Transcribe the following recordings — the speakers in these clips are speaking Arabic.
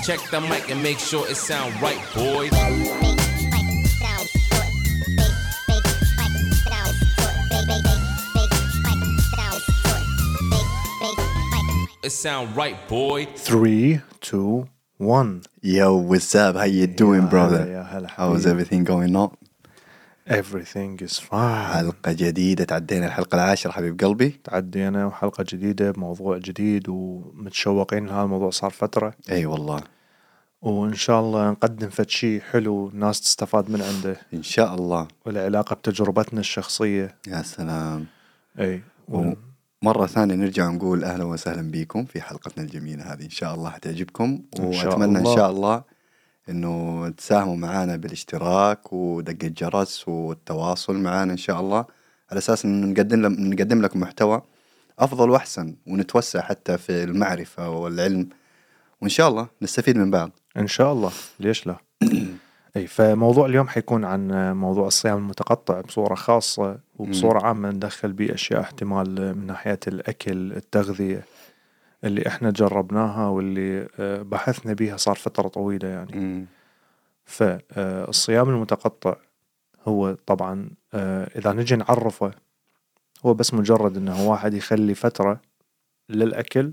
Check the mic and make sure it sound right, boys. It sound right, boy. 3, 2, 1. Yo, what's up? How you doing, brother? هلا How's everything going on? Everything is fine. حلقة جديدة، تعدينا الحلقة 10 حبيب قلبي. تعدينا وحلقة جديدة بموضوع جديد ومتشوقين لهذا الموضوع صار فترة. اي والله. وإن شاء الله نقدم فد شيء حلو الناس تستفاد من عنده. إن شاء الله. والعلاقة بتجربتنا الشخصية. يا سلام. اي. مرة ثانية نرجع نقول أهلا وسهلا بكم في حلقتنا الجميلة هذه، إن شاء الله حتعجبكم. وأتمنى إن شاء الله إنه تساهموا معنا بالاشتراك ودق الجرس والتواصل معنا إن شاء الله، على أساس إنه نقدم لكم محتوى أفضل وأحسن، ونتوسع حتى في المعرفة والعلم، وإن شاء الله نستفيد من بعض. إن شاء الله، ليش لا؟ أي، فموضوع اليوم حيكون عن موضوع الصيام المتقطع بصورة خاصة، وبصورة عامة ندخل بيه أشياء احتمال من ناحية الأكل، التغذية اللي إحنا جربناها واللي بحثنا بيها صار فترة طويلة يعني. فالصيام المتقطع هو طبعا إذا نجي نعرفه، هو بس مجرد إنه واحد يخلي فترة للأكل،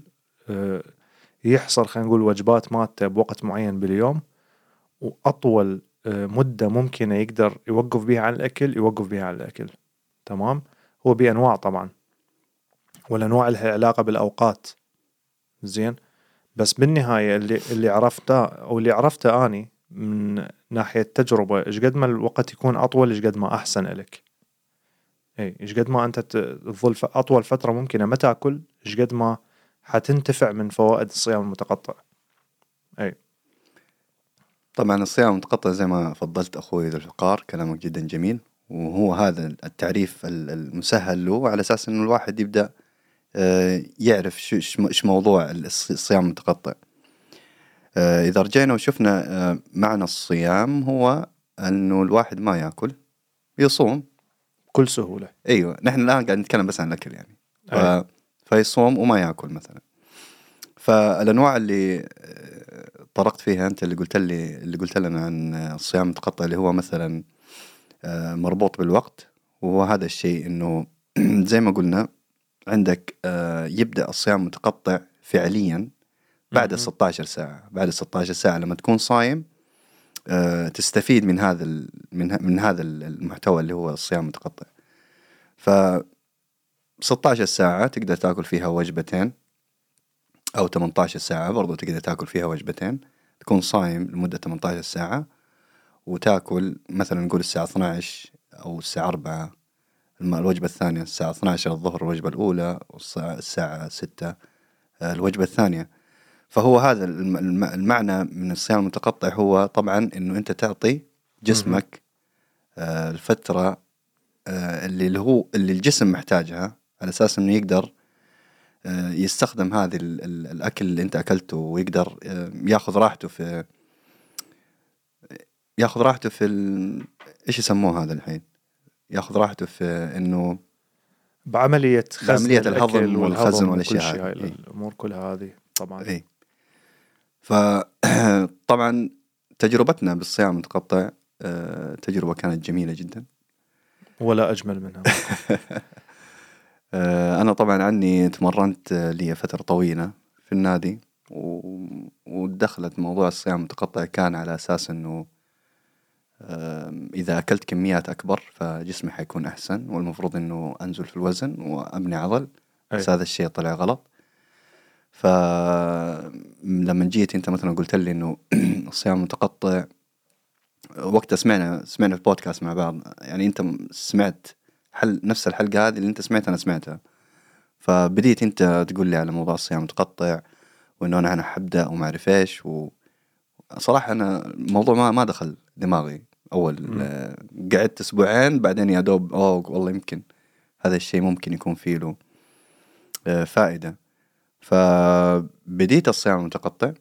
يحصل خلينا نقول وجبات مالته بوقت معين باليوم، وأطول مدة ممكنة يقدر يوقف بيها عن الأكل يوقف بيها عن الأكل. تمام. هو بأنواع طبعا، والأنواع لها علاقة بالأوقات. زين. بس بالنهاية اللي عرفته أو اللي عرفته أني من ناحية تجربة، إيش قد ما الوقت يكون أطول إيش قد ما أحسن لك. إيه، إيش قد ما أنت تظل أطول فترة ممكنة ما تأكل، إيش قد ما حتنتفع من فوائد الصيام المتقطع. إيه. طبعا الصيام المتقطع زي ما فضلت أخوي ذو الفقار، كلامك جدا جميل، وهو هذا التعريف المسهل له، على أساس إنه الواحد يبدأ يعرف إيش موضوع الصيام المتقطع. إذا رجعنا وشفنا معنى الصيام هو أنه الواحد ما يأكل، يصوم بكل سهولة. أيوة، نحن الآن قاعد نتكلم بس عن الأكل يعني. فيصوم وما يأكل مثلا. فالأنواع اللي طرقت فيها أنت، اللي قلت لنا عن الصيام المتقطع، اللي هو مثلا مربوط بالوقت، وهو هذا الشيء إنه زي ما قلنا عندك يبدأ الصيام المتقطع فعليا بعد 16 ساعة. بعد 16 ساعة لما تكون صايم تستفيد من هذا المحتوى اللي هو الصيام المتقطع. ف 16 ساعة تقدر تأكل فيها وجبتين، أو 18 ساعة برضو تقدر تأكل فيها وجبتين. تكون صايم لمدة 18 ساعة، وتأكل مثلا نقول الساعة 12 أو الساعة 4 الوجبة الثانية، الساعة 12 الظهر الوجبة الأولى، والساعة 6 الوجبة الثانية. فهو هذا المعنى من الصيام المتقطع، هو طبعا إنه أنت تعطي جسمك الفترة اللي الجسم محتاجها، على أساس إنه يقدر يستخدم هذه الأكل اللي أنت أكلته، ويقدر يأخذ راحته في إيش يسموه هذا الحين، يأخذ راحته في إنه بعملية الهضم والخزن والأشياء هاي هذه. الأمور كلها هذه طبعا. إيه. فطبعا تجربتنا بالصيام المتقطع تجربة كانت جميلة جدا، ولا أجمل منها. أنا طبعا عني تمرنت لي فترة طويلة في النادي، ودخلت موضوع الصيام المتقطع كان على أساس أنه إذا أكلت كميات أكبر فجسمي حيكون أحسن، والمفروض أنه أنزل في الوزن وأبني عضل. بس هذا الشيء طلع غلط. فلما جيت أنت مثلا قلت لي أنه الصيام المتقطع، وقت سمعنا في البودكاست مع بعض، يعني أنت سمعت نفس الحلقة هذه اللي أنت سمعتها أنا سمعتها، فبديت أنت تقول لي على موضوع الصيام المتقطع، وإنه أنا حبدأ وما أعرف إيش. وصراحة أنا الموضوع ما دخل دماغي أول. قعدت أسبوعين بعدين يا دوب والله يمكن هذا الشيء ممكن يكون فيه له فائدة. فبديت الصيام المتقطع،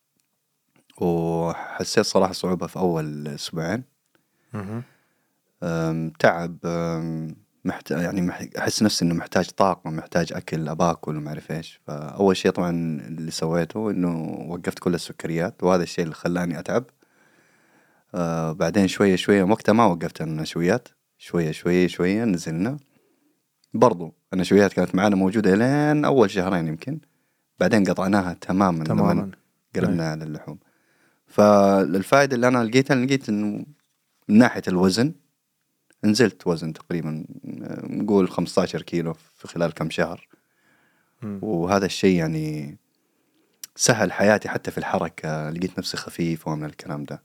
وحسيت صراحة صعوبة في أول أسبوعين. تعب يعني أحس نفسي إنه محتاج طاقة، محتاج أكل، أباكل وما أعرف إيش. فأول شيء طبعا اللي سويته إنه وقفت كل السكريات، وهذا الشيء اللي خلاني أتعب. بعدين شوية شوية، وقتها ما وقفت النشويات، شوية نزلنا. برضو النشويات كانت معنا موجودة لين أول شهرين يمكن، بعدين قطعناها تماما لما قلبنا على اللحوم. فالفائدة اللي أنا لقيت إنه من ناحية الوزن، نزلت وزن تقريبا نقول 15 كيلو في خلال كم شهر. وهذا الشيء يعني سهل حياتي حتى في الحركة، لقيت نفسي خفيف ومن الكلام ده.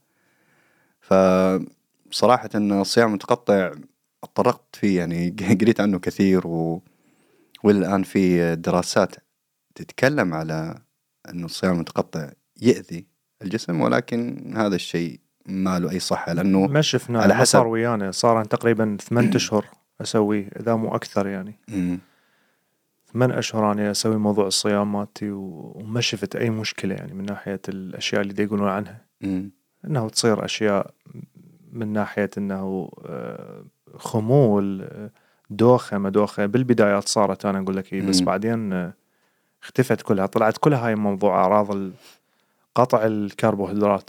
فصراحة إن الصيام المتقطع اتطرقت فيه، يعني قريت عنه كثير، والآن في دراسات تتكلم على إنه الصيام المتقطع يؤذي الجسم، ولكن هذا الشيء ما له أي صحة، لأنه ما شفنا على حسب صار ويانا، صار تقريبا 8 أشهر أسويه إذا مو أكثر يعني. 8 أشهر أنا أسوي موضوع الصيام مالتي، وما شفت أي مشكلة يعني من ناحية الأشياء اللي يقولون عنها. إنه تصير أشياء من ناحية إنه خمول، دوخة ما دوخة بالبدايات صارت، أنا أقول لك بس بعدين اختفت كلها، طلعت كلها هاي موضوع أعراض قطع الكربوهيدرات.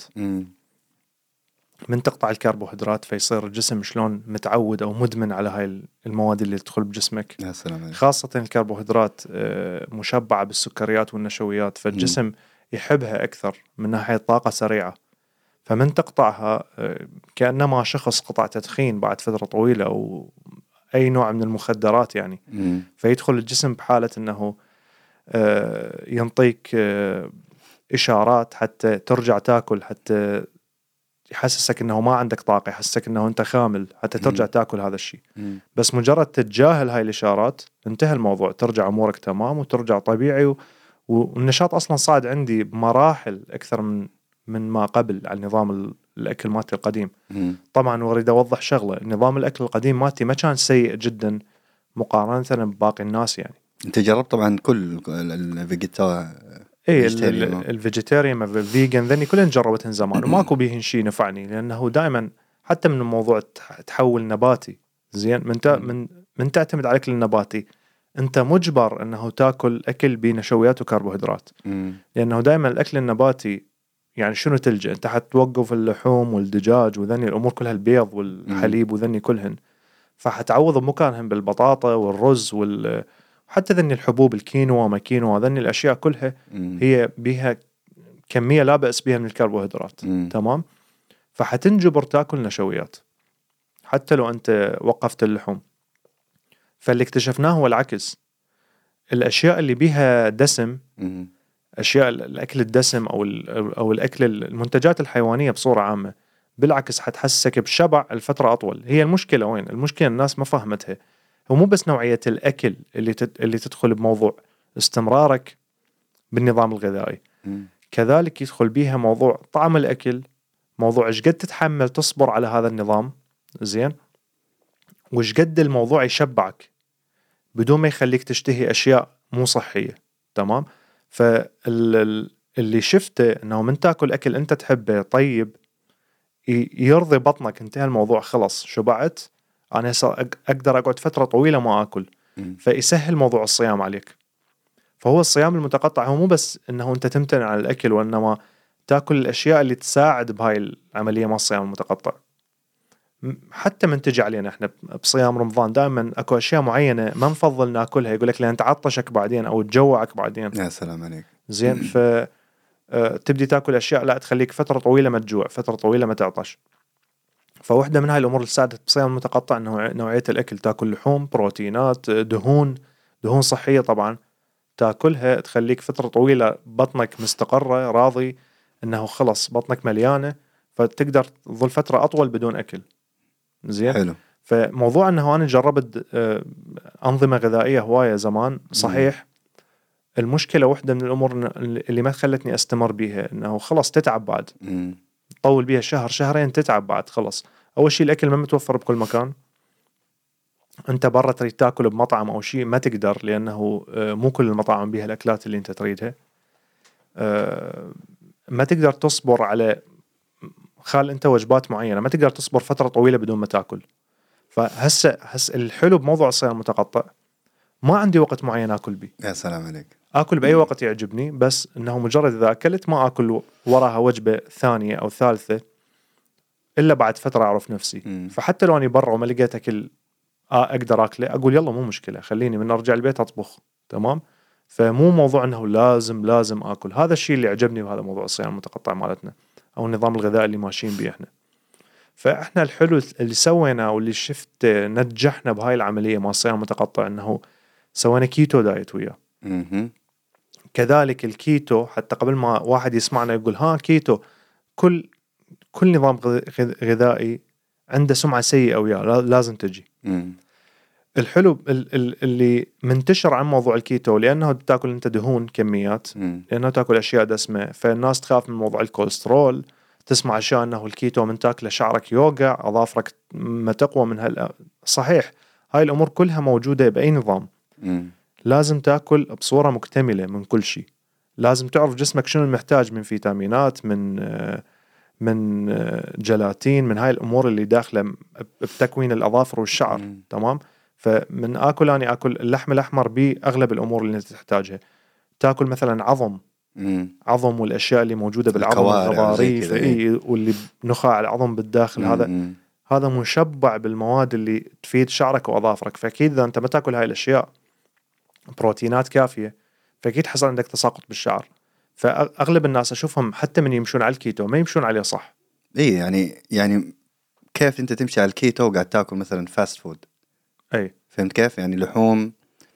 من تقطع الكربوهيدرات فيصير الجسم شلون متعود أو مدمن على هاي المواد اللي تدخل بجسمك، خاصة الكربوهيدرات مشبعة بالسكريات والنشويات، فالجسم يحبها أكثر من ناحية طاقة سريعة. فمن تقطعها كأنما شخص قطع تدخين بعد فترة طويلة أو أي نوع من المخدرات يعني. فيدخل الجسم بحالة أنه ينطيك إشارات حتى ترجع تاكل، حتى يحسسك أنه ما عندك طاقة، يحسسك أنه أنت خامل حتى ترجع تاكل هذا الشيء. بس مجرد تتجاهل هاي الإشارات انتهى الموضوع، ترجع أمورك تمام وترجع طبيعي، والنشاط أصلا صعد عندي بمراحل أكثر من ما قبل على النظام الأكل مالتي القديم. طبعا وأريد أوضح شغلة، نظام الأكل القديم مالتي ما كان سيء جدا مقارنة بباقي الناس يعني. أنت جربت طبعا كل الفيجيتيريان الفيجن ذني كلهم جربتهن زمان وماكو بيهن شيء نفعني، لأنه دائما حتى من الموضوع تحول نباتي زين، من تعتمد على الأكل النباتي أنت مجبر أنه تأكل أكل بنشويات وكربوهيدرات، لأنه دائما الأكل النباتي يعني شنو تلجأ أنت حتوقف اللحوم والدجاج وذني الأمور كلها، البيض والحليب وذني كلهن، فحتعوض بمكانهم بالبطاطا والرز حتى ذني الحبوب الكينوا ما كينوا، ذني الأشياء كلها هي بها كمية لا بأس بها من الكربوهيدرات. تمام. فحتنجبر تاكل نشويات حتى لو أنت وقفت اللحوم. فاللي اكتشفناه هو العكس، الأشياء اللي بها دسم، أشياء الأكل الدسم أو الأكل المنتجات الحيوانية بصورة عامة، بالعكس حتحسسك بشبع الفترة أطول. هي المشكلة وين؟ المشكلة الناس ما فهمتها، هو مو بس نوعية الأكل اللي تدخل بموضوع استمرارك بالنظام الغذائي، كذلك يدخل بيها موضوع طعم الأكل، موضوع إيش قد تتحمل تصبر على هذا النظام زين، وإيش قد الموضوع يشبعك بدون ما يخليك تشتهي أشياء مو صحية. تمام. فاللي شفته أنه من تأكل أكل أنت تحبه طيب يرضي بطنك، انتهى الموضوع، خلص شبعت، أنا أقدر أقعد فترة طويلة ما أكل، فيسهل موضوع الصيام عليك. فهو الصيام المتقطع هو مو بس أنه أنت تمتنع عن الأكل، وإنما تأكل الأشياء اللي تساعد بهاي العملية مع الصيام المتقطع. حتى من تجي علينا إحنا بصيام رمضان دائما أكو أشياء معينة ما نفضل نأكلها، يقولك لأن تعطشك بعدين أو تجوعك بعدين. يا سلام عليك. زين. تبدي تأكل أشياء لا تخليك فترة طويلة ما تجوع، فترة طويلة ما تعطش. فواحدة من هاي الأمور اللي ساعدت بصيام المتقطع نوعية الأكل، تأكل لحوم، بروتينات، دهون صحية طبعا، تأكلها تخليك فترة طويلة بطنك مستقرة راضي أنه خلص بطنك مليانة، فتقدر تظل فترة أطول بدون أكل. زين. حلو. فموضوع أنه أنا جربت أنظمة غذائية هواية زمان صحيح. المشكلة واحدة من الأمور اللي ما خلتني أستمر بيها أنه خلص تتعب بعد، طول بيها شهر شهرين تتعب بعد خلص. أول شيء الأكل ما متوفر بكل مكان، أنت برا تريد تأكل بمطعم أو شيء ما تقدر، لأنه مو كل المطاعم بيها الأكلات اللي أنت تريدها. ما تقدر تصبر على خال أنت وجبات معينة، ما تقدر تصبر فترة طويلة بدون ما تأكل. فهسه الحلو بموضوع الصيام المتقطع ما عندي وقت معين اكل بيه، يا سلام عليك. اكل باي وقت يعجبني، بس انه مجرد اذا اكلت ما اكل وراها وجبه ثانيه او ثالثه الا بعد فتره اعرف نفسي. فحتى لو اني برا وما لقيت اكل اقدر اكله، اقول يلا مو مشكله، خليني من ارجع البيت اطبخ. تمام. فمو موضوع انه لازم اكل. هذا الشيء اللي عجبني بهذا موضوع الصيام المتقطع مالتنا، او النظام الغذائي اللي ماشيين بيه احنا. فاحنا الحلو اللي سوينا واللي شفت نجحنا بهاي العمليه مع الصيام المتقطع انه سوينا كيتو دايت وياه. كذلك الكيتو، حتى قبل ما واحد يسمعنا يقول ها كيتو، كل نظام غذائي عنده سمعة سيئة وياه لازم تجي. الحلو اللي منتشر عن موضوع الكيتو، لأنه تاكل أنت دهون كميات، لأنه تاكل أشياء دسمة، فالناس تخاف من موضوع الكوليسترول. تسمع أشياء أنه الكيتو من تاكله شعرك يوقع، أظافرك ما تقوى من صحيح، هاي الأمور كلها موجودة بأي نظام. لازم تاكل بصورة مكتملة من كل شيء. لازم تعرف جسمك شنو المحتاج من فيتامينات، من جلاتين، من هاي الأمور اللي داخلة بتكوين الأظافر والشعر. تمام. فمن أني أكل اللحم الأحمر بأغلب الأمور اللي أنت تحتاجها. تاكل مثلا عظم والأشياء اللي موجودة بالعظم، الغضاريف واللي نخاع العظم بالداخل. هذا مشبع بالمواد اللي تفيد شعرك وأظافرك. فأكيد إذا أنت ما تاكل هاي الأشياء بروتينات كافية، فأكيد حصل عندك تساقط بالشعر. فأغلب الناس أشوفهم حتى من يمشون على الكيتو ما يمشون عليه صح. إيه يعني كيف أنت تمشي على الكيتو وقاعد تاكل مثلا فاست فود؟ فهمت كيف؟ يعني لحوم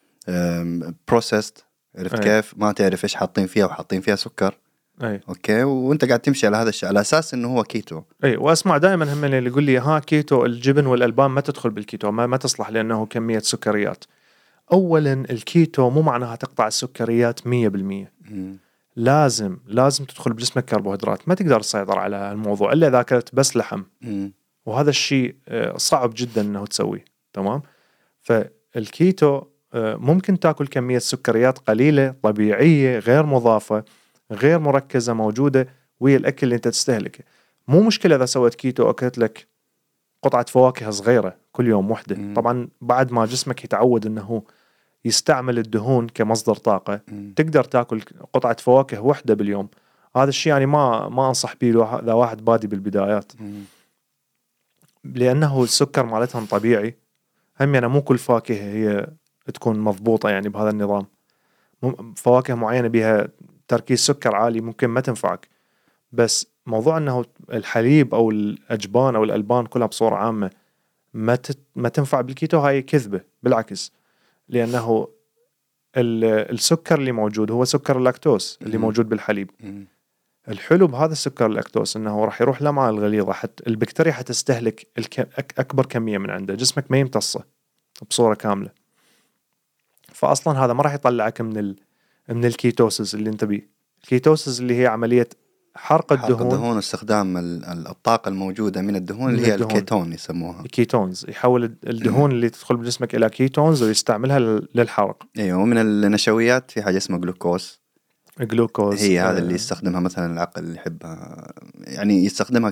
بروسيست، عرفت كيف؟ ما تعرف إيش حاطين فيها، وحاطين فيها سكر. أوكي، وأنت قاعد تمشي على هذا الشيء على أساس إنه هو كيتو. وأسمع دائما هم اللي يقول لي ها كيتو، الجبن والألبان ما تدخل بالكيتو، ما تصلح لأنه كمية سكريات. أولا الكيتو مو معناها تقطع السكريات 100%. لازم تدخل بجسمك كربوهيدرات. ما تقدر تسيطر على الموضوع إلا إذا أكلت بس لحم. وهذا الشيء صعب جدا أنه تسويه. تمام. فالكيتو ممكن تأكل كمية سكريات قليلة طبيعية غير مضافة غير مركزة موجودة ويا الأكل اللي أنت تستهلكه. مو مشكلة إذا سويت كيتو أكلت لك قطعة فواكه صغيرة كل يوم وحدة. طبعا بعد ما جسمك يتعود أنه يستعمل الدهون كمصدر طاقة، تقدر تأكل قطعة فواكه وحدة باليوم. هذا الشيء يعني ما أنصح به إذا واحد بادي بالبدايات، لأنه السكر مالتهم طبيعي. هم يعني مو كل فاكهة هي تكون مضبوطة يعني بهذا النظام. فواكه معينة بها تركيز سكر عالي ممكن ما تنفعك. بس موضوع أنه الحليب أو الأجبان أو الألبان كلها بصورة عامة ما تنفع بالكيتو، هاي كذبة. بالعكس، لأنه السكر اللي موجود هو سكر اللاكتوز اللي موجود بالحليب. الحلو بهذا السكر اللاكتوز أنه راح يروح لمعة الغليظة، حتى البكتيريا حتستهلك أكبر كمية من عنده، جسمك ما يمتصه بصورة كاملة. فأصلا هذا ما راح يطلعك من الكيتوسيس اللي انت بيه. الكيتوسيس اللي هي عملية حرق الدهون واستخدام الطاقة الموجودة من الدهون اللي هي الكيتون يسموها. الكيتونز، يحول الدهون اللي تدخل بجسمك إلى كيتونز ويستعملها للحرق. ايوه. ومن النشويات في حاجة اسمها جلوكوز. هي هذا اللي يستخدمها مثلا العقل اللي يحبها، يعني يستخدمها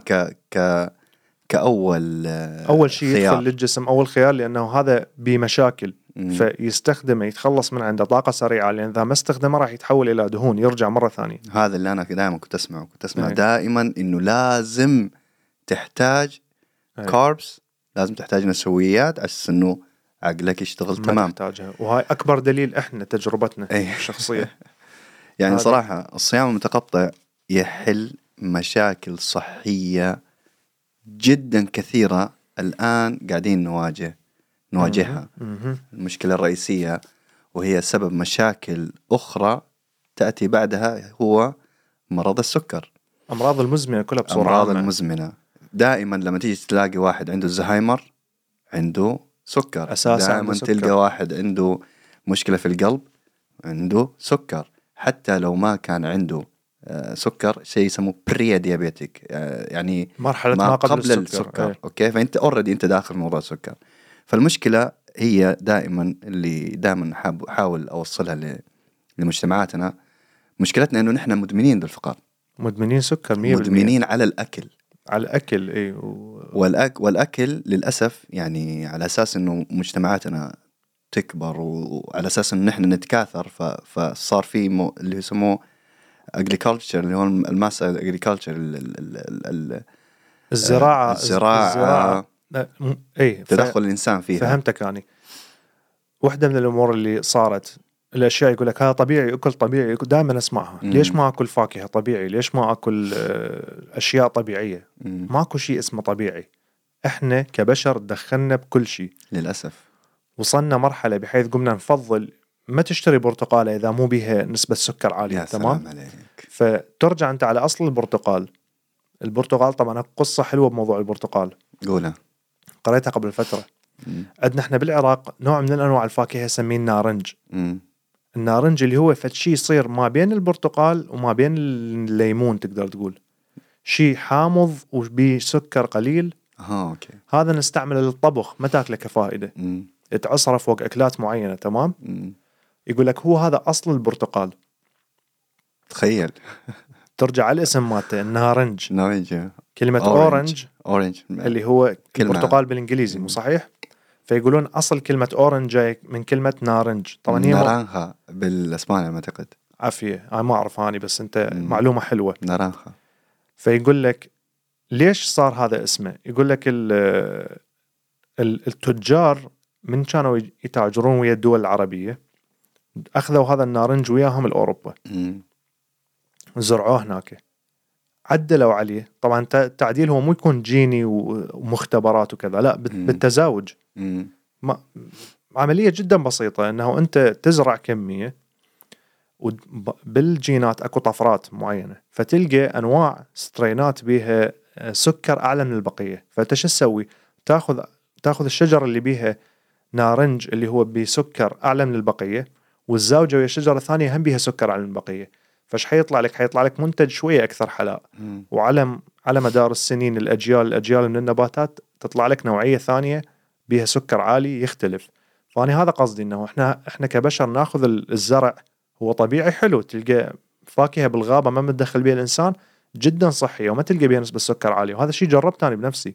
أول شيء يدخل للجسم، أول خيار، لأنه هذا بمشاكل فيستخدمه يتخلص من عنده طاقة سريعة، لأن إذا ما استخدمه راح يتحول إلى دهون يرجع مرة ثانية. هذا اللي أنا دائما كنت أسمع دائما إنه لازم تحتاج كاربس، لازم تحتاج نشويات عشان إنه عقلك يشتغل تمام. تحتاجها. وهاي أكبر دليل إحنا تجربتنا الشخصية. يعني صراحة الصيام المتقطع يحل مشاكل صحية جدا كثيرة الآن قاعدين نواجهها. المشكلة الرئيسية وهي سبب مشاكل أخرى تأتي بعدها هو مرض السكر. أمراض المزمنة كلها بصورة أمراض المزمنة. دائما لما تيجي تلاقي واحد عنده الزهايمر عنده سكر، دائما تلقى واحد عنده مشكلة في القلب عنده سكر. حتى لو ما كان عنده سكر، شيء يسموه بري ديابيتك، يعني مرحلة ما قبل السكر. أوكي، فأنت أوريدي أنت داخل موضوع السكر. فالمشكلة هي دائما اللي دائما حاول أوصلها لمجتمعاتنا، مشكلتنا إنه نحن مدمنين للفقار، مدمنين سكر 100%، مدمنين على الأكل. على الأكل إيه والأكل للأسف يعني على أساس إنه مجتمعاتنا تكبر وعلى أساس إنه نحن نتكاثر فصار في اللي يسموه agriculture اللي هو الماس agriculture الزراعة إيه تدخل الإنسان فيها. فهمتك يعني. واحدة من الأمور اللي صارت الأشياء يقول لك هذا طبيعي أكل طبيعي دائما أسمعها. ليش ما أكل فاكهة طبيعي؟ ليش ما أكل أشياء طبيعية؟ ماكو شيء اسمه طبيعي. إحنا كبشر دخلنا بكل شيء للأسف. وصلنا مرحلة بحيث قمنا نفضل ما تشتري برتقالة إذا مو بيها نسبة سكر عالية. تمام. فترجع أنت على أصل البرتقال طبعا قصة حلوة بموضوع البرتقال قولها قريتها قبل فترة. عندنا احنا بالعراق نوع من الأنواع الفاكهة يسميه النارنج. النارنج اللي هو فشي يصير ما بين البرتقال وما بين الليمون، تقدر تقول شيء حامض وبيه سكر قليل. أوكي. هذا نستعمله للطبخ، ما تاكله كفائدة، تعصره فوق أكلات معينة. تمام. يقول لك هو هذا أصل البرتقال. تخيل. ترجع على الاسم مالته النارنج. نارنج. كلمة أورنج اللي هو البرتقال بالإنجليزي، مو صحيح؟ فيقولون أصل كلمة أورنج جاي من كلمة نارنج. طبعا هي نارانخا بالإسبانيا معتقد. عافية أنا ما أعرف هاني، بس أنت معلومة حلوة. نارانخا. فيقول لك ليش صار هذا اسمه. يقول لك التجار من كانوا يتاجرون ويا الدول العربية أخذوا هذا النارنج وياهم الأوروبا زرعوه هناك، عدلوا عليه. طبعا التعديل هو مو يكون جيني ومختبرات وكذا، لا بالتزاوج. عملية جدا بسيطة، أنه أنت تزرع كمية وبالجينات أكو طفرات معينة، فتلقى أنواع سترينات بيها سكر أعلى من البقية. فتش تسوي؟ تأخذ الشجرة اللي بيها نارنج اللي هو بسكر أعلى من البقية، والزاوجة ويا الشجرة الثانية هم بيها سكر أعلى من البقية. فش حيطلع لك منتج شوية أكثر حلاء. وعلى مدار السنين الأجيال من النباتات تطلع لك نوعية ثانية بيها سكر عالي يختلف. فأنا هذا قصدي، إنه إحنا كبشر نأخذ الزرع هو طبيعي حلو، تلقى فاكهة بالغابة ما متدخل بها الإنسان جدا صحية وما تلقى بها نسبة السكر عالية. وهذا الشيء جربت أنا بنفسي.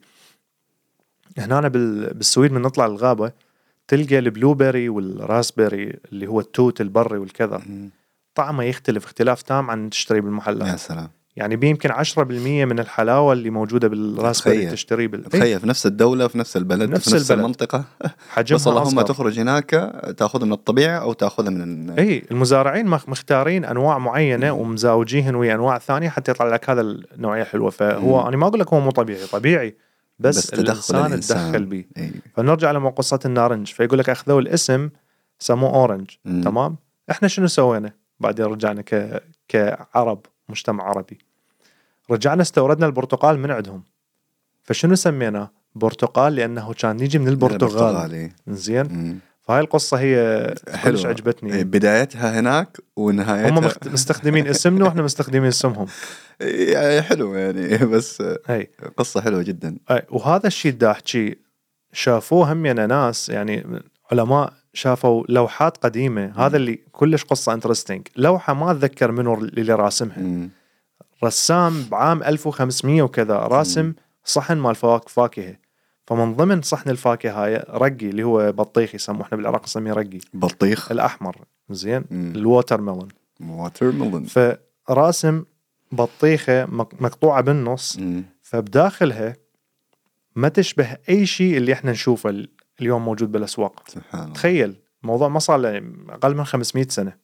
هنا أنا بالسويد من نطلع الغابة تلقى البلوبيري والراسبيري اللي هو التوت البري والكذا طعمه يختلف اختلاف تام عن تشتري بالمحلات. يا سلام. يعني بيمكن 10% من الحلاوة اللي موجودة بالراسبيري تشتري تخيل في نفس الدولة في نفس البلد في نفس المنطقة بس اللهم تخرج هناك تأخذ من الطبيعة أو تأخذ من المزارعين مختارين أنواع معينة ومزاوجيهن ويا أنواع ثانية حتى يطلع لك هذا النوعية حلوة. فهو أنا ما أقول لك هو مو طبيعي بس الإنسان تدخل بيه. فنرجع لما قصة النارنج، فيقول لك أخذوا الاسم سموه أورنج. تمام. إحنا شنو سوينا بعدين؟ رجعنا كعرب مجتمع عربي، رجعنا استوردنا البرتقال من عندهم. فشنو سمينا برتقال؟ لأنه كان يجي من البرتغال. زين. فهاي القصة هي حلوة عجبتني. بدايتها هناك ونهايتها هم مستخدمين اسمنا وإحنا مستخدمين اسمهم. حلو يعني بس قصة حلوة جدا. وهذا الشيء دا أحكي شافوه هم ناس يعني علماء شافوا لوحات قديمة. هذا اللي كلش قصة انترستينج. لوحة ما أتذكر منو اللي راسمها. رسام بعام 1500 وكذا راسم صحن مال فاكهة. فمن ضمن صحن الفاكهة هاي رقي اللي هو بطيخ يسموه احنا بالعراق نسميه رقي. بطيخ الأحمر. زين. الووتر ميلون. فراسم بطيخة مقطوعة بالنص. فبداخلها ما تشبه أي شيء اللي احنا نشوفه اليوم موجود بالأسواق. تخيل الموضوع ما صار أقل من 500 سنة.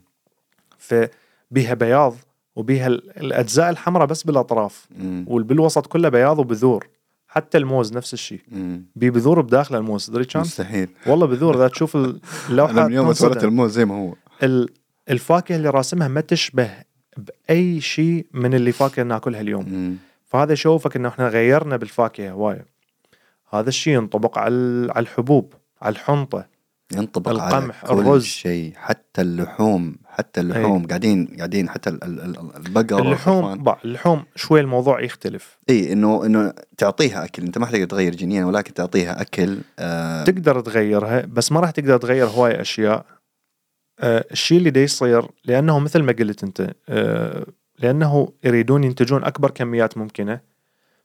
فبيها بياض وبيها الأجزاء الحمراء بس بالأطراف والبالوسط كله بياض وبذور. حتى الموز نفس الشيء بذور بداخل الموز. دري كان مستحيل والله بذور. إذا تشوف اللوحة أنا من يوم اتولدت الموز زي ما هو. الفاكهة اللي راسمها ما تشبه بأي شيء من اللي فاكهة ناكلها اليوم. فهذا يشوفك إنه إحنا غيرنا بالفاكهة هواية. هذا الشيء ينطبق على الحبوب، على الحنطة، ينطبق القمح، على الرز، كل شيء، حتى اللحوم قاعدين حتى البقر اللحوم شوي الموضوع يختلف. انه تعطيها اكل. انت ما تقدر تغير جينيا ولكن تعطيها اكل. تقدر تغيرها بس ما راح تقدر تغير هواي اشياء. الشيء اللي دا يصير لانه مثل ما قلت انت لانه يريدون ينتجون اكبر كميات ممكنة.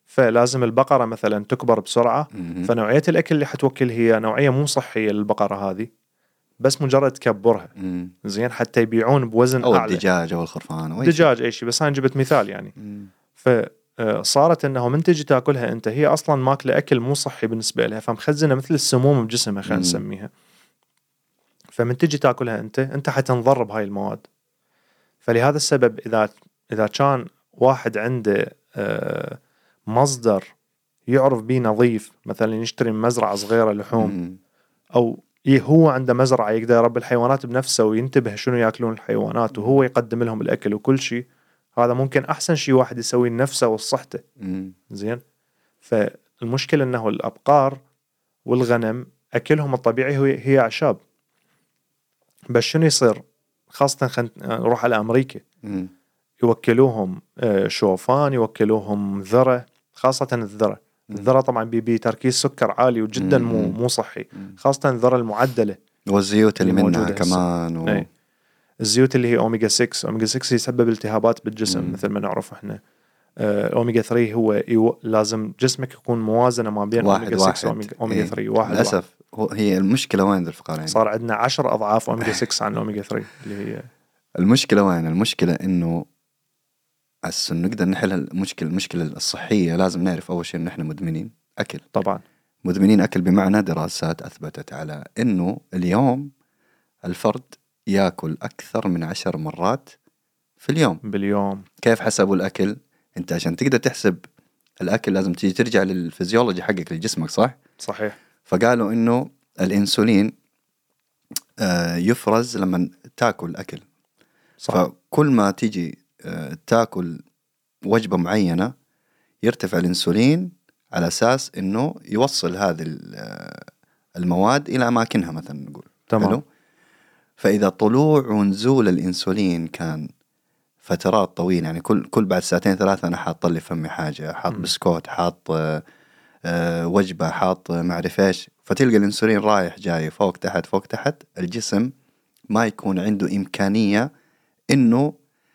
فلازم البقرة مثلا تكبر بسرعة، فنوعية الأكل اللي حتوكل هي نوعية مو صحية للبقرة هذه، بس مجرد تكبرها زين حتى يبيعون بوزن أو أعلى. الدجاج أو الخرفان أو الدجاج أي شيء، بس أنا جبت مثال يعني. فصارت أنه من تجي تاكلها أنت هي أصلا ماكلة أكل مو صحي بالنسبة لها، فمخزنة مثل السموم بجسمها خلينا نسميها. فمن تجي تاكلها أنت حتنضر بهاي المواد. فلهذا السبب إذا كان واحد عنده مصدر يعرف بيه نظيف، مثلا يشتري من مزرعة صغيرة لحوم، أو هو عنده مزرعة يقدر يربي الحيوانات بنفسه وينتبه شنو يأكلون الحيوانات وهو يقدم لهم الأكل وكل شيء، هذا ممكن أحسن شيء واحد يسويه لنفسه وصحته. زين. فالمشكلة أنه الأبقار والغنم أكلهم الطبيعي هي أعشاب، بس شنو يصير خاصة نروح على أمريكا، يوكلوهم شوفان، يوكلوهم ذرة، خاصة الذرة طبعا بي تركيز سكر عالي وجدا مو صحي، خاصة الذرة المعدلة والزيوت اللي منها كمان الزيوت اللي هي أوميجا 6. أوميجا 6 يسبب التهابات بالجسم مثل ما نعرف احنا. أوميجا 3 هو لازم جسمك يكون موازنة ما بين أوميجا 6 وأوميجا 3 واحد. للأسف هي المشكلة وين الفقرين؟ صار عندنا 10 أضعاف أوميجا 6 عن أوميجا 3 اللي هي المشكلة وين؟ المشكلة إنه عشان نقدر نحل المشكلة الصحية لازم نعرف أول شيء إن إحنا مدمنين أكل. طبعا مدمنين أكل، بمعنى دراسات أثبتت على إنه اليوم الفرد يأكل أكثر من 10 مرات في اليوم. باليوم. كيف حسبوا الأكل؟ أنت عشان تقدر تحسب الأكل لازم تيجي ترجع للفيزيولوجي حقك لجسمك، صح؟ صحيح. فقالوا إنه الإنسولين يفرز لما تأكل أكل. صح. فكل ما تيجي تأكل وجبة معينة يرتفع الإنسولين على أساس إنه يوصل هذه المواد إلى أماكنها مثلا نقول. تمام. حلو؟ فإذا طلوع ونزول الإنسولين كان فترات طويلة، يعني كل بعد ساعتين ثلاثة أنا حاط لي فمي حاجة، حاط بسكوت، حاط وجبة، حاط معرف إيش، فتلقى الإنسولين رايح جاي فوق تحت فوق تحت، الجسم ما يكون عنده إمكانية إنه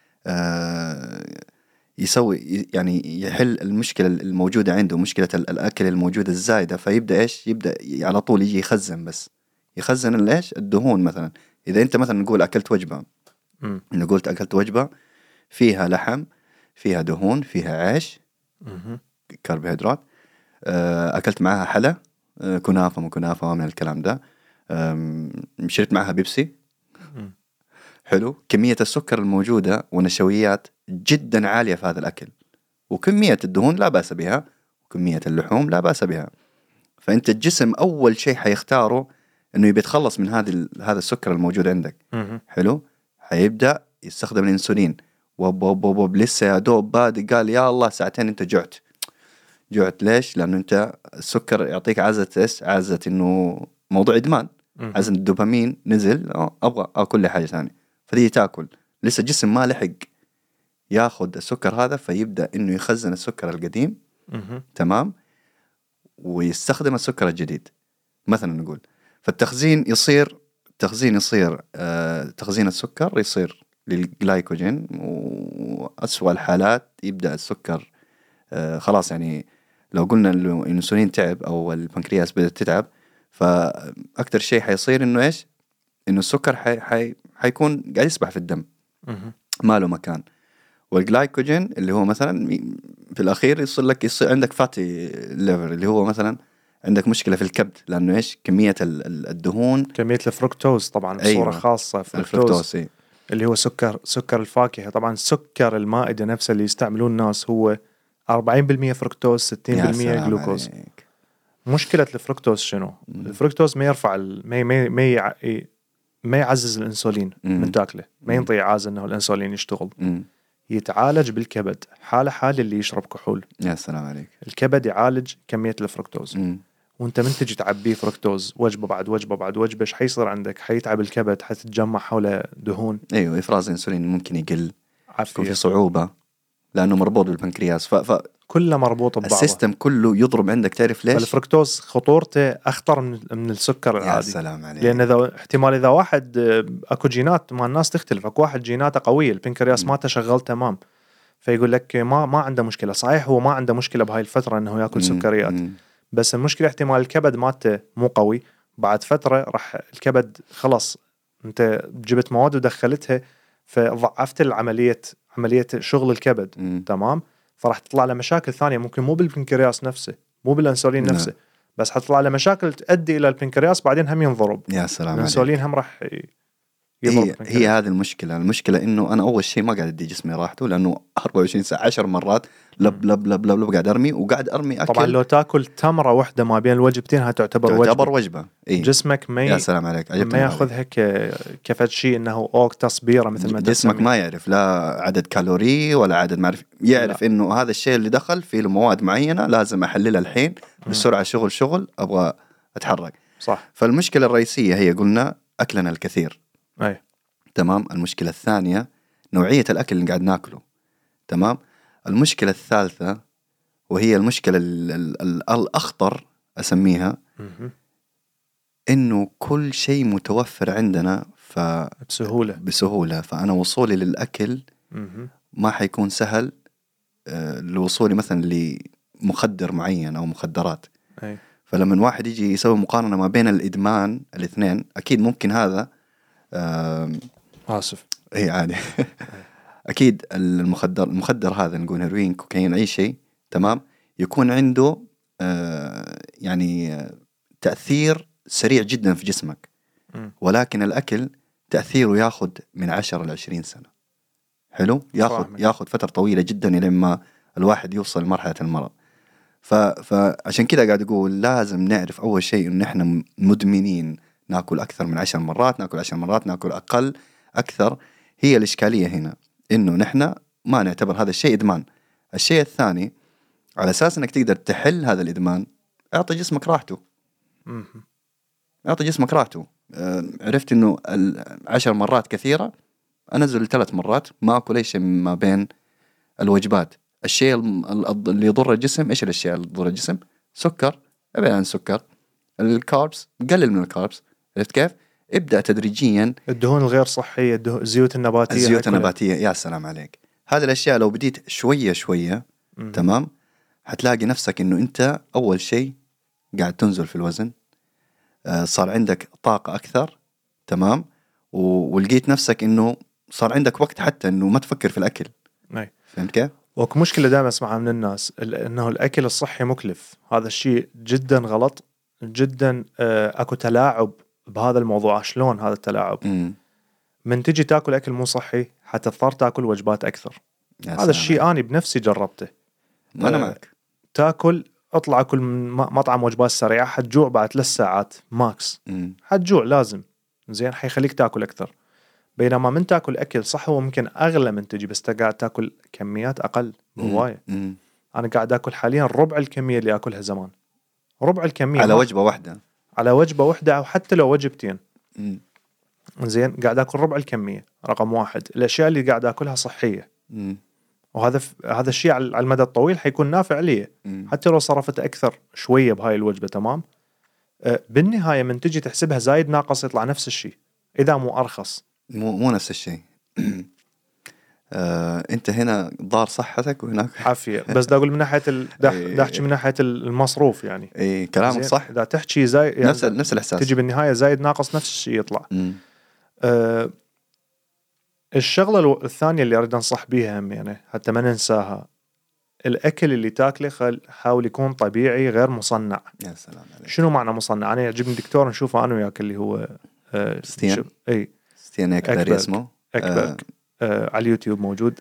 يسوي يعني يحل المشكلة الموجودة عنده، مشكلة الأكل الموجودة الزايدة، فيبدأ إيش؟ يبدأ على طول يجي يخزن، بس يخزن ليش؟ الدهون. مثلا إذا أنت مثلا نقول أكلت وجبة، نقول أكلت وجبة فيها لحم، فيها دهون، فيها عيش، كربوهيدرات، أكلت معها حلا، كنافة مو كنافة من الكلام ده، شربت معها بيبسي، حلو، كمية السكر الموجودة والنشويات جدا عالية في هذا الأكل، وكمية الدهون لا بأس بها، وكمية اللحوم لا بأس بها. فأنت الجسم أول شيء حيختاره إنه يبي يتخلص من هذا السكر الموجود عندك. حلو، حيبدأ يستخدم الإنسولين. وب لسه يا دوب بادئ قال يا الله ساعتين أنت جعت ليش؟ لأنه أنت السكر يعطيك عزة إنه موضوع إدمان، عزة الدوبامين نزل، أبغى أكل لي حاجة ثانية، فتيجي تأكل، لسه الجسم ما لحق ياخد السكر هذا، فيبدأ إنه يخزن السكر القديم. تمام، ويستخدم السكر الجديد مثلا نقول. فالتخزين يصير تخزين السكر يصير للجلايكوجين، وأسوأ الحالات يبدأ السكر خلاص. يعني لو قلنا الانسولين تعب او البنكرياس بدأت تتعب، فأكتر شيء حيصير انه ايش؟ انه السكر حيكون قاعد يسبح في الدم، ما له مكان. والجلايكوجين اللي هو مثلا في الاخير يصير عندك فاتي ليفر، اللي هو مثلا عندك مشكلة في الكبد، لانه ايش؟ كمية الدهون، كمية الفركتوز طبعا بصورة أيوة. خاصة الفركتوز اللي هو سكر الفاكهة. طبعا سكر المائدة نفسه اللي يستعملون الناس هو 40% فركتوز، 60% جلوكوز. مشكلة الفركتوز شنو؟ الفركتوز ما يرفع ما يعزز الانسولين من تاكله، ما ينطي عازة انه الانسولين يشتغل. يتعالج بالكبد، حال اللي يشرب كحول. يا سلام عليك. الكبد يعالج كمية الفركتوز. وانت من تجي تعبيه فركتوز وجبة بعد وجبة بعد وجبة، ايش حيصير عندك؟ حيتعب الكبد، حتتجمع حوله دهون. ايوه، افراز الانسولين ممكن يقل، يكون في صعوبة لانه مربوط بالبنكرياس. كله مربوط ببعضه، السيستم كله يضرب عندك. تعرف ليش؟ الفركتوز خطورته اخطر من السكر العادي. يا سلام عليك. لان اذا واحد اكو جينات مع الناس تختلف، اكو واحد جيناته قوية، البنكرياس ماته شغال تمام، فيقول لك ما عنده مشكله. صحيح هو ما عنده مشكله بهاي الفتره انه ياكل سكريات، بس المشكله احتمال الكبد مالته مو قوي. بعد فتره راح الكبد خلص انت جبت مواد ودخلتها، فضعفت عمليه شغل الكبد. تمام. فراح تطلع له مشاكل ثانيه، ممكن مو بالبنكرياس نفسه، مو بالانسولين نفسه، بس حتطلع له مشاكل تؤدي الى البنكرياس بعدين هم ينضرب. يا سلام الانسولين عليك. هم راح يضرب. هي هذه المشكله انه انا اول شيء ما قاعد ادي جسمي راحته، لانه 24 ساعه 10 مرات لب لب لب لب, لب قاعد ارمي وقاعد ارمي اكل. طبعا لو تاكل تمره واحده ما بين الوجبتين هتعتبر وجبه. جسمك يا سلام عليك. ما ياخذها كفد شيء انه تصبيره مثل ما جسمك ما يعرف لا عدد كالوري ولا عدد معرف، يعرف لا. انه هذا الشيء اللي دخل فيه مواد معينه لازم احللها الحين بسرعه، شغل ابغى اتحرك. صح. فالمشكله الرئيسيه هي قلنا اكلنا الكثير. اي تمام. المشكله الثانيه نوعيه الاكل اللي قاعد ناكله. تمام. المشكله الثالثه وهي المشكله الاخطر اسميها انه كل شيء متوفر عندنا بسهوله، فانا وصولي للاكل ما حيكون سهل لوصولي مثلا لمخدر معين او مخدرات. أي. فلما واحد يجي يسوي مقارنه ما بين الادمان الاثنين، اكيد ممكن هذا اسف اي عادي اكيد المخدر هذا نقول هيروين، كوكايين، اي شيء تمام يكون عنده يعني تاثير سريع جدا في جسمك، ولكن الأكل تأثيره ياخذ من 10 ل 20 سنة. حلو. ياخذ فترة طويلة جدا لما الواحد يوصل لمرحلة المرض. فعشان كده قاعد أقول لازم نعرف أول شيء إن إحنا مدمنين، ناكل أكثر من 10 مرات، ناكل 10 مرات، ناكل أقل أكثر. هي الإشكالية هنا إنه نحن ما نعتبر هذا الشيء إدمان. الشيء الثاني على أساس إنك تقدر تحل هذا الإدمان، أعطي جسمك راحته. أعطي جسمك راحته. عرفت إنه 10 مرات كثيرة، أنزل 3 مرات، ما أكل أي شيء ما بين الوجبات. الشيء اللي يضر الجسم، إيش الأشياء اللي تضر الجسم؟ سكر، ابعد عن السكر. الكاربس، قلل من الكاربس. عرفت كيف؟ ابدأ تدريجيا. الدهون الغير صحية، الزيوت النباتية. يا سلام عليك. هذه الأشياء لو بديت شوية تمام، هتلاقي نفسك إنه أنت أول شيء قاعد تنزل في الوزن، صار عندك طاقة أكثر. تمام. ولقيت نفسك إنه صار عندك وقت حتى إنه ما تفكر في الأكل. فهمت كيف؟ وكمشكلة دائما أسمعها من الناس إنه الأكل الصحي مكلف. هذا الشيء جدا غلط جدا. أكو تلاعب بهذا الموضوع. شلون هذا التلاعب؟ من تجي تاكل أكل مو صحي حتضطر تاكل وجبات أكثر. هذا الشيء أنا بنفسي جربته. أنا معك. تاكل، اطلع اكل من مطعم وجبات سريعة، حتجوع بعد 3 ساعات ماكس. حتجوع لازم. زين، حيخليك تاكل أكثر. بينما من تاكل أكل صح هو ممكن أغلى من تجي، بس قاعد تاكل كميات أقل بهواية. أنا قاعد أكل حاليا ربع الكمية اللي أكلها زمان. ربع الكمية على وجبة واحدة أو حتى لو وجبتين. زين، قاعد أكل ربع الكمية. رقم 1. الأشياء اللي قاعد أكلها صحية. وهذا الشيء على المدى الطويل حيكون نافع لي، حتى لو صرفت أكثر شوية بهاي الوجبة. تمام. بالنهاية من تجي تحسبها زايد ناقص يطلع نفس الشيء، إذا مو أرخص. مو نفس الشيء. أنت هنا ضار صحتك وهناك حافية. بس دا أقول من ناحية دا أحكي من ناحية المصروف يعني. إيه كلامك صح. إذا تحكي زايد يعني نفس الإحساس، تجي بالنهاية زايد ناقص نفس الشيء يطلع. الشغلة الثانية اللي أريد أنصح بيها هم يعني حتى ما ننساها، الأكل اللي تاكله حاول يكون طبيعي غير مصنع. يا سلام عليك. شنو معنى مصنع؟ أنا يعجبني دكتور نشوفه أنا وياك اللي هو ستين أكبر اسمه على اليوتيوب موجود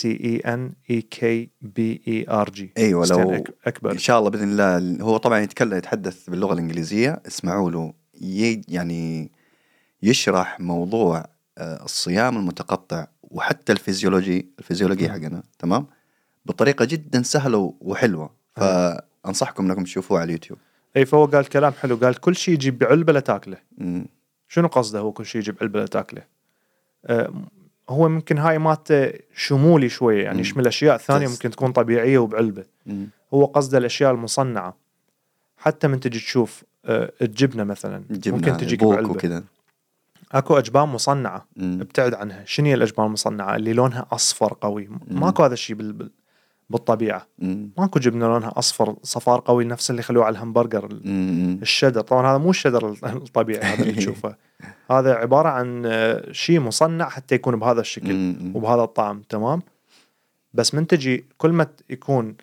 STENEKBERG. أيوة. لو أكبر إن شاء الله بإذن الله. هو طبعا يتحدث باللغة الإنجليزية، اسمعوا له. يعني يشرح موضوع الصيام المتقطع وحتى الفيزيولوجيا حقنا. تمام. بطريقة جدا سهلة وحلوة. فأنصحكم أنكم تشوفوه على اليوتيوب. أي، فهو قال كلام حلو. قال كل شيء يجيب بعلبة لتاكله. شنو قصده هو كل شيء يجيب بعلبة لتاكله؟ هو ممكن هاي مات شمولي شوية يعني يشمل أشياء ثانية ممكن تكون طبيعية وبعلبة. هو قصده الأشياء المصنعة. حتى من تجي تشوف الجبنة مثلا ممكن تجيك بعلبة وكذا. اكو اجبان مصنعه مم. ابتعد عنها. شنو هي الاجبان المصنعه؟ اللي لونها اصفر قوي. ماكو هذا الشيء بالطبيعه. مم. ماكو جبنه لونها اصفر صفار قوي نفس اللي خلوه على الهمبرجر. مم. الشدر طبعا هذا مو الشدر الطبيعي هذا اللي تشوفه. هذا عباره عن شيء مصنع حتى يكون بهذا الشكل مم. وبهذا الطعم. تمام. بس من تجي كل ما يكون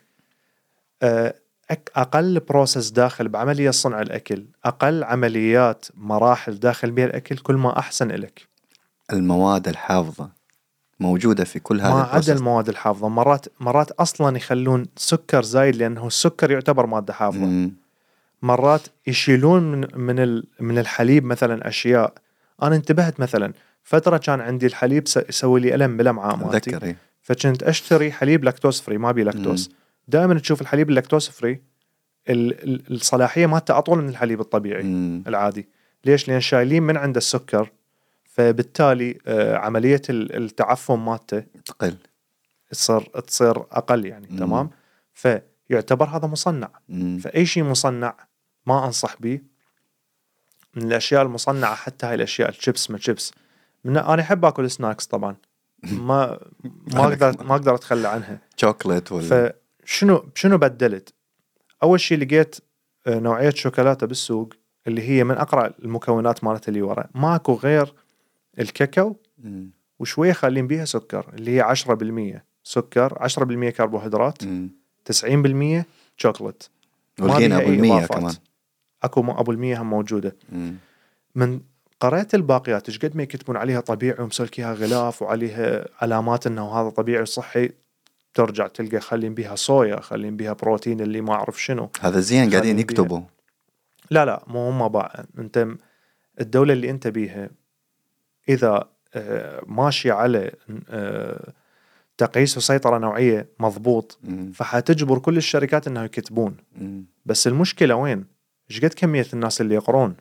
أقل بروسس داخل بعملية صنع الأكل، أقل عمليات مراحل داخل بها الأكل، كل ما أحسن إلك. المواد الحافظة موجودة في كل هذا ما البروسس. عدا المواد الحافظة، مرات أصلا يخلون سكر زايد لأنه السكر يعتبر مادة حافظة. مم. مرات يشيلون من الحليب مثلا أشياء. أنا انتبهت مثلا فترة كان عندي الحليب يسوي لي ألم بالأمعاء مالتي، أتذكر. فكنت أشتري حليب لاكتوز فري، ما بي لاكتوز. دائما تشوف الحليب اللاكتوز فري الصلاحية مالته أطول من الحليب الطبيعي العادي. ليش؟ لأن شايلين من عند السكر، فبالتالي عملية التعفن مالته تقل، تصير أقل يعني. تمام. فيعتبر هذا مصنع. فأي شيء مصنع ما أنصح به. من الأشياء المصنعة حتى هاي الأشياء الشيبس، ما شيبس، أنا أحب أكل سناكس طبعا، ما أقدر أتخلى عنها. شوكولات ولا شنو بدلت؟ أول شيء لقيت نوعية شوكولاتة بالسوق اللي هي من أقرأ المكونات مالتها اللي ورا ماكو غير الكاكاو وشوية خالين بيها سكر، اللي هي 10% سكر، 10% كربوهيدرات، 90% شوكولات. ولقينا أبو المية كمان. أكو أبو المية هم موجودة. من قرأت الباقيات إيش قد ما يكتبون عليها طبيعي ومسلكيها غلاف وعليها علامات إنه هذا طبيعي وصحي، ترجع تلقى خلين بيها صويا، خلين بيها بروتين اللي ما أعرف شنو. هذا زين قاعدين يكتبوا. لا مو هم باع. أنت الدولة اللي أنت بيها إذا ماشي على تقييس وسيطرة نوعية مضبوط فحتجبر كل الشركات إنه يكتبون. بس المشكلة وين؟ إيش قد كمية الناس اللي يقرون؟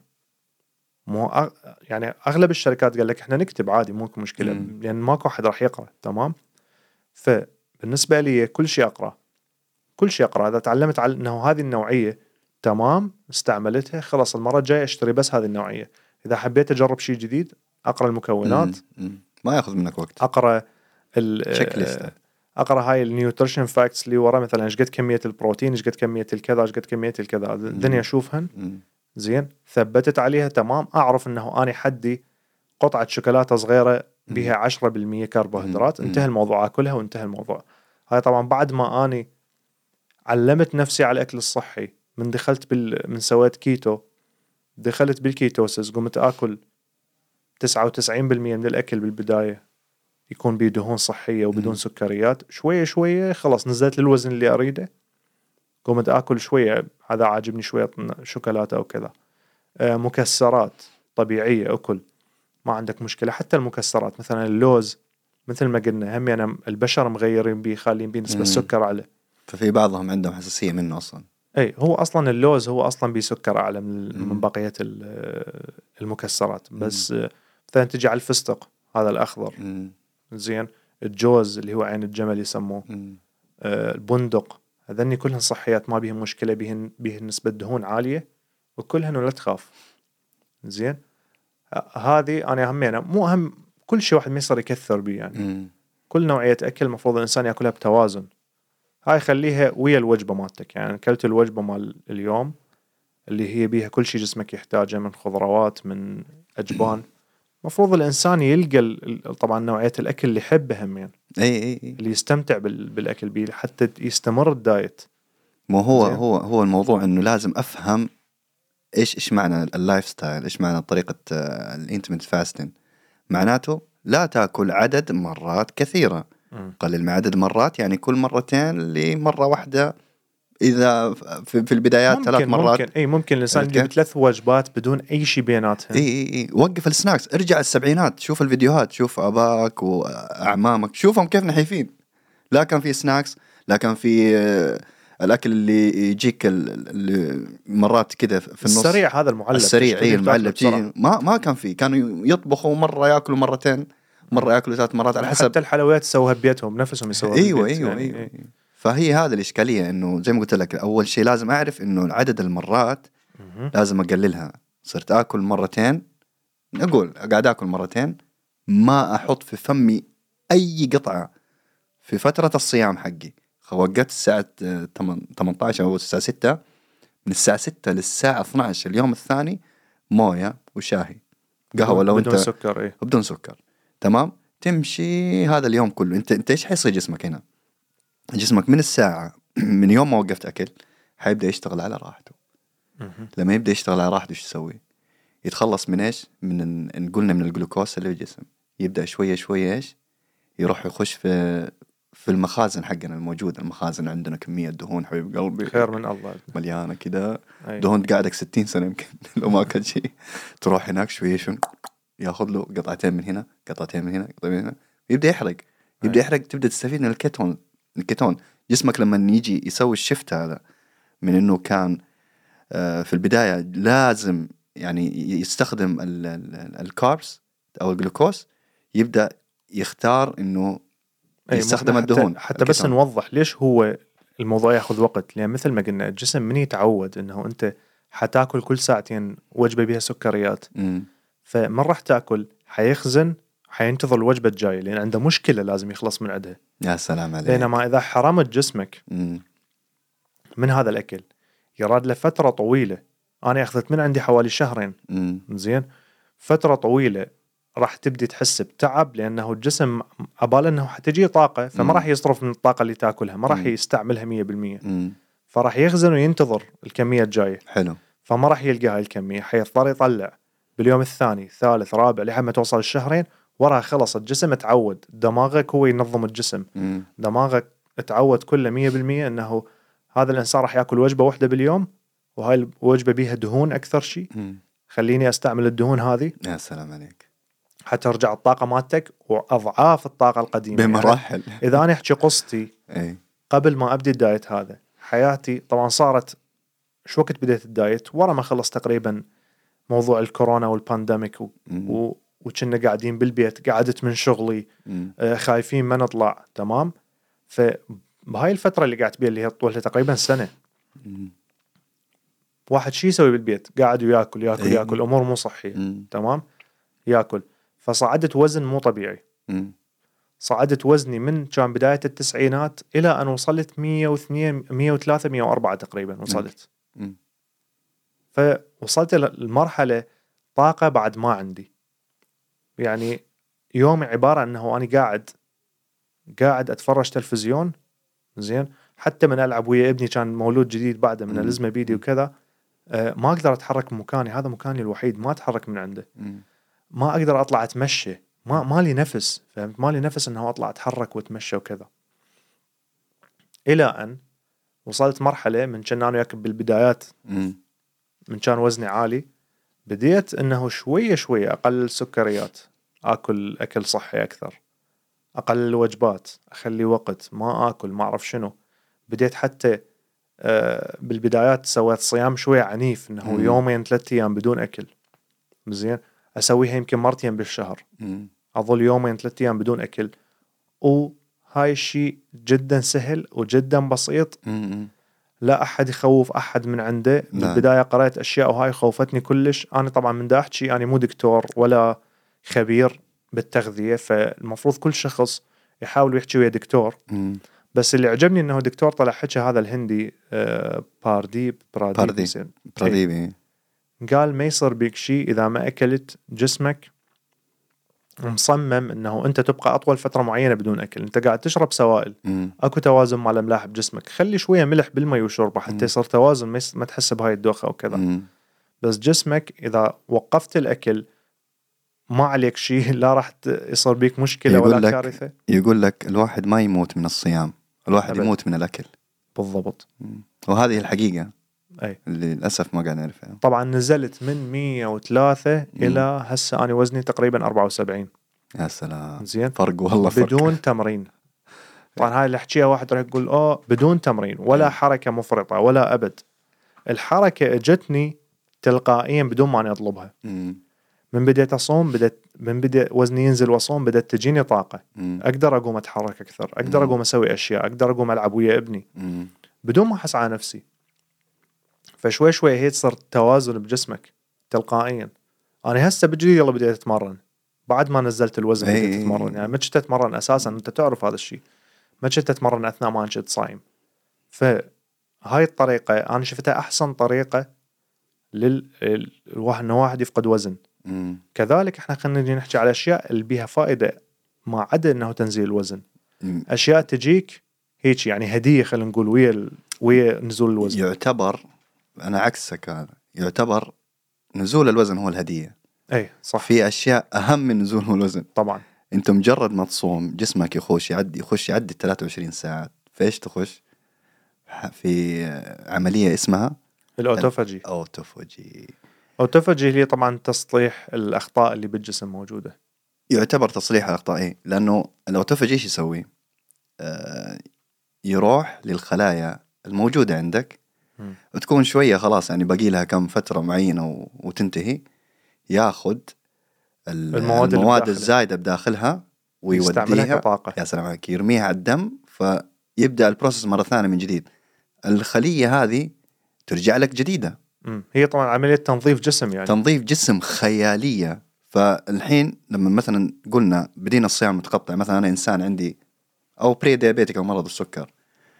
يعني أغلب الشركات قال لك إحنا نكتب عادي ماكو مشكلة، لأن ماكو أحد راح يقرأ. تمام. فبالنسبة لي كل شيء أقرأ. إذا تعلمت على إنه هذه النوعية تمام استعملتها، خلاص المرة الجاية أشتري بس هذه النوعية. إذا حبيت أجرب شيء جديد أقرأ المكونات، ما يأخذ منك وقت. أقرأ أقرأ هاي النيوتريشن فاكتس اللي ورا، مثلا إيش قد كمية البروتين، إيش قد كمية الكذا، إيش قد كمية الكذا. الدنيا أشوفهن زين، ثبتت عليها تمام. أعرف إنه أنا حدي قطعة شوكولاتة صغيرة بها 10% كربوهيدرات، انتهى الموضوع، أكلها وانتهى الموضوع. هاي طبعا بعد ما أنا علمت نفسي على الأكل الصحي. من دخلت من سويت كيتو، دخلت بالكيتوسس، قمت أكل 99% من الأكل بالبداية يكون بيه دهون صحية وبدون سكريات. شوية شوية خلاص نزلت للوزن اللي أريده، قمت أكل شوية هذا عاجبني، شوية شوكولاتة أو كذا. مكسرات طبيعية أكل، ما عندك مشكلة. حتى المكسرات مثلا اللوز، مثل ما قلنا هم يعني البشر مغيرين بيه، خالين بيه نسبة السكر أعلى، ففي بعضهم عندهم حساسية منه أصلا. أي هو أصلا اللوز هو أصلا بيه سكر أعلى من بقية المكسرات. بس مثلا تجي على الفستق هذا الأخضر زين، الجوز اللي هو عين الجمل يسموه، البندق، هذني كلهن صحيات ما بيهم مشكلة، بيهن نسبة دهون عالية وكلهن ولا تخاف. زين، هذه أنا همينة مو أهم كل شيء واحد ما يصير يكثر بيه يعني. كل نوعية أكل مفروض الإنسان يأكلها بتوازن. هاي خليها ويا الوجبة مالتك، يعني أكلت الوجبة مال اليوم اللي هي بيها كل شيء جسمك يحتاجه من خضروات من أجبان. مفروض الإنسان يلقى طبعا نوعية الأكل اللي يحبه همين، اللي يستمتع بالأكل بيه حتى يستمر الدايت. مو هو الموضوع إنه لازم أفهم إيش معنى اللايف ستايل، إيش معنى طريقة الانترميتنت فاستين. معناته لا تأكل عدد مرات كثيرة، قلل من عدد مرات، يعني كل مرتين لمرة واحدة. إذا في البدايات 3 مرات ممكن الإنسان يجيب 3 وجبات بدون أي شيء بيناتهم. وقف السناكس، ارجع السبعينات، شوف الفيديوهات، شوف أباك وأعمامك، شوفهم كيف نحيفين. لا كان في سناكس، لا كان في الأكل اللي يجيك اللي مرات كده في النص السريع، هذا المعلب السريع، المعلب ما كان فيه. كانوا يطبخوا مرة يأكلوا مرتين، مرة يأكلوا 3 مرات على حسب. حتى الحلويات يسووها ببيتهم نفسهم يسووها بالبيت. أيوة. فهي هذا الإشكالية، إنه زي ما قلت لك أول شيء لازم أعرف إنه عدد المرات لازم أقللها. صرت أكل مرتين نقول قاعد أكل مرتين، ما أحط في فمي أي قطعة في فترة الصيام حقي. وقت الساعة 18 أو الساعة 6، من الساعة 6 للساعة 12 اليوم الثاني موية وشاهي قهوة لو بدون أنت سكر. إيه بدون سكر. تمام، تمشي هذا اليوم كله. أنت إيش حيصير جسمك هنا؟ جسمك من الساعة من يوم ما وقفت أكل حيبدأ يشتغل على راحته. لما يبدأ يشتغل على راحته إيش يسوي؟ يتخلص من إيش؟ من قلنا من الجلوكوز اللي في الجسم. يبدأ شوية شوية إيش؟ يروح يخش في المخازن حقنا الموجودة. المخازن عندنا كمية دهون حبيب قلبي خير من الله مليانة كده. أي. دهون تقعدك 60 سنة يمكن لو ما كان شيء. تروح هناك شوية شو ياخذ له قطعتين من هنا، قطعتين من هنا، قطعتين من هنا، يبدأ يحرق. يبدأ يحرق، تبدأ تستفيد من الكيتون. جسمك لما يجي يسوي الشفت هذا من إنه كان في البداية لازم يعني يستخدم الكاربس أو الجلوكوز، يبدأ يختار إنه يستخدم الدهون. حتى بس نوضح ليش هو الموضوع ياخذ وقت. لأن مثل ما قلنا الجسم من يتعود إنه أنت حتاكل كل ساعتين وجبة بها سكريات، فمن راح تاكل حيخزن، حينتظر الوجبة الجاية لأن عنده مشكلة لازم يخلص من عندها. يا سلام عليك. بينما إذا حرمت جسمك من هذا الأكل يراد لفترة طويلة، أنا أخذت من عندي حوالي شهرين زين، فترة طويلة راح تبدي تحس بتعب لأنه الجسم عبال أنه حتجي طاقة، فما راح يصرف من الطاقة اللي تاكلها، ما راح يستعملها 100%، فراح يخزن وينتظر الكمية الجاية. حلو. فما راح يلقى هاي الكمية، حيضطر يطلع باليوم الثاني ثالث رابع لحد ما توصل الشهرين، وراها خلص الجسم تعود. دماغك هو ينظم الجسم. دماغك تعود كله 100% أنه هذا الإنسان راح يأكل وجبة واحدة باليوم، وهاي الوجبة بيها دهون أكثر شيء، خليني أستعمل الدهون هذه. يا سلام عليك. حترجع الطاقة مالتك وأضعاف الطاقة القديمة بمراحل. يعني إذا أنا أحكي قصتي قبل ما أبدي الدايت هذا، حياتي طبعا صارت شو وقت بديت الدايت؟ ورا ما خلص تقريبا موضوع الكورونا والبانديميك وكنا قاعدين بالبيت، قعدت من شغلي خايفين ما نطلع. تمام. فبهاي الفترة اللي قاعدت بيها اللي هي طولها تقريبا سنة، واحد شي يسوي بالبيت؟ قاعد وياكل ياكل أمور مو صحية. تمام. ياكل. فصعدت وزن مو طبيعي. صعدت وزني من كان بداية التسعينات إلى أن وصلت 102 103 104 تقريبا وصلت. فوصلت للمرحلة طاقة بعد ما عندي، يعني يومي عبارة أنه أنا قاعد أتفرج تلفزيون زين. حتى من ألعب ويا ابني، كان مولود جديد بعده من الأزمة بيدي وكذا، ما أقدر أتحرك من مكاني، هذا مكاني الوحيد ما أتحرك من عنده. ما أقدر أطلع أتمشى، ما لي نفس، فهمت؟ ما لي نفس أنه أطلع أتحرك وأتمشى وكذا. إلى أن وصلت مرحلة من كان أنا وياك بالبدايات، من كان وزني عالي، بديت أنه شوية شوية أقلل السكريات، أكل صحي أكثر، أقلل الوجبات، أخلي وقت ما أكل ما أعرف شنو. بديت حتى بالبدايات سويت صيام شوية عنيف، أنه يومين 3 أيام بدون أكل زين، أسويها يمكن مرتين بالشهر، أظل يومين 3 أيام بدون أكل. وهاي الشيء جدا سهل وجدا بسيط، لا أحد يخوف أحد من عنده. بالبداية قرأت أشياء وهاي خوفتني كلش. أنا طبعا من دا أحكي أنا مو دكتور ولا خبير بالتغذية، فالمفروض كل شخص يحاول يحكي ويا دكتور. بس اللي عجبني أنه دكتور طلع حكي هذا الهندي بارديب قال ما يصير بيك شيء إذا ما أكلت. جسمك مصمم أنه أنت تبقى أطول فترة معينة بدون أكل. أنت قاعد تشرب سوائل، أكو توازن مع الأملاح بجسمك، خلي شوية ملح بالماء وشربه حتى يصير توازن، ما تحس بهاي الدوخة وكذا. بس جسمك إذا وقفت الأكل ما عليك شيء، لا راح يصير بيك مشكلة ولا كارثة. يقول لك الواحد ما يموت من الصيام، الواحد أبد. يموت من الأكل. بالضبط. وهذه الحقيقة أي. اللي للأسف ما قاعد نعرفها. طبعا نزلت من 103 إلى هسه أنا وزني تقريبا 74. يا سلام. زين. فرق والله فرق. بدون تمرين. طبعا هاي اللي احكيها واحد راح يقول بدون تمرين ولا حركة مفرطة ولا أبد. الحركة اجتني تلقائيا بدون ما أنا أطلبها. من بديت أصوم من بدأ وزني ينزل وأصوم بدأت تجيني طاقة. أقدر أقوم أتحرك أكثر، أقدر أقوم أسوي أشياء، أقدر أقوم ألعب ويا ابني بدون ما أحس على نفسي. فشوي شوي هي تصير توازن بجسمك تلقائيا. انا هسه بالجديد يلا بديت اتمرن بعد ما نزلت الوزن إيه. بديت اتمرن، يعني ما كنت اتمرن اساسا، انت تعرف هذا الشيء، ما كنت اتمرن اثناء ما كنت صايم. فهاي الطريقه انا شفتها احسن طريقه الواحد انه واحد يفقد وزن. كذلك احنا خلينا نجي نحكي على اشياء اللي بيها فائده ما عدا انه تنزيل الوزن. اشياء تجيك هيك يعني هديه، خلينا نقول ويا نزول الوزن. يعتبر انا عكسك، هذا يعتبر نزول الوزن هو الهديه. اي صح. في اشياء اهم من نزول الوزن. طبعا انت مجرد ما تصوم جسمك يخش يعدي 23 ساعه، فايش تخش في عمليه اسمها الاوتوفاجي. هي طبعا تصليح الاخطاء اللي بالجسم موجوده. يعتبر تصليح الاخطاء، ايه، لانه الاوتوفاجي ايش يسوي؟ يروح للخلايا الموجوده عندك وتكون شويه خلاص يعني باقي لها كم فتره معينه وتنتهي، ياخذ المواد الزايده بداخلها ويوديها كطاقه. يا سلام عليك، يرميها على الدم، فيبدا البروسيس مره ثانيه من جديد. الخليه هذه ترجع لك جديده. هي طبعا عمليه تنظيف جسم، يعني تنظيف جسم خياليه. فالحين لما مثلا قلنا بدينا الصيام المتقطع، مثلا انا انسان عندي او بري ديابيتك او مرض السكر،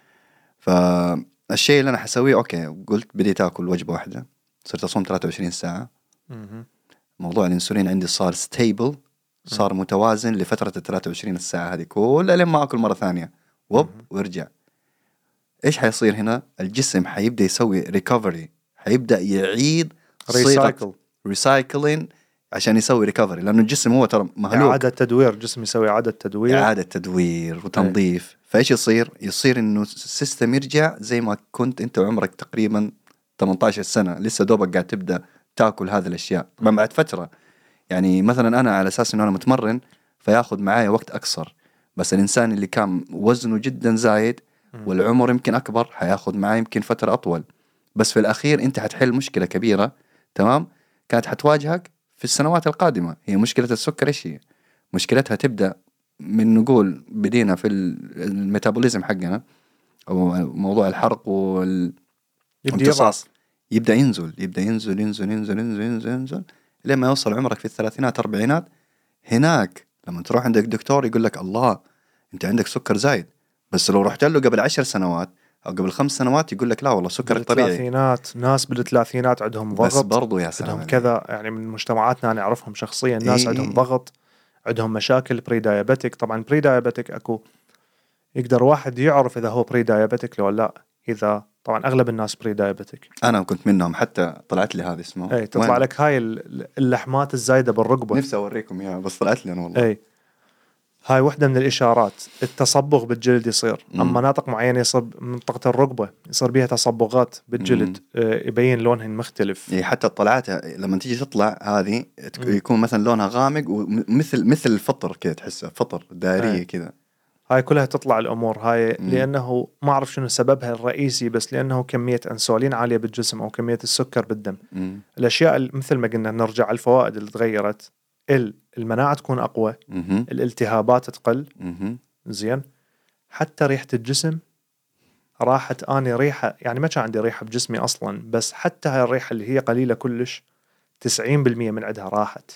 فالشيء اللي انا حسويه اوكي، قلت بديت اكل وجبه واحده، صرت اصوم 23 ساعه. موضوع الانسولين عندي صار ستيبل، صار متوازن لفتره ال 23 ساعه هذه كلها لين ما اكل مره ثانيه ويرجع. ايش حيصير هنا؟ الجسم حيبدا يسوي ريكفري، حيبدا يعيد ريسايكلين عشان يسوي ريكفري، لانه الجسم هو ترى مهلوك. اعاده تدوير، جسم يسوي اعاده تدوير وتنظيف. فايش يصير انه السيستم يرجع زي ما كنت انت وعمرك تقريبا 18 سنه، لسه دوبك قاعد تبدا تاكل هذه الاشياء. طبعا بعد فتره، يعني مثلا انا على اساس انه انا متمرن فياخذ معايا وقت اكثر، بس الانسان اللي كان وزنه جدا زايد والعمر يمكن اكبر حياخذ معاه يمكن فتره اطول. بس في الاخير انت حتحل مشكله كبيره، تمام، كانت حتواجهك في السنوات القادمه. هي مشكله السكر. ايش هي مشكلتها؟ تبدا من نقول بدينا في الميتابوليزم حقنا او موضوع الحرق والامتصاص، يبدا ينزل لما يوصل عمرك في الثلاثينات أربعينات. هناك لما تروح عندك دكتور يقول لك الله انت عندك سكر زايد، بس لو رحت له قبل 10 سنوات او قبل 5 سنوات يقول لك لا والله سكرك طبيعي. بالثلاثينات، ناس بالثلاثينات عندهم ضغط، بس برضو يا سلام عندهم كذا، يعني من مجتمعاتنا انا اعرفهم شخصيا ناس عندهم ضغط، عندهم مشاكل بري دايابيتك. طبعا بري دايابيتك اكو يقدر واحد يعرف اذا هو بري دايابيتك لو لا، اذا طبعا اغلب الناس بري دايابيتك. انا كنت منهم، حتى طلعت لي هذا اسمه اي تطلع لك هاي اللحمات الزايده بالركبه. نفسي اوريكم اياها بس طلعت لي انا والله. اي هاي وحده من الاشارات. التصبغ بالجلد يصير اما مناطق معينه، يصير منطقه الركبه يصير بيها تصبغات بالجلد، يبين لونهن مختلف. اي حتى الطلعات لما تيجي تطلع هذه يكون مثلا لونها غامق ومثل الفطر كذا، تحسها فطر دائريه كذا. هاي كلها تطلع الأمور هاي لأنه ما أعرف شنو سببها الرئيسي، بس لأنه كمية أنسولين عالية بالجسم أو كمية السكر بالدم. الأشياء مثل ما قلنا نرجع الفوائد اللي تغيرت، المناعة تكون أقوى، الالتهابات تقل، زين، حتى ريحة الجسم راحت. أنا ريحة يعني ما كان عندي ريحة بجسمي أصلا، بس حتى هاي الريحة اللي هي قليلة كلش 90% من عندها راحت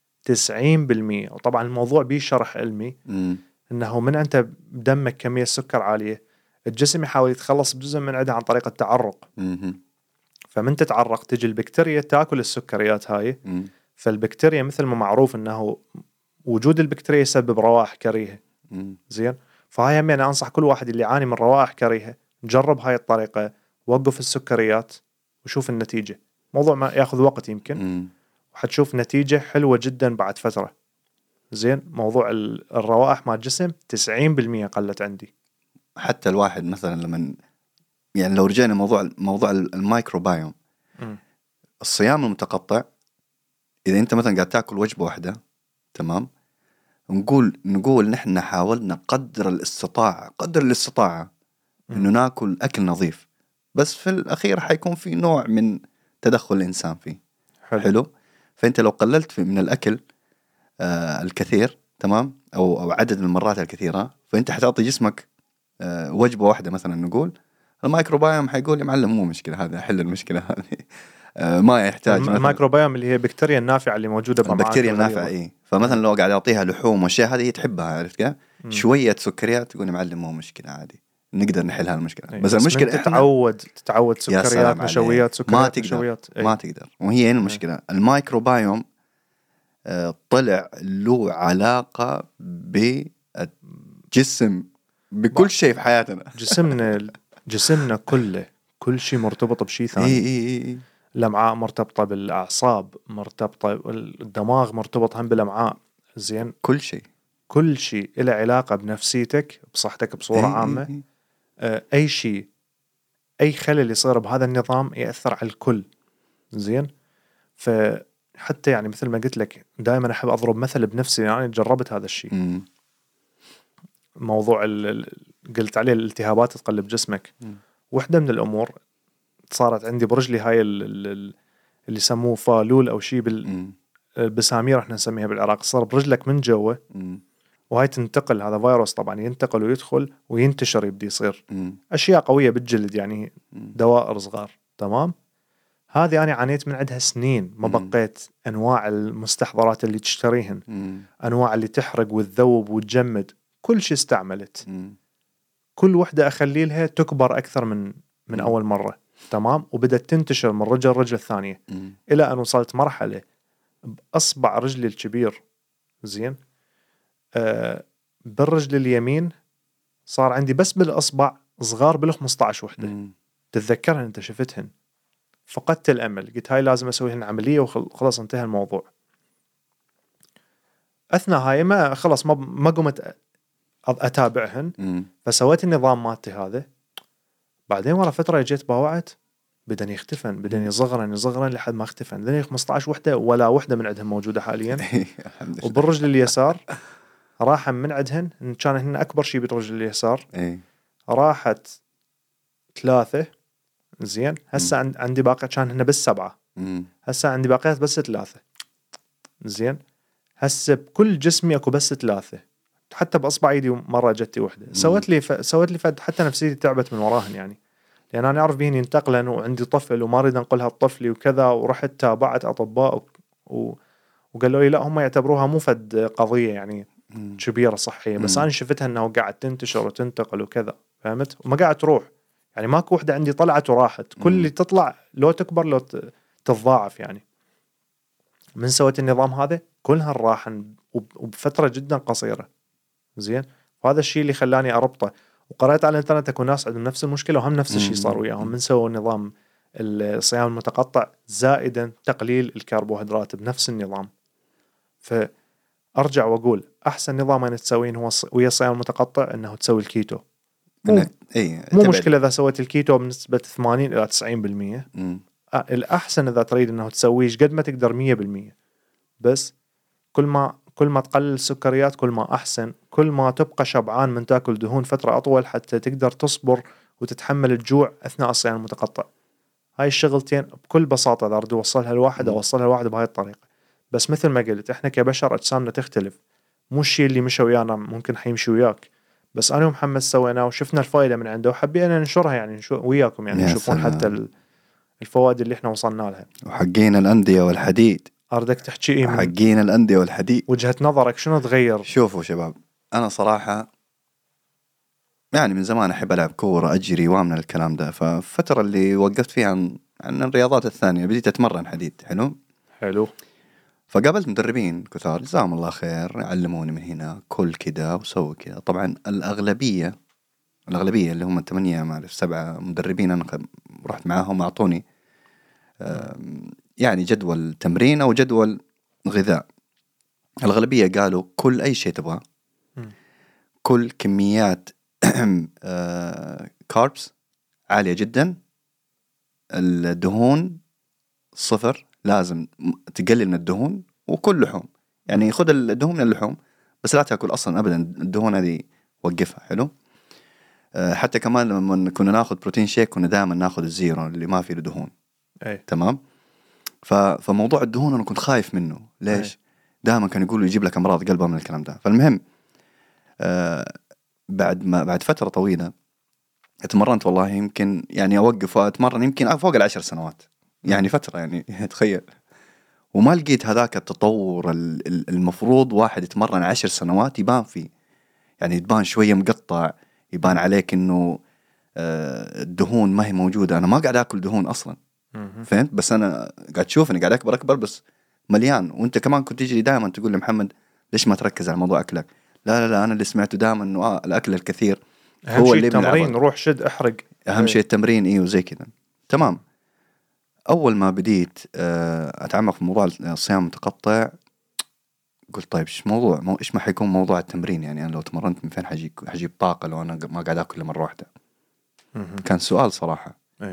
90%. وطبعا الموضوع بيه شرح علمي انه من انت بدمك كميه سكر عاليه، الجسم يحاول يتخلص بجزء من عندها عن طريق التعرق. فمن تتعرق تجي البكتيريا تاكل السكريات هاي. فالبكتيريا مثل ما معروف انه وجود البكتيريا يسبب روائح كريهه. زين، فهاي هم يعني انصح كل واحد اللي يعاني من روائح كريهه جرب هاي الطريقه، وقف السكريات وشوف النتيجه. موضوع ما ياخذ وقت يمكن، وحتشوف نتيجه حلوه جدا بعد فتره. زين، موضوع الروائح مع الجسم 90% قلت عندي. حتى الواحد مثلا لما يعني لو رجعنا موضوع الميكروبايوم، الصيام المتقطع، إذا أنت مثلا قاعد تأكل وجبة واحدة، تمام، نقول نحن حاولنا قدر الاستطاعة إنه ناكل أكل نظيف، بس في الأخير حيكون في نوع من تدخل الإنسان فيه. حلو. فأنت لو قللت من الأكل الكثير، تمام، أو عدد من المرات الكثيرة، فأنت حتعطي جسمك وجبة واحدة مثلا، نقول الميكروبايوم حيقول يا معلم مو مشكلة هذا، حل المشكلة هذه. ما يحتاج مثلاً الميكروبيوم اللي هي بكتيريا النافعه اللي موجوده بامعاء البكتيريا الغليظة. النافعة. إيه، فمثلا لو قاعد أعطيها لحوم وأشياء هذه هي تحبها، عرفت كيف؟ شوية سكريات تقول يا معلم مو مشكلة عادي، نقدر نحل هالمشكلة. أي. بس المشكلة من إحنا تتعود يا سكريات سلام نشويات عليك، سكريات ما تقدر نشويات. أي. ما تقدر. وهي هنا المشكلة. الميكروبايوم طلع له علاقة بالجسم، بكل شيء في حياتنا. جسمنا كله كل شيء مرتبط بشيء ثاني. إيه. الأمعاء مرتبطة بالأعصاب، مرتبطة الدماغ مرتبط هم بالأمعاء. زين، كل شيء له علاقة بنفسيتك، بصحتك بصورة عامة. أي شيء، أي خلل يصير بهذا النظام يأثر على الكل. زين، فحتى يعني مثل ما قلت لك دائما أحب أضرب مثل بنفسي، يعني جربت هذا الشيء. موضوع قلت عليه الالتهابات تقلب جسمك. واحدة من الأمور صارت عندي برجلي، هاي اللي يسموه فالول أو شيء بسامير احنا نسميها بالعراق. صار برجلك من جوا، وهاي تنتقل، هذا فيروس طبعا ينتقل ويدخل وينتشر، يبدي يصير أشياء قوية بالجلد، يعني دوائر صغار. تمام، هذه أنا عانيت من عندها سنين. ما بقيت أنواع المستحضرات اللي تشتريهن، أنواع اللي تحرق وتذوب وتجمد، كل شيء استعملت. كل وحدة أخلي لها تكبر أكثر من أول مرة. تمام، وبدأت تنتشر من رجل الثانية، إلى أن وصلت مرحلة بأصبع رجلي الكبير. زين، بالرجل اليمين صار عندي بس بالأصبع صغار بال 15 وحدة. تتذكرهن أنت شفتهن؟ فقدت الأمل، قلت هاي لازم أسويهن عملية وخلاص انتهى الموضوع. أثناء هاي ما خلاص ما قمت أتابعهن. فسويت النظام مالتي هذا. بعدين ورا فترة جيت باوعت بدن يختفن، بدن يصغرن لحد ما اختفن. ذني 15 وحدة ولا وحدة من عندهم موجودة حاليا. وبالرجل اليسار راح من عندهن، كان هن أكبر شيء بالرجل اليسار. راحت 3. زين، هسا عندي باقي، كان هن بس 7. هسا عندي باقيات بس 3. زين، هسا بكل جسمي اكو بس 3. حتى باصبع ايدي مره جتي وحده. سوت لي فد، حتى نفسيتي تعبت من وراهن، يعني لان انا اعرف بيهن ينتقلن وعندي طفل وما اريد انقلها لطفلي وكذا. ورحت تابعت اطباء وقالوا لي لا، هم يعتبروها مو فد قضيه يعني كبيره صحيه، بس انا شفتها انه قاعد تنتشر وتنتقل وكذا، فهمت؟ وما قاعد تروح، يعني ماكو وحده عندي طلعت وراحت. كل اللي تطلع لو تكبر لو تتضاعف. يعني من سويت النظام هذا كلها راحن وبفتره جدا قصيره. زين، وهذا الشيء اللي خلاني اربطه. وقرأت على الانترنت اكو ناس عندهم نفس المشكله وهم نفس الشيء صار وياهم من سووا نظام الصيام المتقطع، زائدا تقليل الكربوهيدرات بنفس النظام. فارجع واقول احسن نظام ان تسوين هو ويا الصيام المتقطع انه تسوي الكيتو. مو مشكله اذا سويت الكيتو بنسبه 80 الى 90%. الأحسن إذا تريد أنه تسويه قد ما تقدر 100%. بس كل ما تقلل السكريات كل ما أحسن، كل ما تبقى شبعان من تأكل دهون فترة أطول حتى تقدر تصبر وتتحمل الجوع أثناء الصيام المتقطع. هاي الشغلتين بكل بساطة إذا أريد أوصلها لواحد بهاي الطريقة. بس مثل ما قلت إحنا كبشر أجسامنا تختلف، مو الشيء اللي مشى ويانا ممكن حيمشي وياك. بس أنا ومحمد سوينا وشفنا الفائدة من عنده وحبينا ننشرها يعني وياكم، يعني نشوفون حتى الفوائد اللي احنا وصلنا لها. وحقين الأندية والحديد، أردك تحكي إيه حقين الأندية والحديد، وجهة نظرك شنو تغير؟ شوفوا شباب، أنا صراحة يعني من زمان أحب ألعب كورة، أجري وامن الكلام ده. ففترة اللي وقفت فيها عن الرياضات الثانية بديت أتمرن حديد. حلو. فقابلت مدربين كثار جزاهم الله خير، علموني من هنا كل كده وسوي كده. طبعا الأغلبية اللي هم 8 ما أعرف 7 مدربين أنا رحت معاهم أعطوني يعني جدول تمرين أو جدول غذاء. الأغلبية قالوا كل أي شيء تبغاه، كل كميات كاربس عالية جدا، الدهون 0، لازم تقلل من الدهون، وكل لحوم يعني خذ الدهون من اللحوم بس لا تأكل أصلا أبدا الدهون هذه، وقفها. حلو. حتى كمان لما كنا ناخذ بروتين شيك كنا دائما ناخذ الزيرو اللي ما فيه دهون. تمام. فموضوع الدهون أنا كنت خايف منه. ليش؟ دائما كان يقولوا يجيب لك أمراض قلبها من الكلام ده. فالمهم بعد فترة طويلة اتمرنت والله، يمكن يعني أوقف وأتمرن يمكن فوق 10 سنوات. يعني فترة يعني تخيل. وما لقيت هذاك التطور المفروض واحد يتمرن 10 سنوات يبان فيه. يعني تبان شوية مقطع، يبان عليك إنه الدهون ما هي موجودة. أنا ما قاعد أكل دهون أصلا، فهمت؟ بس أنا قاعد تشوف إني قاعد أكبر بس مليان. وأنت كمان كنت تجري دائما تقول لي محمد ليش ما تركز على موضوع أكلك؟ لا أنا اللي سمعته دائما إنه الأكل الكثير هو اللي التمرين، روح شد احرق. أهم شيء التمرين. إيه وزي كذا تمام. أول ما بديت أتعمق في موضوع الصيام المتقطع قلت طيب إيش ما حيكون موضوع التمرين؟ يعني أنا لو تمرنت من فين حجيب طاقة لو أنا ما قاعد أكل مرة واحدة؟ كان سؤال صراحة.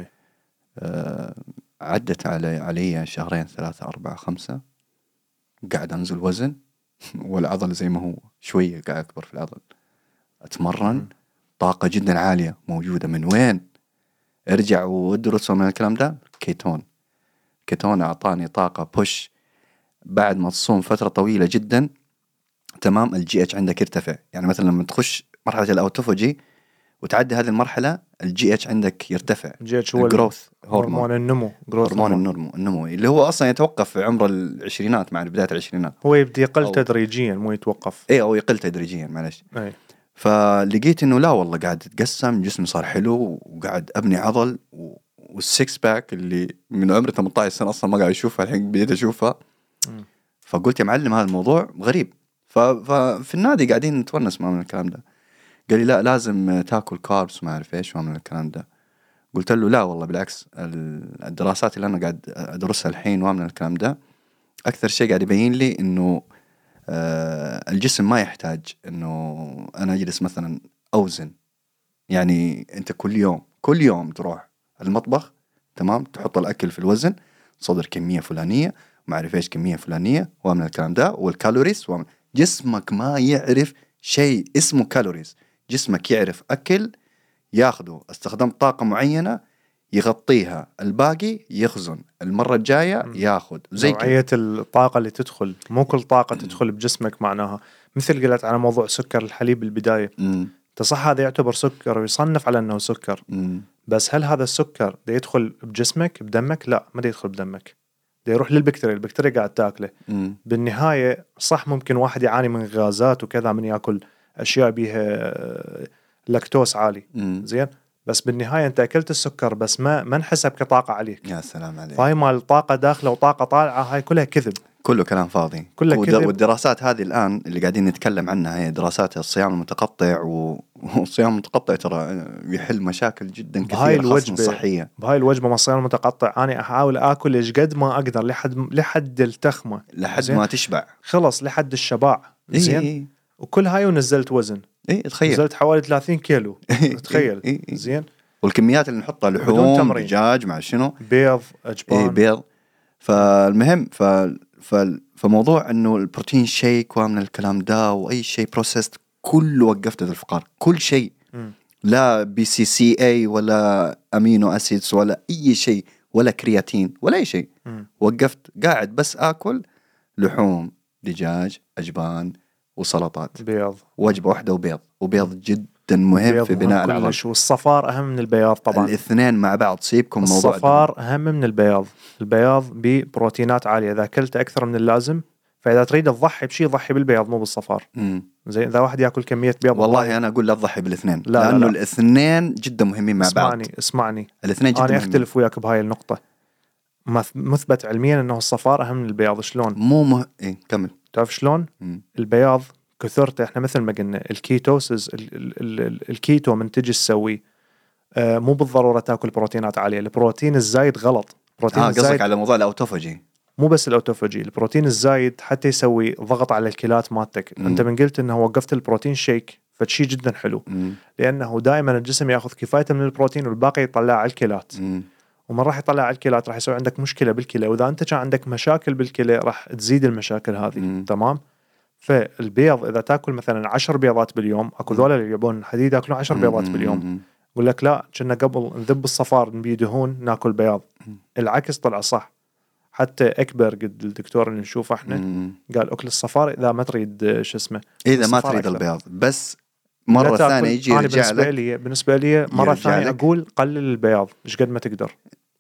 عدت علي شهرين 3 4 5 قاعد أنزل وزن والعضل زي ما هو، شوية قاعد أكبر في العضل، أتمرن طاقة جدا عالية موجودة. من وين؟ ارجع وادرس من الكلام ده. كيتون أعطاني طاقة بوش بعد ما تصوم فترة طويلة جدا. تمام. الجي اتش عندك يرتفع. يعني مثلا لما تخش مرحلة الأوتوفاجي وتعدي هذه المرحلة الجي اتش عندك يرتفع. الجي اتش هو الجروث هرمون النمو. هرمون النمو اللي هو أصلا يتوقف في عمر العشرينات، مع بداية العشرينات. هو يبدي يقل تدريجيا مو يتوقف. إيه أو يقل تدريجيا معلش. فلقيت إنه لا والله قاعد أتقسم، جسمي صار حلو وقاعد أبني عضل والسكس باك اللي من عمر 18 سنة أصلا ما قاعد أشوفها، الحين بديت أشوفها. فقلت يا معلم هذا الموضوع غريب. ففي النادي قاعدين نتونس من الكلام ده. قال لي لا لازم تاكل كاربس ما أعرف إيش ومن الكلام ده. قلت له لا والله بالعكس، الدراسات اللي أنا قاعد أدرسها الحين ومن الكلام ده أكثر شيء قاعد يبين لي إنه الجسم ما يحتاج إنه أنا أجلس مثلا أوزن. يعني أنت كل يوم تروح المطبخ، تمام، تحط الأكل في الوزن، صدر كمية فلانية ما أعرف إيش كمية فلانية ومن الكلام ده والكالوريز جسمك ما يعرف شيء اسمه كالوريز. جسمك يعرف أكل ياخده، استخدمت طاقة معينة يغطيها، الباقي يخزن المرة الجاية ياخد. زي نوعية الطاقة اللي تدخل، مو كل طاقة تدخل بجسمك معناها. مثل قلت على موضوع سكر الحليب بالبداية، تصح هذا يعتبر سكر ويصنف على أنه سكر. بس هل هذا السكر ده يدخل بجسمك بدمك؟ لا، ما ده يدخل بدمك، ده يروح للبكتيريا. البكتيريا قاعد تاكله. بالنهاية صح ممكن واحد يعاني من غازات وكذا من يأكل أشياء بيها لاكتوز عالي، زين، بس بالنهاية أنت أكلت السكر بس ما انحسب كطاقة عليك. يا سلام عليك. فهي مال الطاقة داخلة وطاقة طالعة، هاي كلها كذب، كله كلام فاضي، كله كذب. والدراسات هذه الآن اللي قاعدين نتكلم عنها هي دراسات الصيام المتقطع، والصيام المتقطع ترى يحل مشاكل جدا كثيرة خاصة صحية. بهاي الوجبة مع الصيام المتقطع أنا أحاول آكل إيش قد ما أقدر لحد التخمة، لحد ما تشبع، خلص لحد الشبع. زين. وكل هاي ونزلت وزن. تخيل نزلت حوالي 30 كيلو. تخيل. زين. والكميات اللي نحطها لحوم دجاج مع شنو، بيض، أجبان. بيض. فالمهم فموضوع انه البروتين شيك ومن الكلام ده واي شيء بروسيست كله وقفت الفقار، كل شيء. لا BCAA ولا امينو اسيدز ولا اي شيء ولا كرياتين ولا اي شيء. وقفت، قاعد بس اكل لحوم دجاج أجبان وسلطات، بيض، وجبة واحدة وبيض جدا مهم في بناء العضل. والصفار أهم من البياض طبعا. الاثنين مع بعض. سيبكم موضوع الصفار أهم من البياض. البياض ببروتينات عالية، إذا أكلت أكثر من اللازم، فإذا تريد تضحي بشيء ضحي بالبياض مو بالصفار. زي إذا واحد يأكل كمية بيض، والله أنا أقول لا تضحي بالاثنين، لأنه الاثنين جدا مهمين مع بعض. اسمعني الاثنين جدا أنا أختلف وياك بهاي النقطة. مثبت علميا أنه الصفار أهم من البياض. شلون؟ كمل. تعرف شلون؟ البياض كثرته، احنا مثل ما قلنا الكيتوسز، الكيتو من تجي تسوي مو بالضرورة تاكل بروتينات عالية. البروتين الزايد غلط. قصدك على موضوع الأوتوفاجي؟ مو بس الأوتوفاجي، البروتين الزايد حتى يسوي ضغط على الكلات مالتك. انت من قلت انه وقفت البروتين شيك، فشي جدا حلو. لأنه دائما الجسم يأخذ كفايته من البروتين والباقي يطلع على الكلات. ومن راح يطلع على الكلات راح يسوي عندك مشكلة بالكلى، وإذا أنت كان عندك مشاكل بالكلى راح تزيد المشاكل هذه. تمام. فالبيض إذا تأكل مثلا 10 بيضات باليوم، أكو ذولا اللي يبون حديد يأكلون 10 بيضات باليوم، يقول لك لا كنا قبل نذب الصفار نبي دهون نأكل بياض. العكس طلع صح. حتى أكبر قد الدكتور اللي نشوفه احنا قال أكل الصفار إذا ما تريد شو اسمه، إذا ما تريد البياض، بس مرة ثانية يجي يرجع لك. بالنسبة لي مرة ثانية أقول قلل البياض إيش قد ما تقدر.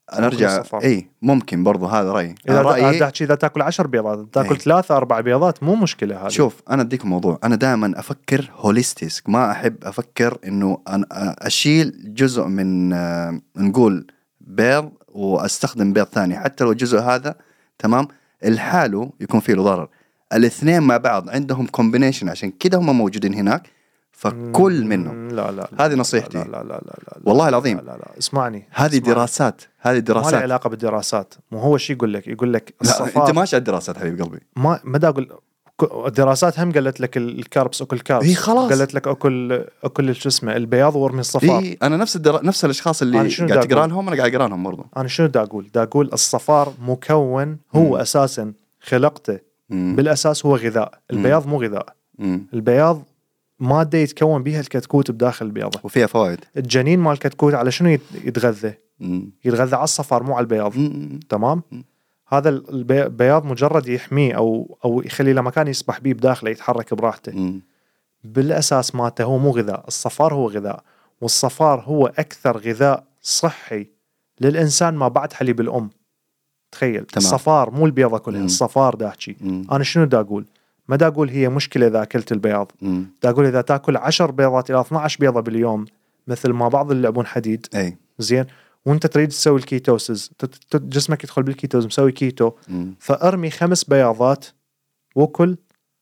أنا أرجع إيه ممكن برضو هذا رأيي. إذا تأكل 10 بيضات تأكل 3-4 بيضات مو مشكلة هذه. شوف أنا أديك موضوع، أنا دائما أفكر هوليستيك، ما أحب أفكر إنه أنا أشيل جزء من نقول بيض وأستخدم بيض ثاني حتى لو الجزء هذا تمام الحاله يكون فيه له ضرر. الاثنين مع بعض عندهم كومبينيشن، عشان كده هم موجودين هناك، فكل منهم. لا هذه نصيحتي. لا والله العظيم. لا اسمعني. هذه دراسات. ما له علاقة بالدراسات. مو هو شيء يقول لك الصفار. انت ماشي على الدراسات حبيب قلبي. ما دا اقول الدراسات هم قالت لك الكاربس اكل كاربس. خلاص. قالت لك اكل شو اسمه البياض وارمي الصفار. انا نفس الاشخاص اللي قاعد تقرا لهم انا قاعد اقرا لهم برضه. انا شنو دا اقول الصفار مكون هو اساسا خلقته بالاساس هو غذاء. البياض مو غذاء. البياض مادة يتكون بها الكتكوت بداخل البيضة وفيها فوائد. الجنين مال الكتكوت على شنو يتغذى؟ يتغذى على الصفار مو على البياض. تمام. هذا البياض مجرد يحميه أو يخلي له مكان يسبح بيه بداخله يتحرك براحته. بالأساس ماته هو مو غذاء. الصفار هو غذاء، والصفار هو أكثر غذاء صحي للإنسان ما بعد حليب الأم. تخيل. تمام. الصفار مو البيضة كلها. الصفار داحكي. أنا شنو دا أقول؟ ما دا أقول هي مشكلة إذا أكلت البياض. دا أقول إذا تأكل 10 بيضات إلى 12 بيضة باليوم مثل ما بعض اللي يلعبون حديد. زين. وانت تريد تسوي الكيتوسز، جسمك يدخل بالكيتوز، مسوي كيتو. فارمي 5 بياضات وكل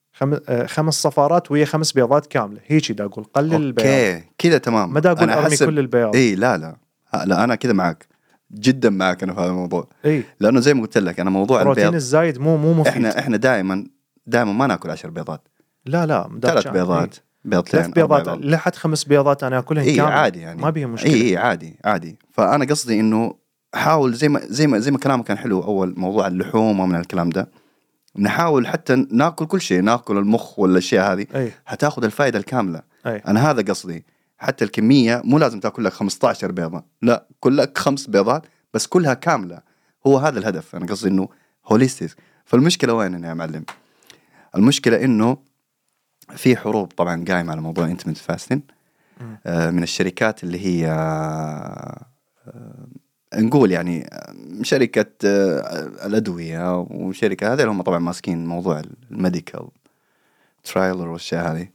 5 صفارات وهي 5 بياضات كاملة. هيك دا أقول قلل البياض. كذا تمام. ما دا أقول ارمي كل البياض. لا أنا كذا معك جدا معك أنا في هذا الموضوع. لأنه زي ما قلت لك أنا موضوع البيض البروتين الزايد مو مفيد. احنا دائما ما ناكل 10 بيضات. لا 3 بيضات. بيضتين 3 بيضات لحد 5 بيضات أنا أكلهم كامل. عادي يعني. ما بيها مشكلة. عادي. فأنا قصدي إنه حاول زي ما كلامك كان حلو أول موضوع اللحوم ومن الكلام ده، نحاول حتى ناكل كل شيء، ناكل المخ والأشياء هذه هتاخذ الفائدة الكاملة. أنا هذا قصدي. حتى الكمية مو لازم تاكل لك 15 بيضة، لا كل لك 5 بيضات بس كلها كاملة. هو هذا الهدف. أنا قصدي إنه هوليستيك. فالمشكلة وين يا معلم؟ المشكلة إنه في حروب طبعا قائمة على موضوع intermittent fasting من الشركات اللي هي نقول يعني شركة الأدوية وشركة هذه هم طبعا ماسكين موضوع الميديكال ترايلر والشيء هذه.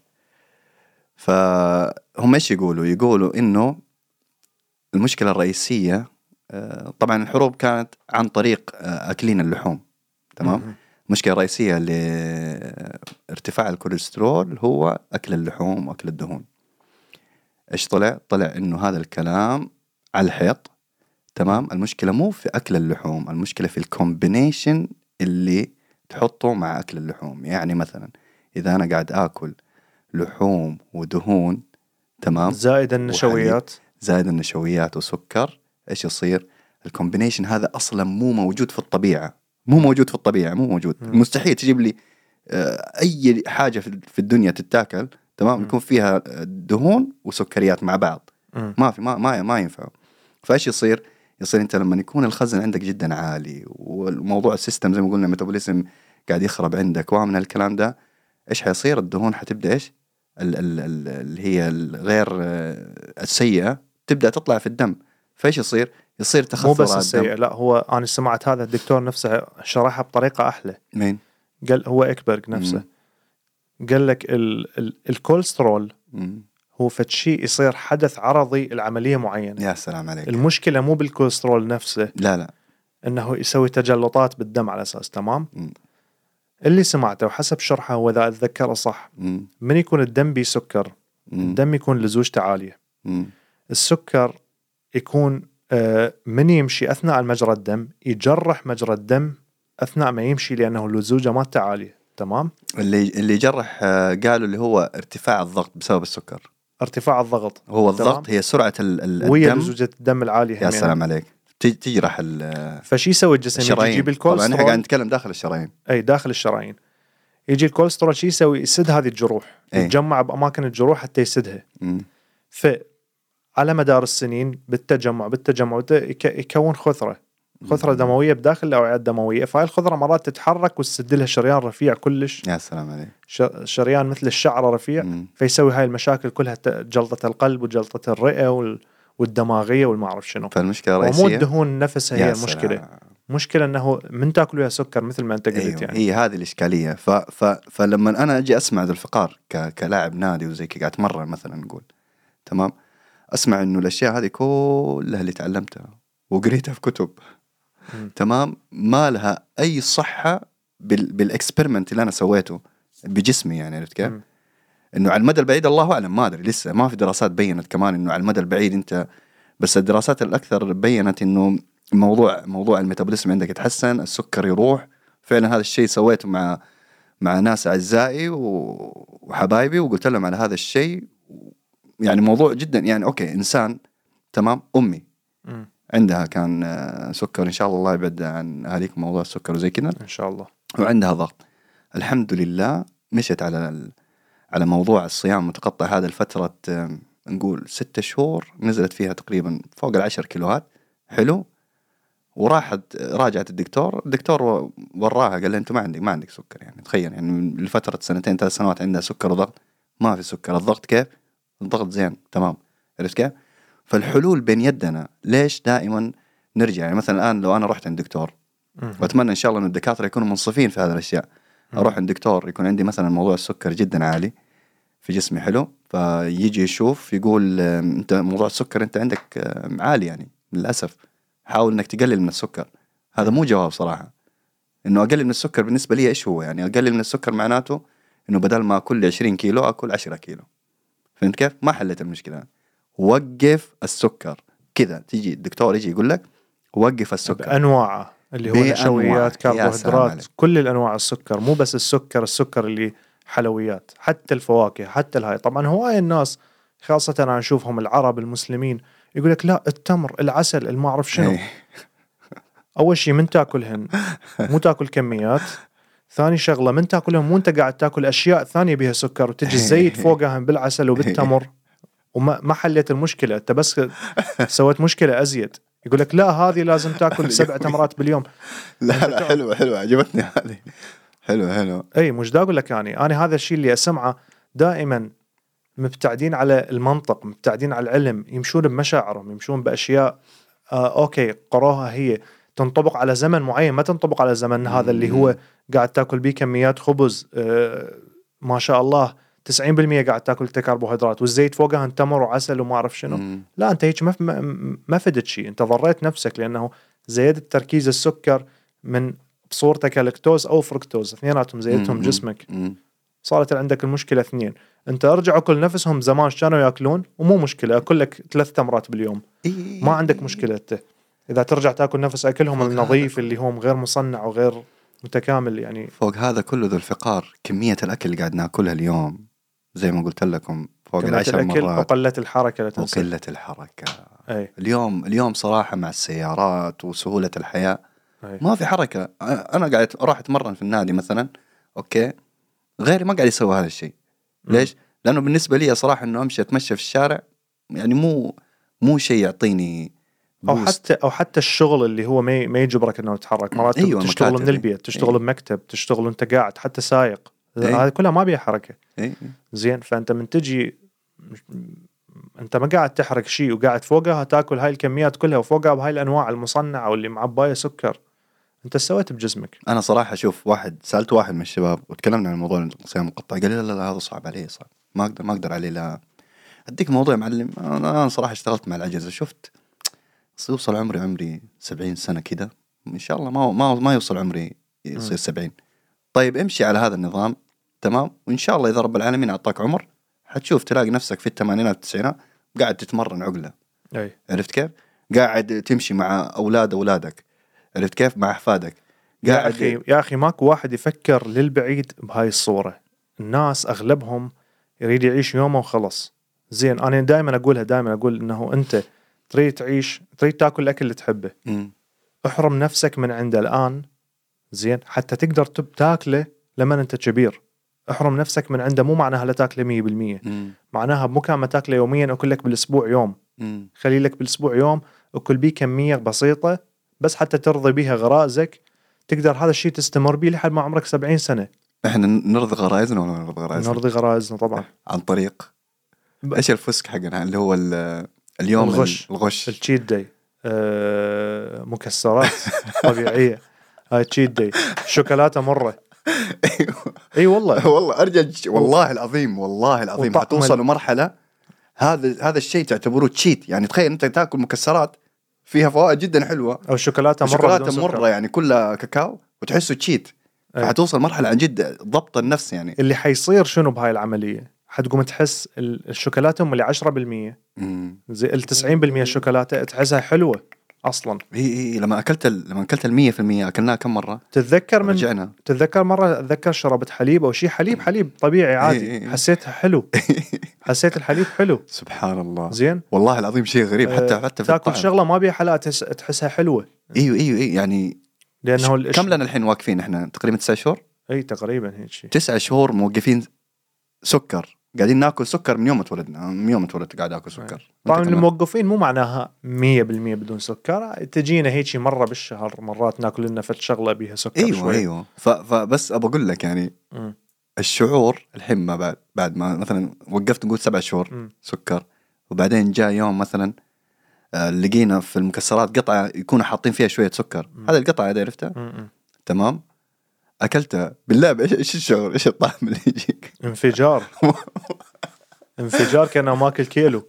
فهم إيش يقولوا إنه المشكلة الرئيسية طبعا الحروب كانت عن طريق أكلين اللحوم. تمام. المشكلة الرئيسية لارتفاع الكوليسترول هو أكل اللحوم وأكل الدهون. إيش طلع إنه هذا الكلام على الحيط. تمام. المشكلة مو في أكل اللحوم، المشكلة في الكومبينيشن اللي تحطه مع أكل اللحوم. يعني مثلا إذا أنا قاعد آكل لحوم ودهون تمام زائد النشويات وسكر، إيش يصير؟ الكومبينيشن هذا أصلا مو موجود في الطبيعة. مو موجود. مستحيل تجيب لي أي حاجة في الدنيا تتاكل تمام يكون فيها دهون وسكريات مع بعض. ما ينفع. فايش يصير أنت لما يكون الخزن عندك جدا عالي والموضوع السيستم زي ما قلنا ميتابوليزم قاعد يخرب عندك ومن الكلام ده، إيش حيصير؟ الدهون حتبدأ إيش اللي هي الغير السيئة تبدأ تطلع في الدم. فايش يصير تخثر. مو بس السيئة، لا هو أنا سمعت هذا الدكتور نفسه شرحها بطريقة أحلى. مين؟ قال هو إكبرغ نفسه. قال لك الكوليسترول هو فتشي يصير حدث عرضي العملية معينة. يا سلام عليك. المشكلة مو بالكوليسترول نفسه، لا إنه يسوي تجلطات بالدم على أساس. تمام. اللي سمعته وحسب شرحه وإذا أتذكره صح، من يكون الدم بيسكر، الدم يكون لزوجته عالية. السكر يكون من يمشي أثناء مجرى الدم يجرح مجرى الدم أثناء ما يمشي لأنه لزوجة مالته عالية. تمام. اللي جرح قالوا اللي هو ارتفاع الضغط بسبب السكر. ارتفاع الضغط هو الضغط هي سرعة الدم وهي لزوجة الدم العالية. يا سلام عليك. تجرح فشي يسوي الجسم؟ يجيب الكوليسترول. طبعا احنا قاعد نتكلم داخل الشرايين. داخل الشرايين يجي الكوليسترول شي يسوي؟ يسد هذه الجروح. يتجمع بأماكن الجروح حتى يسدها. على مدار السنين بالتجمع يكون خثرة دموية بداخل الأوعية الدموية. فهاي الخثرة مرات تتحرك وتسد لها شريان رفيع كلش. يا سلام عليك. شريان مثل الشعر رفيع. فيسوي هاي المشاكل كلها، جلطة القلب وجلطة الرئة والدماغيه والما اعرف شنو. فالمشكله ومو الرئيسيه الدهون نفسها هي يا المشكله. سلام. مشكله انه من تاكل ويا سكر مثل ما انت قلت. أيوه يعني هي هذه الاشكاليه. فلما انا اجي اسمع ذا الفقار كلاعب نادي وزي كذا قاعد اتمرن مثلا نقول تمام، اسمع انه الاشياء هذه كلها اللي تعلمتها وقريتها في كتب تمام ما لها اي صحه بالاكسبيرمنت اللي انا سويته بجسمي. يعني عرفت كيف؟ انه على المدى البعيد الله اعلم، ما ادري لسه ما في دراسات بينت كمان انه على المدى البعيد انت، بس الدراسات الاكثر بينت انه موضوع الميتابوليزم عندك يتحسن، السكر يروح. فعلا هذا الشيء سويته مع ناس اعزائي وحبايبي وقلت لهم على هذا الشيء. يعني موضوع جدا يعني اوكي انسان تمام. امي عندها كان سكر، ان شاء الله يبعد عن اهاليكم موضوع السكر وزي كذا ان شاء الله، وعندها ضغط. الحمد لله مشت على موضوع الصيام المتقطع هذا لفترة نقول 6 شهور، نزلت فيها تقريبا فوق 10 كيلوات. حلو. وراحت راجعت الدكتور وراها قال لها انت ما عندك سكر. يعني تخيل يعني لفترة 2-3 سنوات عندها سكر وضغط، ما في سكر. الضغط كيف؟ الضغط زين تمام. عرفت كيف؟ فالحلول بين يدنا. ليش دائما نرجع؟ يعني مثلا الآن لو أنا رحت عند دكتور، وأتمنى إن شاء الله أن الدكاترة يكونوا منصفين في هذه الأشياء، أروح عند دكتور يكون عندي مثلا موضوع السكر جدا عالي في جسمي، حلو، فيجي يشوف يقول أنت موضوع السكر أنت عندك عالي، يعني للأسف حاول أنك تقلل من السكر. هذا مو جواب صراحة. إنه أقلل من السكر بالنسبة لي إيش هو؟ يعني أقلل من السكر معناته إنه بدل ما أكل 20 كيلو أكل 10 كيلو. فهمت كيف؟ ما حلت المشكلة. وقف السكر كذا. تيجي الدكتور يجي يقول لك وقف السكر بأنواعه اللي هو نشويات، كربوهيدرات، كل الأنواع السكر، مو بس السكر اللي حلويات، حتى الفواكه، حتى الهاي. طبعا هواي الناس خاصة أنا أشوفهم العرب المسلمين يقول لك لا التمر، العسل، الما أعرف شنو. أول شيء من تاكلهن مو تاكل كميات. ثاني شغلة من تاكلهم مو أنت قاعد تاكل أشياء ثانية بها سكر وتجي زيت فوقها بالعسل وبالتمر وما حليت المشكلة، أنت بس سويت مشكلة أزيد. يقول لك لا هذه لازم تاكل 7 تمرات باليوم. لا حلوة عجبتني هذه. حلو. أي مش دا أقول لك يعني أنا هذا الشيء اللي أسمعه دائما مبتعدين على المنطق، مبتعدين على العلم، يمشون بمشاعرهم، يمشون بأشياء أوكي قروها هي تنطبق على زمن معين، ما تنطبق على زمن هذا اللي هو قاعد تاكل بيه كميات خبز ما شاء الله 90% قاعد تاكل كربوهيدرات والزيت فوقها تمر وعسل وما أعرف شنو. لا أنت هيك ما فدت شيء، أنت ضريت نفسك، لأنه زيادة تركيز السكر من بصورته كلاكتوز أو فركتوز، اثنيناتهم زيادتهم جسمك. صارت عندك المشكلة 2. أنت ارجع أكل نفسهم زمان كانوا يأكلون ومو مشكلة، أكل لك 3 تمرات باليوم ما عندك مشكلة. أنت إذا ترجع تاكل نفس أكلهم النظيف اللي هم غير مصنع وغير متكامل. يعني فوق هذا كله ذو الفقار كمية الأكل اللي قاعد ناكلها اليوم زي ما قلت لكم فوق 10 مرات، وقلة الحركة لا تنسى. وقلة الحركة. أي. اليوم صراحة مع السيارات وسهولة الحياة أي. ما في حركة. أنا قاعد أروح أتمرن في النادي مثلا، أوكي، غيري ما قاعد يسوي هذا الشيء. ليش؟ لأنه بالنسبة لي صراحة إنه أمشي أتمشى في الشارع يعني مو شيء يعطيني بوست. أو حتى الشغل اللي هو ما يجبرك إنه تتحرك. مرات أيوة تشتغل من البيت، تشتغل بمكتب، تشتغل وأنت قاعد، حتى سايق، هذا كلها ما بيها حركة. زين. فأنت من تجي أنت ما قاعد تحرك شيء وقاعد فوقها تاكل هاي الكميات كلها وفوقها بهاي الأنواع المصنعة واللي معباية سكر، أنت سويت بجسمك. أنا صراحة شوف سألت واحد من الشباب وتكلمنا عن موضوع الصيام المقطع، قال لي لا هذا صعب عليه، صعب، ما أقدر عليه. لا أديك موضوع معلم. أنا صراحة اشتغلت مع العجزة، شفت يوصل عمري 70 سنة كده إن شاء الله ما يوصل عمري يصير 70. طيب امشي على هذا النظام تمام، وإن شاء الله إذا رب العالمين أعطاك عمر حتشوف تلاقي نفسك في الثمانينات والتسعينات قاعد تتمرن عقلة. أي. عرفت كيف؟ قاعد تمشي مع أولادك، عرفت كيف؟ مع أحفادك قاعد. يا أخي ماكو واحد يفكر للبعيد بهاي الصورة. الناس أغلبهم يريد يعيش يومه وخلص. زين. أنا دائما أقول إنه أنت تريد تعيش، تريد تاكل الأكل اللي تحبه، احرم نفسك من عنده الآن، زين، حتى تقدر تاكله لما أنت كبير. احرم نفسك من عنده مو معناها لا تاكله 100%، معناها بمكان ما تاكله يوميا أكل لك بالأسبوع يوم، خلي لك بالأسبوع يوم أكل بيه كمية بسيطة بس حتى ترضي بيها غرائزك. تقدر هذا الشيء تستمر بيه لحد ما عمرك 70 سنة. إحنا نرضي غرائزنا ولا نرضي غرائزنا؟ نرضي غرائزنا طبعا. عن طريق إيش الفسك حقنا اللي هو اليوم الغش التشيت داي، مكسرات طبيعية، هاي تشيت داي، شوكولاتة مرة. اي والله والله ارجع والله العظيم حتوصلوا مرحلة هذا الشيء تعتبروه تشيت. يعني تخيل انت تاكل مكسرات فيها فوائد جدا حلوة، او شوكولاتة مرة يعني كلها كاكاو وتحسه تشيت. فحتوصل مرحلة عن جد ضبط النفس. يعني اللي حيصير شنو بهاي العملية؟ حتقوم تحس الشوكولاتة اللي 10% زي 90% الشوكولاتة تحسها حلوة أصلا. إيه لما أكلت 100% أكلناها كم مرة؟ تتذكر مرة أتذكر شربت حليب أو شيء حليب طبيعي عادي. حسيتها حلو. حسيت الحليب حلو. سبحان الله. زين والله العظيم شيء غريب. حتى تاكل شغلة ما بيها حلا تحسها حلوة. ايوه يعني لأنه كم لنا الحين واقفين احنا تقريبا 9 شهور. اي تقريبا هيك شيء 9 شهور موقفين سكر، قاعدين ناكل سكر من يوم اتولدنا. من يوم اتولدت قاعد اكل سكر. طبعا الموقفين مو معناها 100% بدون سكر، تجينا هيك مرة بالشهر مرات ناكل لنا فت شغلة بيها سكر شوي. ايوه فبس ابى اقول لك يعني الشعور الحين ما بعد ما مثلا وقفت نقول 7 شهور سكر، وبعدين جاء يوم مثلا لقينا في المكسرات قطعة يكونوا حاطين فيها شوية سكر. هذا القطعة هذه عرفتها تمام، أكلتها بالله إيش الشعور؟ إيش الطعم اللي يجيك؟ انفجار كأنه ماكل كيلو.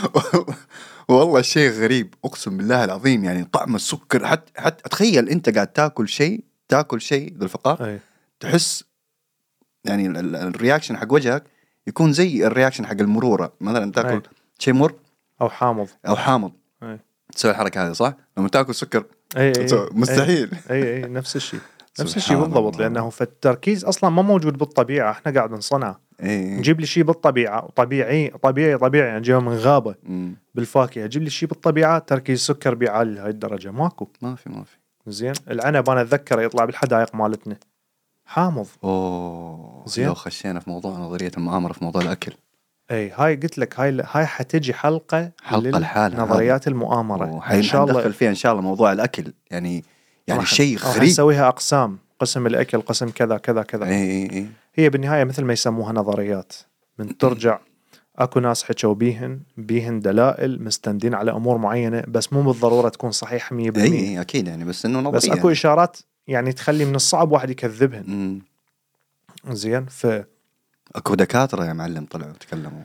والله شيء غريب أقسم بالله العظيم. يعني طعم السكر حتى تخيل أنت قاعد تاكل شيء ذو الفقار تحس يعني الرياكشن حق وجهك يكون زي الرياكشن حق المرورة. مثلا تاكل شيء مر أو حامض تسوي الحركة هذه صح؟ لما تاكل سكر مستحيل. أي نفس الشيء بالضبط. لأنه في التركيز أصلا ما موجود بالطبيعة، إحنا قاعد نصنعه. نجيب لي شيء بالطبيعة طبيعي يعني نجيبه من غابة. بالفاكهة جيب لي شيء بالطبيعة تركيز سكر بعالي لهاي الدرجة ماكو. ما في زين. العنب أنا أتذكر يطلع بالحدائق مالتنا حامض. زين. لو خشينا في موضوع نظرية المؤامرة في موضوع الأكل، هاي قلت لك هاي حتجي حلقة الحالة نظريات المؤامرة إن شاء الله ندخل فيها إن شاء الله موضوع الأكل. يعني شيء غريب. نسويها أقسام، قسم الأكل، قسم كذا كذا كذا. هي بالنهاية مثل ما يسموها نظريات من ترجع أكو ناس حكوا بيهن دلائل مستندين على أمور معينة، بس مو بالضرورة تكون صحيح 100%. أكيد يعني بس إنه نظرية. بس أكو إشارات يعني تخلي من الصعب واحد يكذبهن. زين. أكو دكاترة يا معلم طلعوا تكلموا،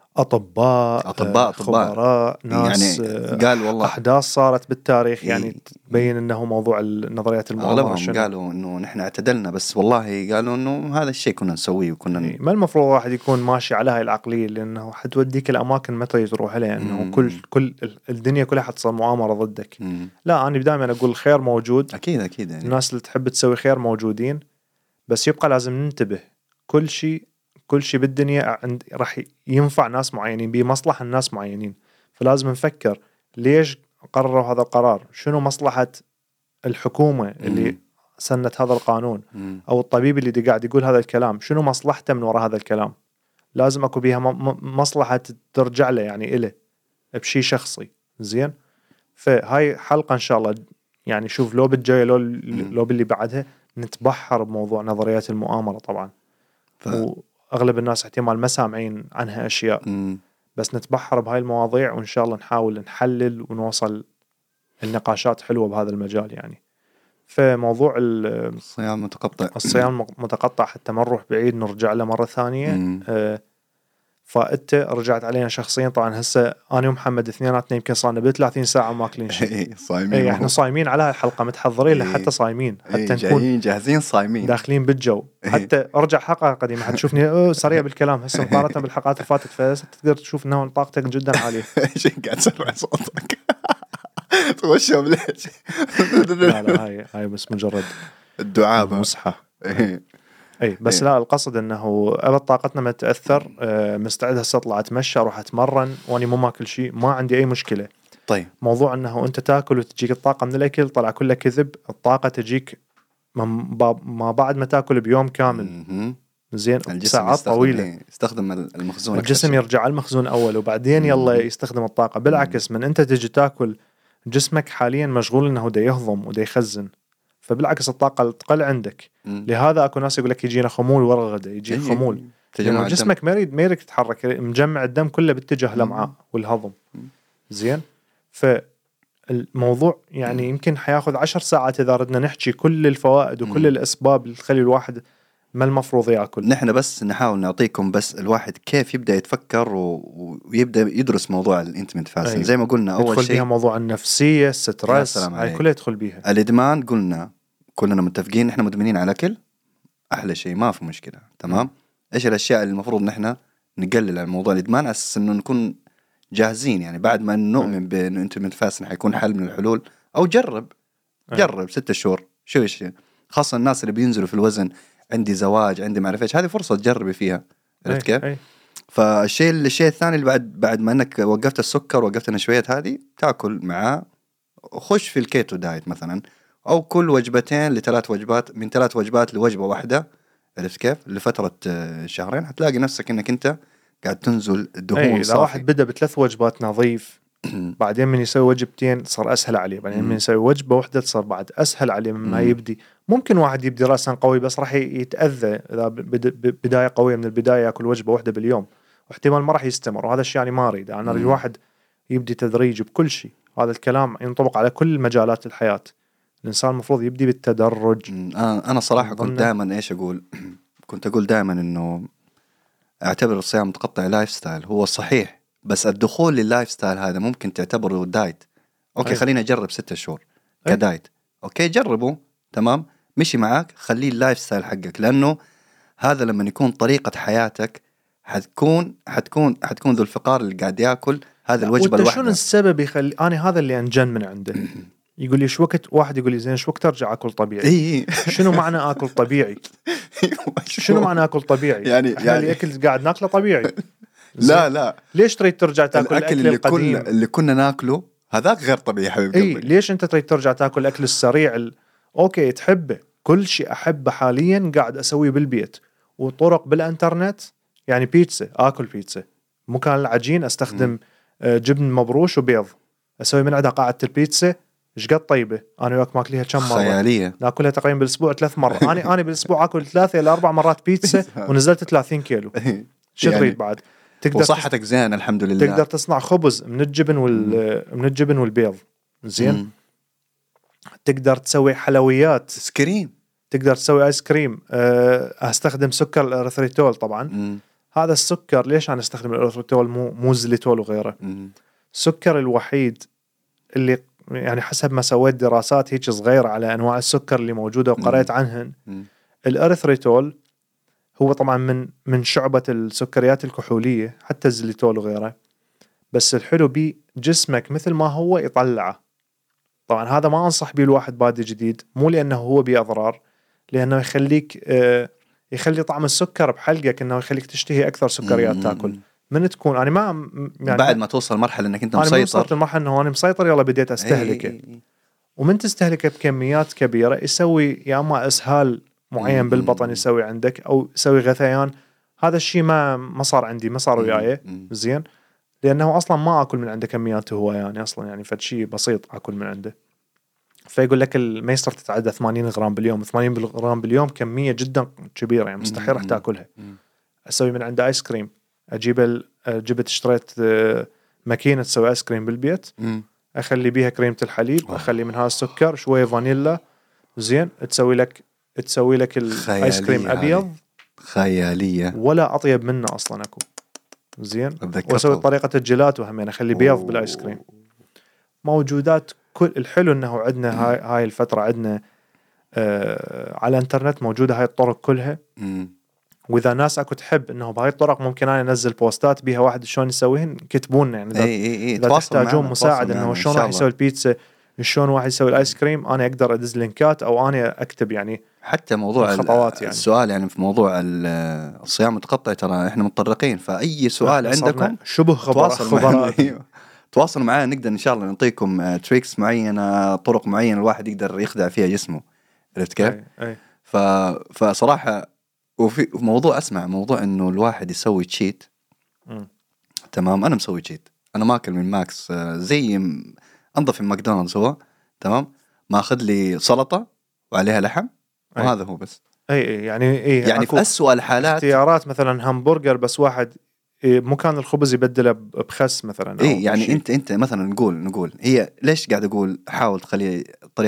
أطباء خبراء، ناس يعني قال والله أحداث صارت بالتاريخ يعني تبين أنه موضوع النظريات المؤامرة قالوا أنه نحن اعتدلنا، بس والله قالوا أنه هذا الشيء كنا نسويه وكنا ما المفروض واحد يكون ماشي على هاي العقلية، لأنه حتوديك الأماكن متى تروح لها أنه كل الدنيا كلها حتصير مؤامرة ضدك. لا أنا دائما أقول الخير موجود. أكيد يعني الناس اللي تحب تسوي خير موجودين، بس يبقى لازم ننتبه. كل شيء بالدنيا راح ينفع ناس معينين، بمصلحة الناس معينين، فلازم نفكر ليش قرروا هذا القرار، شنو مصلحة الحكومة اللي سنت هذا القانون، أو الطبيب اللي قاعد يقول هذا الكلام شنو مصلحته من وراء هذا الكلام. لازم أكو بيها مصلحة ترجع له يعني إله بشي شخصي. زين. فهاي حلقة إن شاء الله يعني شوف لو بالجاية لو باللي بعدها نتبحر بموضوع نظريات المؤامرة طبعا. وأغلب الناس احتمال ما سامعين عنها أشياء، بس نتبحر بهاي المواضيع وإن شاء الله نحاول نحلل ونوصل النقاشات حلوة بهذا المجال. يعني فموضوع الصيام المتقطع حتى ما نروح بعيد نرجع له مرة ثانية. فأنت رجعت علينا شخصيا طبعا. هسه أنا ومحمد اثنيناتنا يمكن صارنا 30 ساعة ماكلين شيء. صايمين. احنا صايمين على الحلقة متحضرين حتى صايمين، حتى نكون جاهزين صايمين داخلين بالجو. حتى ارجع حلقة قديمة حتشوفني سريع بالكلام هسه مقارنة بالحلقات اللي فاتت، فتقدر تشوف انه طاقتك جدا عالية. ايش قاعد تسرع صوتك؟ تغشهم ليش؟ لا هاي بس مجرد الدعابة مسحة. اي بس لا القصد انه ابد طاقتنا ما تأثر. مستعد هسه اطلع اتمشى اروح اتمرن واني مو ماكل شيء، ما عندي اي مشكلة. طيب موضوع انه انت تاكل وتجيك الطاقة من الاكل طلع كله كذب. الطاقة تجيك ما بعد ما تاكل بيوم كامل. زين ساعات طويلة يستخدم المخزون. الجسم يرجع على المخزون اول وبعدين يلا يستخدم الطاقة. بالعكس من انت تجي تاكل جسمك حاليا مشغول انه دا يهضم ودا يخزن، فبالعكس الطاقة تقل عندك. لهذا اكو ناس يقول لك يجينا خمول ورا الغداء، يجي خمول لأنه جسمك ما يريد يتحرك، مجمع الدم كله باتجاه الأمعاء والهضم. زين. فالموضوع يعني يمكن حياخذ 10 ساعات إذا ردنا نحكي كل الفوائد وكل الأسباب اللي تخلي الواحد ما المفروض يأكل. نحن بس نحاول نعطيكم بس الواحد كيف يبدأ يتفكر ويبدأ يدرس موضوع الانترمنت فاستنج. زي ما قلنا أول شيء موضوع النفسية، الستريس، هاي كلها يدخل بيها. الإدمان قلنا كلنا متفقين نحن مدمنين على الأكل، أحلى شيء ما في مشكلة، تمام. إيش الأشياء اللي المفروض نحن نقلل عن موضوع الإدمان أساس إنه نكون جاهزين، يعني بعد ما نؤمن بإنه انترميت فاستنج حيكون حل من الحلول، أو جرب 6 شهور شو الشيء، خاصة الناس اللي بينزلوا في الوزن، عندي زواج، عندي ما أعرف إيش، هذه فرصة تجربي فيها، عرفت كيف؟ فالشيء الثاني اللي بعد ما إنك وقفت السكر وقفت النشويات هذه، تأكل معاه، خش في الكيتو دايت مثلا، أو كل وجبتين ل3 وجبات، من 3 وجبات لوجبة واحدة، عرفت كيف؟ لفترة 2 شهرين هتلاقي نفسك إنك أنت قاعد تنزل الدهون صافي. إذا واحد بدأ ب3 وجبات نظيف بعدين من يسوي وجبتين صار أسهل عليه، بعدين من يسوي وجبة واحدة صار بعد أسهل عليه مما يبدي. ممكن واحد يبدي رأسا قوي بس راح يتأذى إذا بداية قوية من البداية يأكل وجبة واحدة باليوم، واحتمال ما راح يستمر، وهذا الشيء يعني ما أريد. أنا أريد واحد يبدي تدريج بكل شيء. هذا الكلام ينطبق على كل مجالات الحياة. الإنسان المفروض يبدي بالتدرج. أنا صراحة كنت دائما إيش أقول كنت أقول دائما إنه أعتبر الصيام المتقطع لايف ستايل. هو صحيح، بس الدخول لللايف ستايل هذا ممكن تعتبره دايت. أوكي خلينا نجرب 6 شهور كدايت، أوكي جربه تمام، مشي معك، خليه اللايف ستايل حقك، لأنه هذا لما يكون طريقة حياتك حتكون ذو الفقار اللي قاعد يأكل هذا الوجبة الواحدة. شنو السبب يخلي أنا هذا اللي أنجن من عنده؟ يقول لي شو وقت، واحد يقول لي زين شو وقت أرجع أكل طبيعي؟ شنو معنى أكل طبيعي؟ شنو معنى أكل طبيعي؟ يعني الأكل قاعد ناكله طبيعي. لا ليش تريد ترجع تاكل الأكل اللي كنا ناكله هذاك غير طبيعي حبيبي. ليش أنت تريد ترجع تاكل الأكل السريع أوكي تحبه، كل شيء أحبه حاليا قاعد أسويه بالبيت، وطرق بالإنترنت، يعني بيتزا، آكل بيتزا مكان العجين أستخدم جبن مبروش وبيض، أسوي من عندها قاعدة البيتزا إيش قد طيبة. أنا وياك ماكليها كم مرة؟ خيالية. ناكلها تقريبا بالأسبوع 3 مرات. أنا بالأسبوع أكل 3 إلى 4 مرات بيتزا ونزلت 30 كيلو. شو تريد يعني بعد؟ تقدر وصحتك زين الحمد لله. تقدر تصنع خبز من الجبن من الجبن والبيض، زين. تقدر تسوي حلويات، سكريم، تقدر تسوي آيس كريم. أستخدم سكر الأريثريتول طبعا. هذا السكر ليش أنا أستخدم الأريثريتول مو زليتول وغيره؟ السكر الوحيد اللي يعني حسب ما سويت دراسات هيك صغيرة على أنواع السكر اللي موجودة وقرأت عنهن، الأريثريتول هو طبعا من شعبة السكريات الكحولية، حتى الزليتول وغيره، بس الحلو بيه جسمك مثل ما هو يطلعه. طبعا هذا ما أنصح بيه الواحد بادي جديد، مو لأنه هو بيه أضرار، لأنه يخلي طعم السكر بحلقك، إنه يخليك تشتهي أكثر سكريات تاكل. من تكون أنا ما يعني بعد ما توصل مرحلة إنك أنت مسيطر، أنا وصلت المرحلة إنه أنا مسيطر، يلا بديت أستهلكه. ومن تستهلكه بكميات كبيرة يسوي يا أما إسهال معين بالبطن يسوي عندك، أو يسوي غثيان. هذا الشيء ما صار عندي، ما صار وياي زين، لأنه أصلا ما أكل من عنده كميات هو يعني أصلا يعني فد شيء بسيط أكل من عنده. فيقول لك ما يصير تتعدى 80 غرام باليوم. 80 غرام باليوم كمية جدا كبيرة، يعني مستحيل راح تأكلها. أسوي من عنده آيس كريم، جبت اشتريت ماكينة تسوي آيس كريم بالبيت، أخلي بيها كريمة الحليب، أخلي منها السكر، شوية فانيلا، زين. تسوي لك الآيس كريم أبيض، خيالية، ولا أطيب منه أصلا أكو، زين. وأسوي طريقة الجيلاتو هم، يعني أخلي بيض بالآيس كريم. موجودات كل الحلو إنه عندنا هاي الفترة عندنا على الانترنت موجودة هاي الطرق كلها. وإذا ناس أكو تحب إنه بهاي الطرق ممكن أنا أنزل بوستات بيها واحد شلون يسويهن، كتبونا يعني إذا تحتاجون مساعد إنه شلون راح يسوي البيتزا، شلون واحد يسوي الآيس كريم، أنا أقدر أدز لينكات أو أنا أكتب يعني حتى موضوع الخطوات. يعني السؤال يعني في موضوع الصيام المتقطع ترى إحنا متطرقين، فأي سؤال عندكم شبه خبرات تواصلوا معنا، نقدر إن شاء الله نعطيكم تريكس معينة، طرق معينة الواحد يقدر يخدع فيها جسمه، عرفت كيف؟ فصراحة وفي موضوع أسمع موضوع إنه الواحد يسوي تشيت. تمام، أنا مسوي تشيت، أنا ما أكل من ماكس زي أنظف من ماكدونالدز هو، تمام، ما أخذ لي سلطة وعليها لحم وهذا هو بس. يعني يعني في أسوأ الحالات اختيارات مثلا همبرجر بس واحد مكان الخبز يبدله بخس مثلا. اي يعني انت مثلا نقول هي ليش قاعد اقول حاول تخلي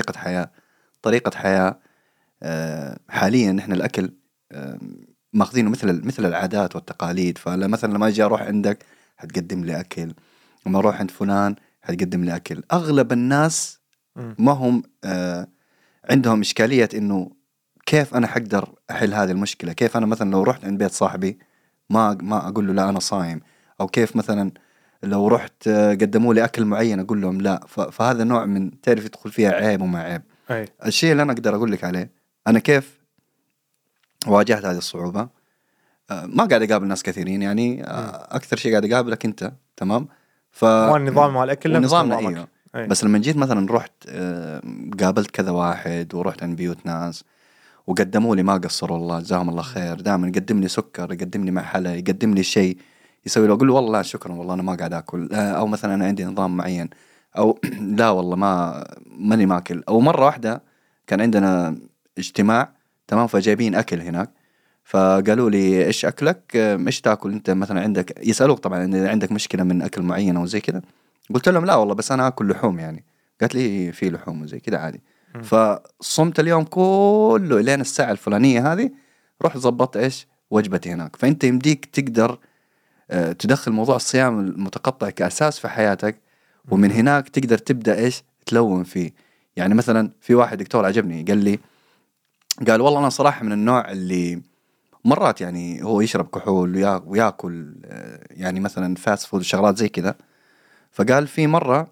طريقة حياة حاليا احنا الاكل ماخذينه مثل العادات والتقاليد. فمثلا لما اجي اروح عندك حتقدم لي اكل، لما اروح عند فلان حتقدم لي اكل. اغلب الناس ما هم عندهم اشكالية انه كيف انا حقدر احل هذه المشكلة. كيف انا مثلا لو رحت عند بيت صاحبي ما اقول له لا انا صايم، او كيف مثلا لو رحت قدموا لي اكل معين اقول لهم لا. فهذا نوع من تعرف يدخل فيها عيب وما عيب. الشيء اللي انا اقدر اقول لك عليه انا كيف واجهت هذه الصعوبة. ما قاعد اقابل ناس كثيرين يعني اكثر شيء قاعد اقابلك انت. تمام. والنظام مع الاكل ونظامنا ايوه. بس لما جيت مثلا رحت قابلت كذا واحد ورحت عند بيوت ناس وقدموا لي، ما قصروا الله جزاهم الله خير. دائما يقدم لي سكر، يقدم لي مرحلة، يقدم لي شيء يسوي له، اقول له والله لا شكرا والله انا ما قاعد اكل. او مثلا انا عندي نظام معين، او لا والله ماني ماكل. او مرة واحدة كان عندنا اجتماع تمام، فجايبين اكل هناك، فقالوا لي ايش اكلك، ايش تاكل انت مثلا عندك، يسالوك طبعا اذا عندك مشكله من اكل معين او زي كذا. قلت لهم لا والله بس انا اكل لحوم يعني. قالت لي في لحوم وزي كذا عادي. فصمت اليوم كله لين الساعه الفلانيه هذه، رحت ضبطت ايش وجبتي هناك. فانت يمديك تقدر تدخل موضوع الصيام المتقطع كاساس في حياتك، ومن هناك تقدر تبدا ايش تلون فيه. يعني مثلا في واحد دكتور عجبني قال والله انا صراحه من النوع اللي مرات يعني هو يشرب كحول وياكل يعني مثلا فاست فود وشغلات زي كذا. فقال في مرة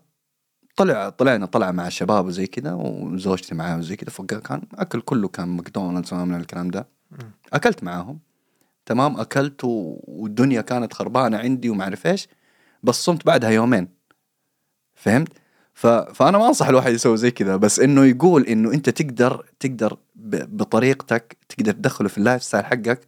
طلع مع الشباب وزي كذا وزوجتي معاه وزي كذا، فكان أكل كله كان ماكدونالدز من الكلام ده. أكلت معاهم تمام، أكلت والدنيا كانت خربانة عندي وما أعرف إيش، بس صمت بعدها يومين. فهمت؟ فأنا ما أنصح الواحد يسوي زي كذا، بس إنه يقول إنه أنت تقدر بطريقتك تقدر تدخله في اللايف ستايل حقك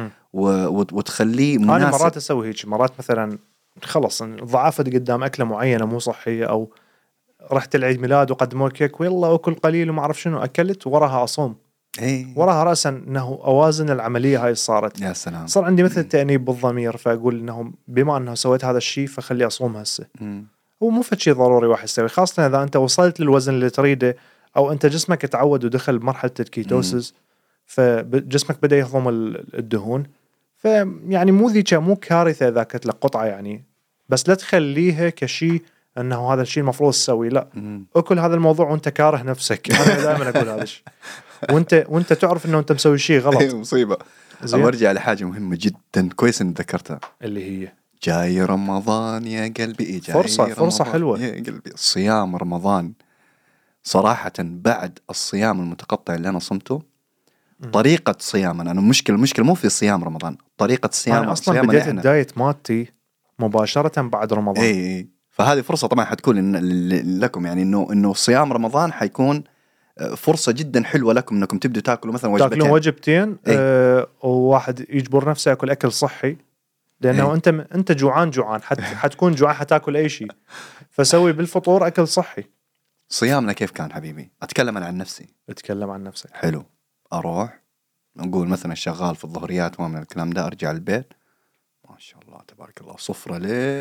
وتخليه مناسب. أنا مرات أسوي هيك، مرات مثلا خلص ضعفت قدام أكلة معينة مو صحية، أو رحت العيد ميلاد وقدموا كيك والله أكل قليل وما أعرف شنو، أكلت وراها أصوم. وراها رأسا أنه أوازن العملية هاي صارت. يا سلام. صار عندي مثل تأنيب بالضمير، فأقول إنه بما أنه سويت هذا الشيء فخلي أصوم هسه. هو مو فد شيء ضروري واحد يسوي، خاصة إذا أنت وصلت للوزن اللي تريده، أو أنت جسمك تعود ودخل بمرحلة الكيتوسيس، فجسمك بدأ يهضم الدهون. فيعني مو كارثة إذا أكلت لك قطعة يعني، بس لا تخليها كشيء أنه هذا الشيء المفروض تسوي. لا، أكل هذا الموضوع وأنت كاره نفسك. أنا دائما أقول هذا الشيء وأنت تعرف أنه أنت مسوي شيء غلط. مصيبة. أرجع لحاجة مهمة جدا، كويس إن ذكرتها، اللي هي جاي رمضان يا قلبي. فرصة حلوة يا قلبي. صيام رمضان صراحة بعد الصيام المتقطع اللي أنا صمته، طريقة صيامنا أنا المشكلة مو في صيام رمضان، طريقة صيام. أنا أصلا بديت الدايت مالتي مباشرة بعد رمضان. إيه. فهذه فرصة طبعا حتكون لكم، يعني إنه صيام رمضان حيكون فرصة جدا حلوة لكم إنكم تبدوا تاكلوا مثلا وجبتين. وواحد يجبر نفسه يأكل أكل صحي، لأنه أنت جوعان حتكون جوعان حتاكل أي شيء، فسوي بالفطور أكل صحي. صيامنا كيف كان حبيبي؟ أتكلم أنا عن نفسي. اتكلم عن نفسك. حلو. أروح نقول مثلا شغال في الظهريات ومن الكلام ده، أرجع البيت ما شاء الله تبارك الله، صفرة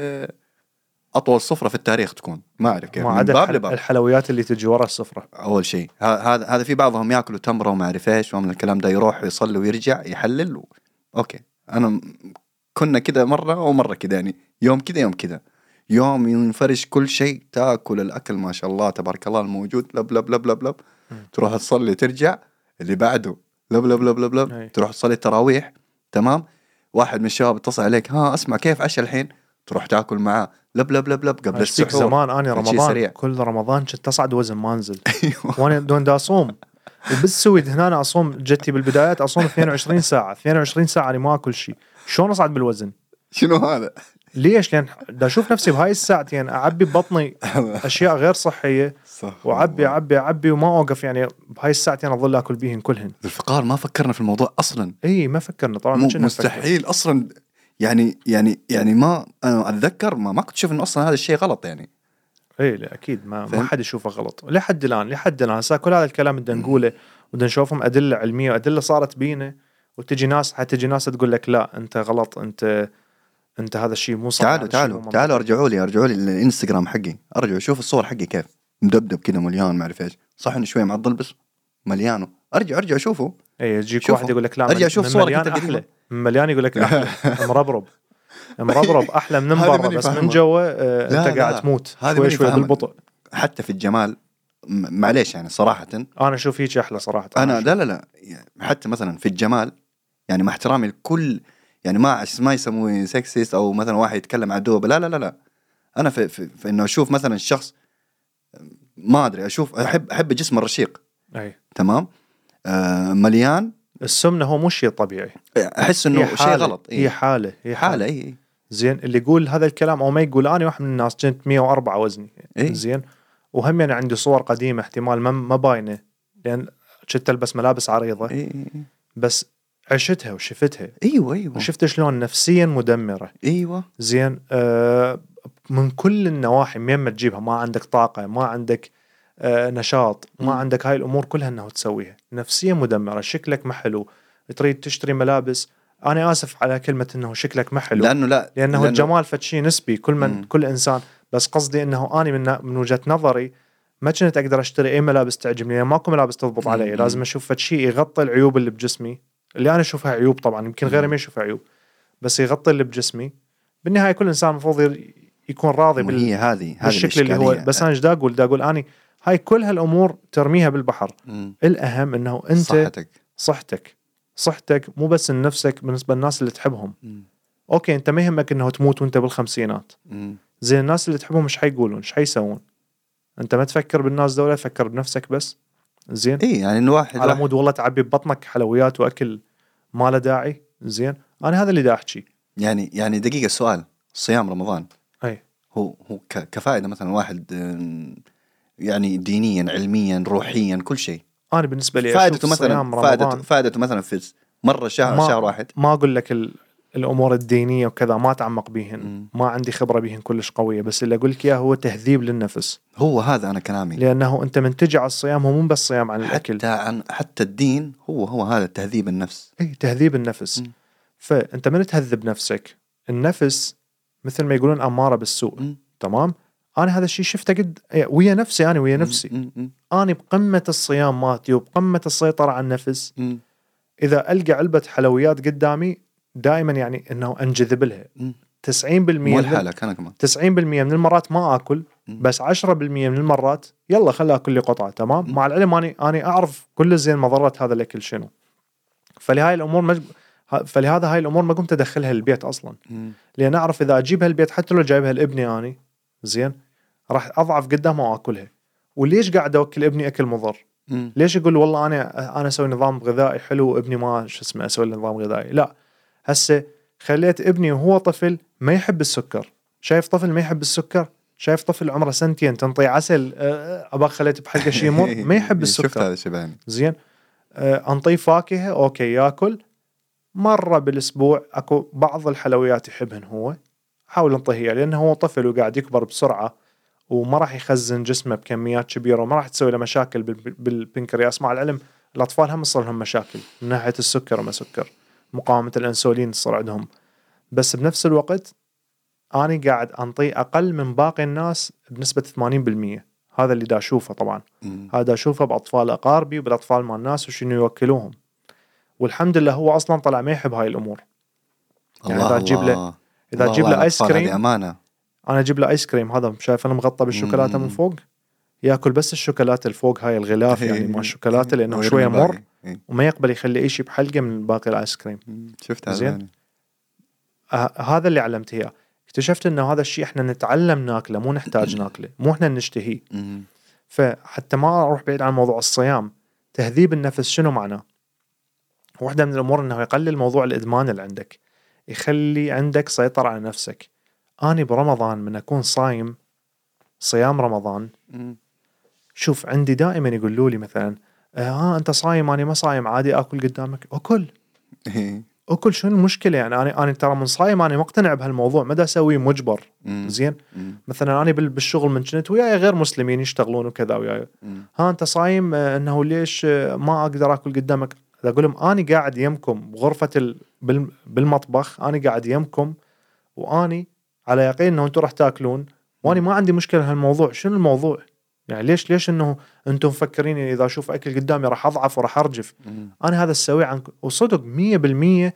أطول صفرة في التاريخ تكون، ما أعرف كيف، ما عدا الحلويات اللي تجي ورا الصفرة. أول شيء هذا في بعضهم يأكلوا تمرة وما أعرف إيش ومن الكلام ده، يروح يصلي ويرجع يحلل أوكي. أنا كنا كده مرة ومرة كده، يعني يوم كده يوم كده، يوم ينفرش كل شيء، تأكل الأكل ما شاء الله تبارك الله الموجود، لب لب لب لب لب، تروح تصلي ترجع اللي بعده لب لب لب لب لب، تروح تصلي التراويح تمام. واحد من الشباب اتصل عليك، ها اسمع كيف عشاء الحين، تروح تاكل معاه لب لب لب لب قبل السحور. زمان أنا رمضان كل رمضان كنت تصعد وزن ما انزل. وانا دون دا اصوم وبالسويد هنا اصوم، جتي بالبدايات اصوم 22 ساعه أنا ما اكل شيء، شلون اصعد بالوزن؟ شنو هذا؟ ليش؟ لان دا اشوف نفسي بهاي الساعتين اعبي ببطني اشياء غير صحيه، وعبي عبي عبي وما اوقف، يعني بهاي الساعتين اظل اكل بيهن كلهن. الفقار ما فكرنا في الموضوع اصلا. اي ما فكرنا طبعا، مستحيل اصلا. يعني ما انا اتذكر ما كنت اشوف انه اصلا هذا الشيء غلط يعني. اي لا اكيد ما حد يشوفه غلط لحد الان هسه كل هذا الكلام بدنا نقوله وبدنا نشوفهم ادله علميه وادله صارت بينا، وتجي ناس تقول لك لا انت غلط، انت انت هذا الشيء مو صح. تعالوا ارجعوا لي الانستغرام حقي، ارجعوا شوف الصور حقي كيف مدبدب كذا مليان، ما اعرف ايش، صح انه شويه معضل بس مليانه. ارجع شوفوا. اي يجيك واحد يقول لك لا ارجع شوف صورك انت احلى مليان، يقول لك احلى مربرب احلى من برا، بس من جوا انت قاعد تموت شوي بالبطء. حتى في الجمال معليش يعني صراحه انا اشوف هيك احلى صراحه. انا لا يعني حتى مثلا في الجمال، يعني مع احترامي الكل، يعني ما يسموه سكسيست او مثلا واحد يتكلم عدوبه، لا انا في انه اشوف مثلا الشخص ما ادري، اشوف احب الجسم الرشيق. اي تمام. مليان. السمنه هو مش شيء طبيعي، احس انه شيء غلط. هي حاله اي زين. اللي يقول هذا الكلام او ما يقول، انا واحد من الناس كنت 104 وزني. زين. وهم يعني عندي صور قديمه احتمال ما باينه لان كنت البس ملابس عريضه. بس عشتها وشفتها. ايوه وشفت شلون نفسيا مدمره. ايوه زين. من كل النواحي، من ما تجيبها ما عندك طاقه، ما عندك نشاط، ما عندك هاي الامور كلها انه تسويها. نفسيا مدمره، شكلك ما حلو، تريد تشتري ملابس. انا اسف على كلمه انه شكلك ما حلو، لانه الجمال فشي نسبي، كل انسان. بس قصدي انه انا من وجهه نظري ما كنت اقدر اشتري اي ملابس تعجبني، يعني ماكو ملابس تضبط علي. لازم اشوف فشي يغطي العيوب اللي بجسمي، اللي انا اشوفها عيوب طبعا، يمكن غيري ما يشوفها عيوب، بس يغطي اللي بجسمي. بالنهايه كل انسان المفروض يكون راضي بالشكل اللي هو. بس انا دا اقول اني هاي كل هالامور ترميها بالبحر. الاهم انه انت صحتك مو بس لنفسك، بالنسبه للناس اللي تحبهم. اوكي انت ما يهمك انه تموت وانت بالخمسينات. زين الناس اللي تحبهم مش حيقولون، مش حيسوون. انت ما تفكر بالناس دولة، تفكر بنفسك بس. زين. يعني انه واحد على مود والله تعبي ببطنك حلويات واكل ما له داعي. زين. انا هذا اللي دا احكي. يعني دقيقة سؤال، صيام رمضان اي هو كفائدة مثلا واحد، يعني دينيا علميا روحيا كل شيء. انا بالنسبة لي فائدته مثلا فائدته مثلا في مرة شهر واحد. ما اقول لك الامور الدينية وكذا ما اتعمق بيهن، ما عندي خبرة بيهن كلش قوية، بس اللي اقول لك اياه هو تهذيب للنفس. هو هذا انا كلامي، لانه انت من تجي على الصيام هو مو بس صيام عن الاكل، حتى الدين هو هذا تهذيب النفس. اي تهذيب النفس. فانت من تهذب نفسك، النفس مثل ما يقولون اماره بالسوء. تمام. انا هذا الشيء شفته ويا نفسي، انا ويا نفسي. انا بقمه الصيام ماتي وبقمه السيطره على النفس. اذا القى علبه حلويات قدامي دائما يعني انه انجذب لها. 90% كمان 90% من المرات ما اكل، بس 10% من المرات يلا خلي اكل لي قطعه. تمام. مع العلم اني اعرف كل زين مضره هذا الاكل شنو. فلهذا هاي الامور ما قمت ادخلها البيت اصلا. لان اعرف اذا اجيبها البيت حتى لو جايبها لابني اني زين راح اضعف قدامه واكلها. وليش قاعد اوكل ابني اكل مضر؟ ليش اقول والله انا اسوي نظام غذائي حلو وابني ما اسوي نظام غذائي؟ لا، هسه خليت ابني وهو طفل ما يحب السكر. شايف طفل ما يحب السكر؟ شايف طفل عمره سنتين تنطي عسل ابغى خليته بحلقه شيء يمر ما يحب السكر. شفت هذا الشيء زين. انطيه فاكهه اوكي ياكل مرة بالأسبوع. أكو بعض الحلويات يحبهن هو، حاول انطيه لأنه هو طفل وقاعد يكبر بسرعة وما راح يخزن جسمه بكميات كبيرة وما راح تسوي له مشاكل بالبنكرياس. مع العلم الأطفال هم يصير لهم مشاكل من ناحية السكر وما سكر، مقاومة الأنسولين تصير عندهم. بس بنفس الوقت أنا قاعد أنطيه أقل من باقي الناس بنسبة 80%. هذا اللي دا أشوفه طبعا. هذا أشوفه بأطفال أقاربي وبالأطفال مع الناس وشنو يوكلوهم. والحمد لله هو اصلا طلع ما يحب هاي الامور. يعني اذا تجيب له ايس كريم، امانه انا اجيب له ايس كريم هذا شايف انا مغطى بالشوكولاته من فوق، ياكل بس الشوكولاته الفوق هاي الغلاف يعني مع الشوكولاته لانه شويه مر وما يقبل يخلي اي شيء بحلقه من باقي الايس كريم. شفت زين. هذا اللي علمت اياه. اكتشفت انه هذا الشيء احنا نتعلم ناكله مو نحتاج ناكله، مو احنا نشتهيه. فحتى ما اروح بعيد عن موضوع الصيام، تهذيب النفس شنو معناه؟ واحدة من الأمور أنه يقلل موضوع الإدمان اللي عندك، يخلي عندك سيطرة على نفسك. أنا برمضان من أكون صيام رمضان، شوف عندي دائما يقولوا لي مثلا أنت صايم أنا ما صايم عادي أكل قدامك. أكل شنو المشكلة؟ يعني أنا ترى من صايم أنا مقتنع بهالموضوع، مدى أسوي مجبر. زين. مثلا أنا بالشغل من كنت وياي غير مسلمين يشتغلون وكذا وياي، أنت صايم أنه ليش ما أقدر أكل قدامك؟ أقول لهم أنا قاعد يمكم بغرفة بالمطبخ، أنا قاعد يمكم واني على يقين انه انتم راح تاكلون، واني ما عندي مشكله هالموضوع. شنو الموضوع يعني؟ ليش انه انتم مفكرين اذا اشوف اكل قدامي راح اضعف وراح ارجف؟ انا هذا السوي عنكم، وصدق 100%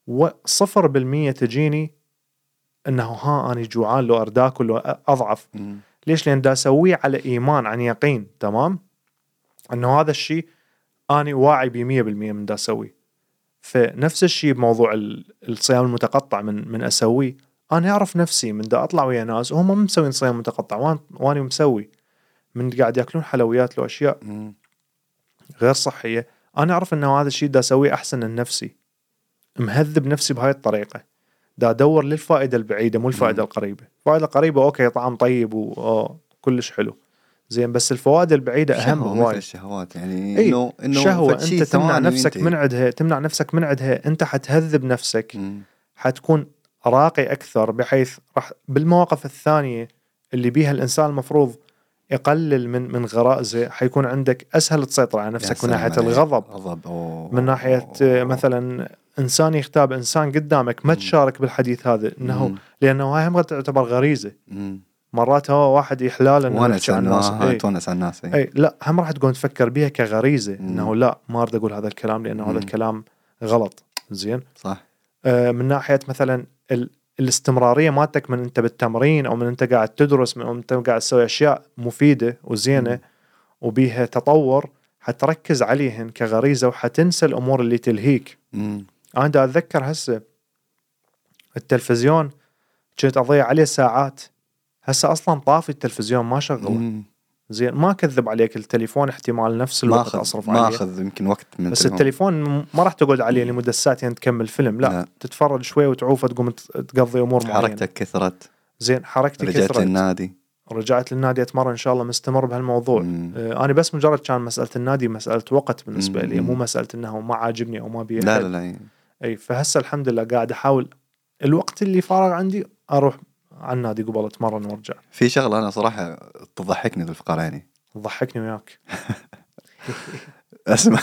و0% تجيني انه ها اني جوعان لو ارداكل لو اضعف. ليش؟ لان دا اسويه على ايمان عن يقين، تمام، انه هذا الشيء اني واعي ب100% من دا اسويه. فنفس الشيء بموضوع الصيام المتقطع من اسويه، انا اعرف نفسي من دا اطلع ويا ناس وهم مو مسوين صيام متقطع واني مسوي، من قاعد ياكلون حلويات لو اشياء غير صحيه، انا اعرف انه هذا الشيء دا اسويه احسن لنفسي، مهذب نفسي بهاي الطريقه، دا ادور للفائده البعيده مو الفائده القريبه. الفائده القريبه اوكي طعم طيب وكلش حلو زين، بس الفوائد البعيده اهم هواي. مثل الشهوات يعني انه شهوه انت تمنع نفسك من عندها، انت حتهذب نفسك، حتكون راقي اكثر، بحيث راح بالمواقف الثانيه اللي بيها الانسان المفروض يقلل من غرائزه، حيكون عندك اسهل تسيطر على نفسك من ناحيه الغضب، من ناحيه مثلا انسان يغتاب انسان قدامك ما تشارك بالحديث هذا، انه لانه هاي هم تعتبر غريزه. مرات هو واحد يحلال انه ونس على الناس اي لا، هم راح تكون تفكر بها كغريزه، انه لا ما اريد اقول هذا الكلام لانه هذا الكلام غلط. زين صح. من ناحيه مثلا الاستمراريه مالتك من انت بالتمرين، او من انت قاعد تدرس، من انت قاعد تسوي اشياء مفيده وزينه وبيها تطور، حتركز عليهن كغريزه وحتنسى الامور اللي تلهيك. انا دا اتذكر هسه التلفزيون كنت اضيع عليه ساعات، هسه اصلا طافي التلفزيون ما شغله. زين ما كذب عليك، التليفون احتمال نفس الوقت اصرف عليه، ما اخذ يمكن وقت من بس التليفون ما راح تقعد عليه لمده ساعتين تكمل فيلم، لا تتفرج شوي وتعوف تقوم تقضي امور معينه. حركتك كثرت. زين حركتي رجعت للنادي. رجعت للنادي اتمرن ان شاء الله، مستمر بهالموضوع. انا بس مجرد كان مساله النادي مساله وقت بالنسبه لي، مو مساله انه ما عاجبني او ما بيه. لا اي فهسه الحمد لله قاعد احاول الوقت اللي فارغ عندي اروح على النادي قبل اتمرن وارجع. في شغله انا صراحه تضحكني ذو الفقار يعني. تضحكني وياك. اسمع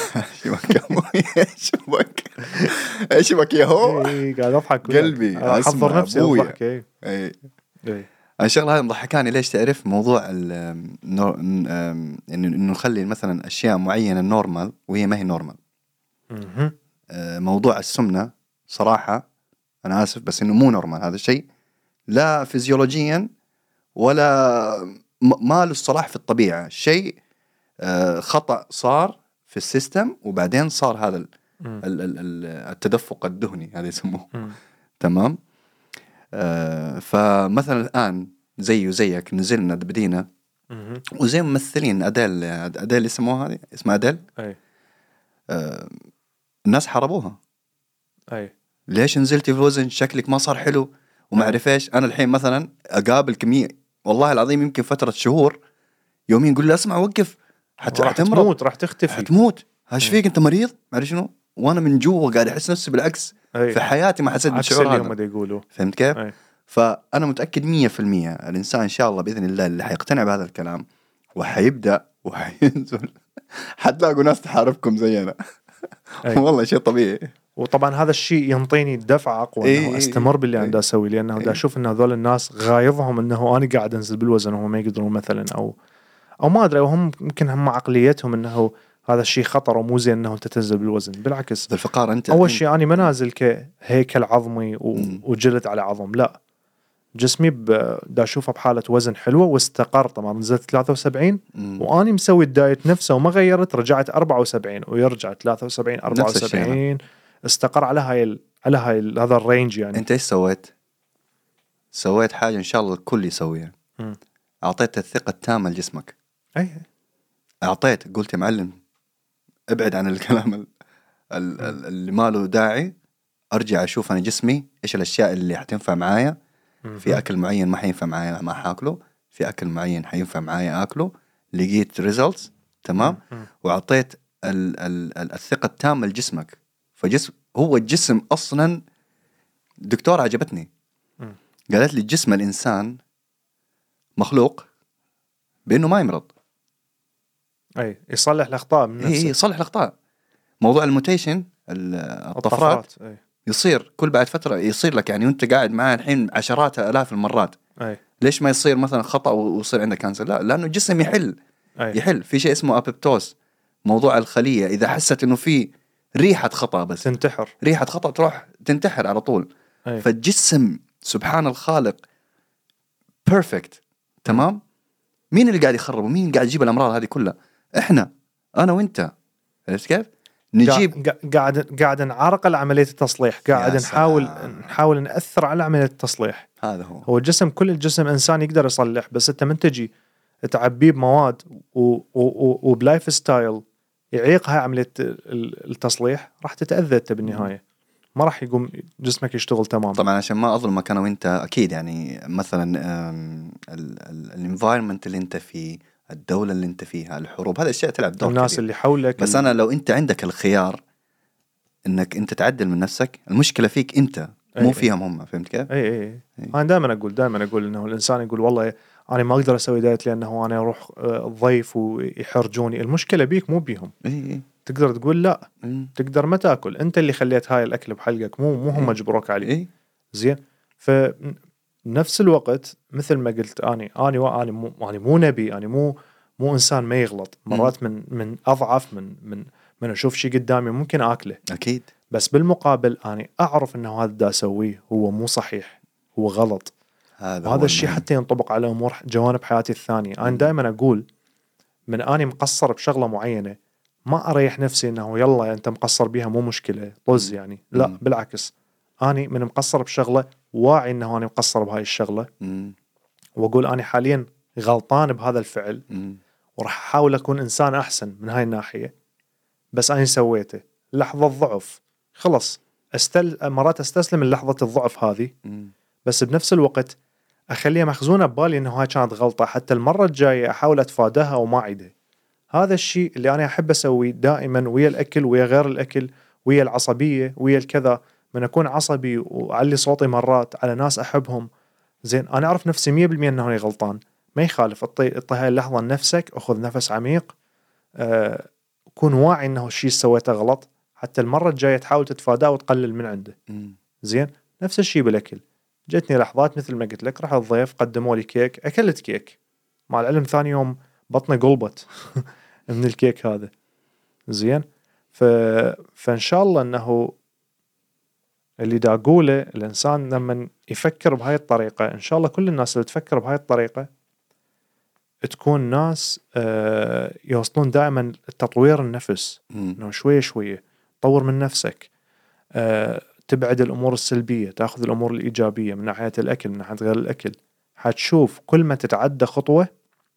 ايش بك يا هو قاعد اضحك قلبي، احضر نفسي اضحك. اي الشغله هذه مضحكاني. ليش؟ تعرف موضوع انه نخلي مثلا اشياء معينه نورمال وهي ما هي نورمال. موضوع السمنه صراحه انا اسف بس انه مو نورمال هذا الشيء، لا فيزيولوجيا ولا ما له الصلاح في الطبيعه. شيء خطأ صار في السيستم، وبعدين صار هذا التدفق الدهني هذا يسموه. تمام. فمثلا الآن زي وزيك نزلنا بدينا وزي ممثلين أديل يسموها هذه اسمها أديل. الناس حاربوها. ليش نزلتي في الوزن؟ شكلك ما صار حلو وما أعرف إيش. أنا الحين مثلا أقابل كمية والله العظيم يمكن فترة شهور يومين يقول لي اسمع وقف حتموت راح تختفي حتموت. هاش فيك انت مريض معلش شنو، وانا من جوا قاعد احس نفسي بالعكس. في حياتي ما حسيت بالشعور هذا. فهمت كيف؟ فانا متاكد 100% الانسان ان شاء الله باذن الله اللي حيقتنع بهذا الكلام وحيبدا وحينزل حتلاقوا ناس تحاربكم زينا. والله شيء طبيعي. وطبعا هذا الشيء ينطيني دفعه اقوى انه استمر باللي انا اسوي، لانه دا اشوف ان هذول الناس غايضهم انه انا قاعد انزل بالوزن وهم ما يقدرون مثلا، او ما ادري، وهم يمكن هم عقليتهم انه هذا الشيء خطر ومو زين انه انت تنزل بالوزن. بالعكس بالفقار انت اول شيء انا ما نازل كهيكل عظمي وجلد على عظم، لا جسمي دا اشوفه بحاله وزن حلوه واستقر. طبعا نزلت 73 واني مسوي الدايت نفسه وما غيرت، رجعت 74 ويرجع 73 74 استقر على هاي هذا الرينج يعني. انت ايش سويت حاجه ان شاء الله الكل يسويها. اعطيت الثقه التامه لجسمك. اعطيت قلت يا معلم ابعد عن الكلام اللي ما له داعي، ارجع اشوف انا جسمي ايش الاشياء اللي حتنفع معايا. في اكل معين ما حينفع معايا ما حاكله، في اكل معين حينفع معايا اكله. لقيت ريزلتس تمام. واعطيت الثقه التامه لجسمك. فجسم هو الجسم اصلا دكتور عجبتني قالت لي جسم الانسان مخلوق بانه ما يمرض، يصلح الاخطاء من نفسه. يصلح الاخطاء. موضوع الموتيشن الطفرات يصير كل بعد فترة يصير لك يعني، وانت قاعد معاه الحين عشرات آلاف المرات. أي. ليش ما يصير مثلا خطأ ويصير عندك كانسر؟ لا، لأنه الجسم يحل في شيء اسمه أبيبتوز، موضوع الخلية إذا حست إنه في ريحة خطأ، بس تنتحر، ريحة خطأ تروح تنتحر على طول. أي. فالجسم سبحان الخالق بيرفكت، تمام. مين اللي قاعد يخرب ومين قاعد يجيب الأمراض هذه كلها؟ إحنا، أنا وإنت. عرفت كيف؟ نجيب قاعد نعرقل عملية التصليح، قاعد نحاول نأثر على عملية التصليح. هذا هو الجسم، كل الجسم إنسان يقدر يصلح، بس أنت من تجي تعبيه بمواد وبلايف ستايل يعيق هاي عملية التصليح، راح تتأذى أنت بالنهاية، ما راح يقوم جسمك يشتغل تماما. طبعا عشان ما أظلمك أنا وإنت، أكيد يعني مثلا الانفايرمنت اللي أنت فيه، الدولة اللي أنت فيها، الحروب، هذا الشيء تلعب دور الناس كبير. اللي حولك. بس أنا لو أنت عندك الخيار إنك أنت تعدل من نفسك، المشكلة فيك أنت مو فيهم هم. فهمت كيف؟ أي. أنا دائما أقول إنه الإنسان يقول والله أنا ما أقدر أسوي دايت لأنه أنا أروح ضيف ويحرجوني. المشكلة بيك مو بيهم. تقدر تقول لا، تقدر ما تاكل، أنت اللي خليت هاي الأكل بحلقك، مو هم مجبروك عليه. زين. فنفس الوقت مثل ما قلت، أنا مو نبي، أنا مو إنسان ما يغلط مرات، من أضعف من أشوف شيء قدامي ممكن أكله أكيد، بس بالمقابل أنا أعرف إنه هذا دا أسويه هو مو صحيح، هو غلط. هذا الشيء حتى ينطبق على أمور جوانب حياتي الثانية. أنا دائما أقول من أنا مقصر بشغلة معينة ما أريح نفسي إنه يلا أنت مقصر بيها مو مشكلة طز يعني، لا بالعكس، أنا من مقصر بشغلة واعي إنه أنا مقصر بهاي الشغلة، وأقول أنا حاليا غلطان بهذا الفعل، وراح أحاول أكون إنسان أحسن من هاي الناحية. بس أنا سويته لحظة ضعف، خلص مرات أستسلم للحظة الضعف هذه، بس بنفس الوقت أخليها مخزونة ببالي إنه هاي كانت غلطة، حتى المرة الجاية أحاول أتفاداها وما أعيدها. هذا الشيء اللي أنا أحب أسويه دائما ويا الأكل، ويا غير الأكل، ويا العصبية، ويا الكذا. من أكون عصبي وأعلي صوتي مرات على ناس أحبهم، زين، أنا أعرف نفسي 100% أنه أنا غلطان، ما يخالف، اطي هاي اللحظة لنفسك، أخذ نفس عميق، كون واعي أنه الشيء سويته غلط، حتى المرة الجاية تحاول تتفاداه وتقلل من عنده. زين. نفس الشيء بالأكل، جتني لحظات مثل ما قلت لك، راح الضيف قدموا لي كيك، أكلت كيك، مع العلم ثاني يوم بطني قلبت من الكيك هذا. زين. فإن شاء الله أنه اللي دا أقوله، الإنسان لما يفكر بهاي الطريقة، إن شاء الله كل الناس اللي تفكر بهاي الطريقة تكون ناس يوصلون دائما التطوير النفس، إنه شوية شوية تطور من نفسك، تبعد الأمور السلبية، تأخذ الأمور الإيجابية من ناحية الأكل، من ناحية غير الأكل. حتشوف كل ما تتعدى خطوة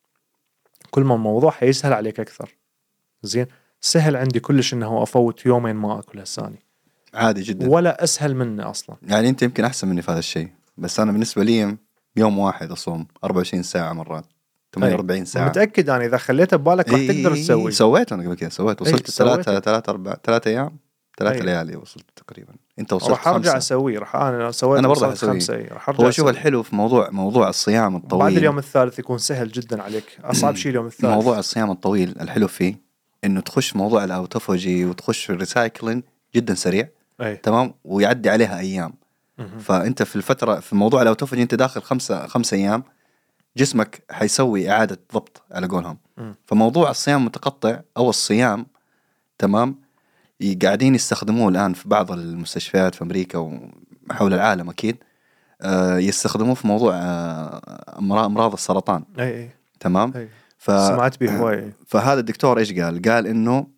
كل ما الموضوع حيسهل عليك أكثر. زين. سهل عندي كلش إنه أفوت يومين ما أكل هالثاني، عادي جدا، ولا أسهل منه أصلا. يعني أنت يمكن أحسن مني في هذا الشيء، بس أنا بالنسبة لي يوم واحد أصوم 24 ساعة مرات 48 ساعة. متأكد أنا إذا خليته ببالك راح تقدر تسوي. سويت أنا قبل كده، وصلت 3 أيام 3 ليالي وصلت تقريبا. أنت وصلت 5. راح أرجع أسوي، أنا سويت، أنا برضه 5. هو شوف الحلو في موضوع الصيام الطويل، بعد اليوم الثالث يكون سهل جدا عليك، أصعب شيء اليوم الثالث. موضوع الصيام الطويل الحلو فيه إنه تخش موضوع الأوتوفاجي وتخش في الريسايكلين جدا سريع. تمام. ويعدي عليها أيام. فأنت في موضوع الأوتوفاجي أنت داخل 5 أيام جسمك حيسوي إعادة ضبط على قولهم. فموضوع الصيام المتقطع أو الصيام، تمام، قاعدين يستخدموه الآن في بعض المستشفيات في أمريكا وحول العالم أكيد، يستخدموه في موضوع أمراض السرطان. تمام. سمعت به هواي. فهذا الدكتور إيش قال إنه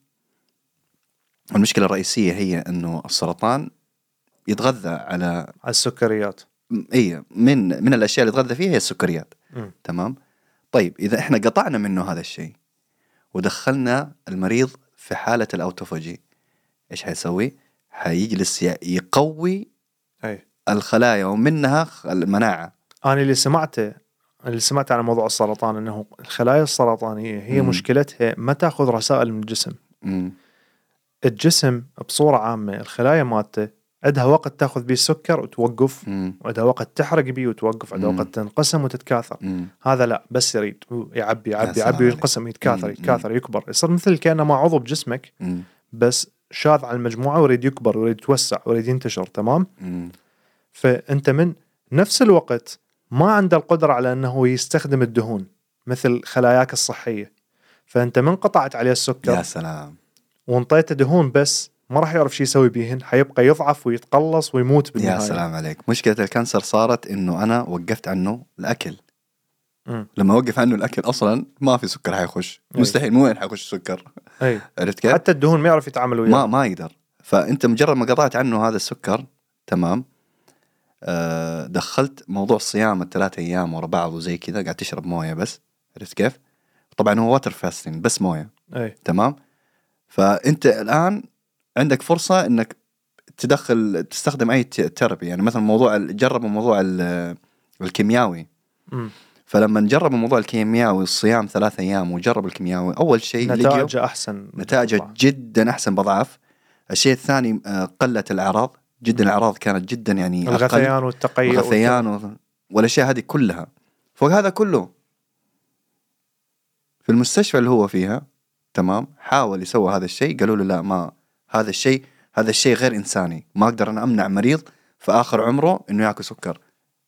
المشكلة الرئيسية هي إنه السرطان يتغذى على السكريات. من الأشياء اللي يتغذى فيها هي السكريات. تمام. طيب إذا إحنا قطعنا منه هذا الشيء ودخلنا المريض في حالة الأوتوفاجي، إيش حيسوي؟ حيجلس يقوي الخلايا ومنها المناعة. أنا اللي سمعت عن موضوع السرطان إنه الخلايا السرطانية هي مشكلتها ما تأخذ رسائل من الجسم. الجسم بصورة عامة الخلايا مالته عندها وقت تأخذ بيه السكر وتوقف، وعندها وقت تحرق بيه وتوقف، عندها وقت تنقسم وتتكاثر. هذا لا، بس يريد يعبي وينقسم، يتكاثر يكبر، يصير مثل كأنه ما عضو بجسمك، بس شاذ عن المجموعة ويريد يكبر ويريد يتوسع ويريد ينتشر. تمام. فأنت من نفس الوقت ما عنده القدرة على أنه يستخدم الدهون مثل خلاياك الصحية، فأنت من قطعت عليه السكر يا سلام وانطيته دهون بس ما راح يعرف شيء يسوي بيهن، حيبقى يضعف ويتقلص ويموت بالنهاية. يا سلام عليك. مشكلة الكانسر صارت إنه أنا وقفت عنه الأكل. مم. لما وقف عنه الأكل أصلا ما في سكر حيخش، أي. مستحيل، مو وين حيخش سكر. أي. عرفت كيف؟ حتى الدهون ما يعرف يتعامل وياه. ما يقدر. فأنت مجرد ما قطعت عنه هذا السكر، تمام، دخلت موضوع الصيام 3 أيام ورا بعض وزي كذا، قاعد تشرب موية بس. عرفت كيف؟ طبعا هو واتر فاستين بس موية. أي. تمام. فأنت الآن عندك فرصة إنك تستخدم أي تربي، يعني مثلا جرب الموضوع الكيميائي. فلما نجرب الموضوع الكيميائي الصيام 3 أيام وجرب الكيميائي، أول شيء نتائجه أحسن، نتائجه جدا أحسن بضعف. الشيء الثاني قلت الأعراض جدا. الأعراض كانت جدا يعني الغثيان والتقيؤ والأشياء هذه كلها. فوق هذا كله في المستشفى اللي هو فيها، تمام، حاول يسوي هذا الشيء، قالوا له لا، ما هذا الشيء غير إنساني، ما أقدر أنا أمنع مريض في آخر عمره إنه يأكل سكر.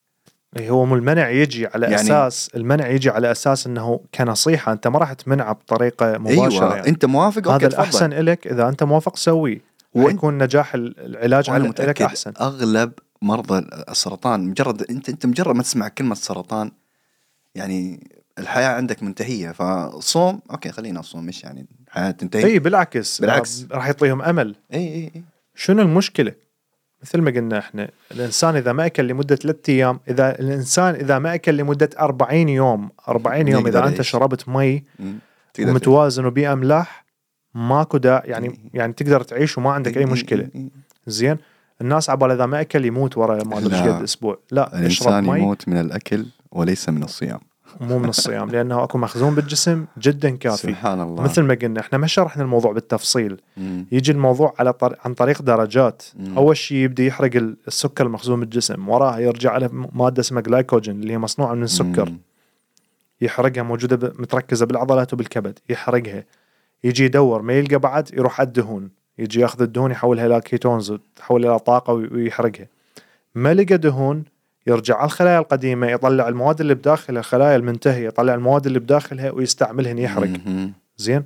هو المنع يجي على يعني أساس، المنع يجي على أساس أنه كنصيحة، أنت ما راح تمنعه بطريقة مباشرة. أيوة. يعني أنت موافق، هذا الأحسن إلك، إذا أنت موافق سوي ويكون نجاح العلاج على لك أحسن. أغلب مرضى السرطان مجرد أنت مجرد ما تسمع كلمة سرطان يعني الحياة عندك منتهية. فصوم أوكي، خلينا نصوم، مش يعني الحياة تنتهي. أي بالعكس راح يعطيهم أمل. أي. شنو المشكلة؟ مثل ما قلنا إحنا، الإنسان إذا ما أكل لمدة 3 أيام، إذا ما أكل لمدة 40 يوم إذا أنت شربت مي ومتوازن وبيه أملاح، ماكو داعي يعني تقدر تعيش وما عندك أي مشكلة. زين. الناس عبالة إذا ما أكل يموت ورا ما أدري قد أسبوع. لا، الإنسان يموت من الأكل وليس من الصيام. مو من الصيام، لأنه أكو مخزون بالجسم جدا كافي. سبحان الله. مثل ما قلنا إحنا ما شرحنا الموضوع بالتفصيل. يجي الموضوع عن طريق درجات. أول شيء يبدأ يحرق السكر المخزون بالجسم، وراها يرجع على مادة اسمها جلايكوجين اللي هي مصنوعة من السكر. يحرقها، موجودة متركزة بالعضلات وبالكبد، يحرقها. يجي يدور ما يلقى بعد، يروح على الدهون، يجي ياخذ الدهون يحولها إلى كيتونز وتحولها إلى طاقة ويحرقها. ما لقى دهون، يرجع على الخلايا القديمة، يطلع المواد اللي بداخلها، الخلايا المنتهية، يطلع المواد اللي بداخلها ويستعملها يحرق. زين.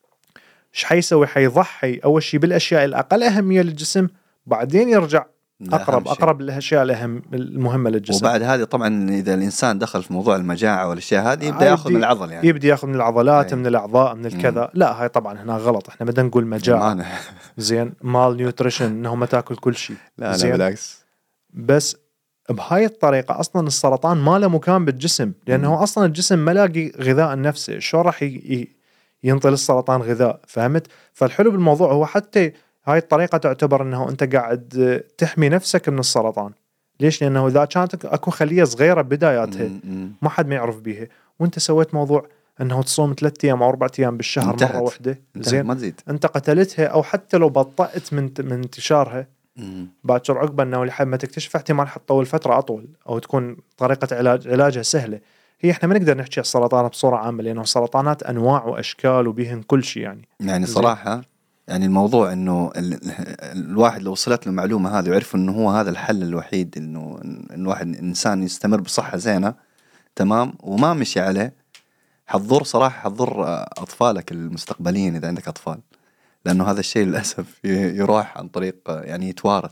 ايش حيسوي؟ حيضحي أول شيء بالأشياء الأقل أهمية للجسم، بعدين يرجع أقرب للأشياء المهمة للجسم. وبعد هذه طبعا إذا الإنسان دخل في موضوع المجاعة والأشياء هذه يبدأ يأخذ من العضل، يعني يبدأ يأخذ من العضلات، من الأعضاء، من الكذا. لا، هاي طبعا هنا غلط. احنا بدنا نقول مجاعة. زين. مال نيوتريشن، إنه ما تأكل كل شيء. لا بالعكس. بس بهاي الطريقة أصلا السرطان ما له مكان بالجسم، لأنه أصلا الجسم ما لاقي غذاء نفسه. شو راح ينطي للسرطان غذاء؟ فهمت؟ فالحلو بالموضوع هو حتى هاي الطريقة تعتبر أنه أنت قاعد تحمي نفسك من السرطان. ليش؟ لأنه إذا كانت أكو خلية صغيرة بداياتها ما حد ما يعرف بيها، وأنت سويت موضوع أنه تصوم 3 أيام أو 4 أيام بالشهر مرة واحدة، زين، ما تزيد. أنت قتلتها، أو حتى لو بطأت من انتشارها، باكر عقبة أنه لحد ما تكتشف احتمال حتطول فترة أطول، أو تكون طريقة علاجها سهلة. هي إحنا ما نقدر نحكي السرطان بصورة عامة، لأنه السرطانات أنواع وأشكال وبيهن كل شيء. يعني صراحة يعني الموضوع إنه الواحد لو وصلت له المعلومة هذه وعرف إنه هو هذا الحل الوحيد، إنه الواحد إنسان يستمر بصحة زينة، تمام، وما مشي عليه، حتضر صراحة، حتضر أطفالك المستقبليين إذا عندك أطفال. لأنه هذا الشيء للأسف يروح عن طريق يعني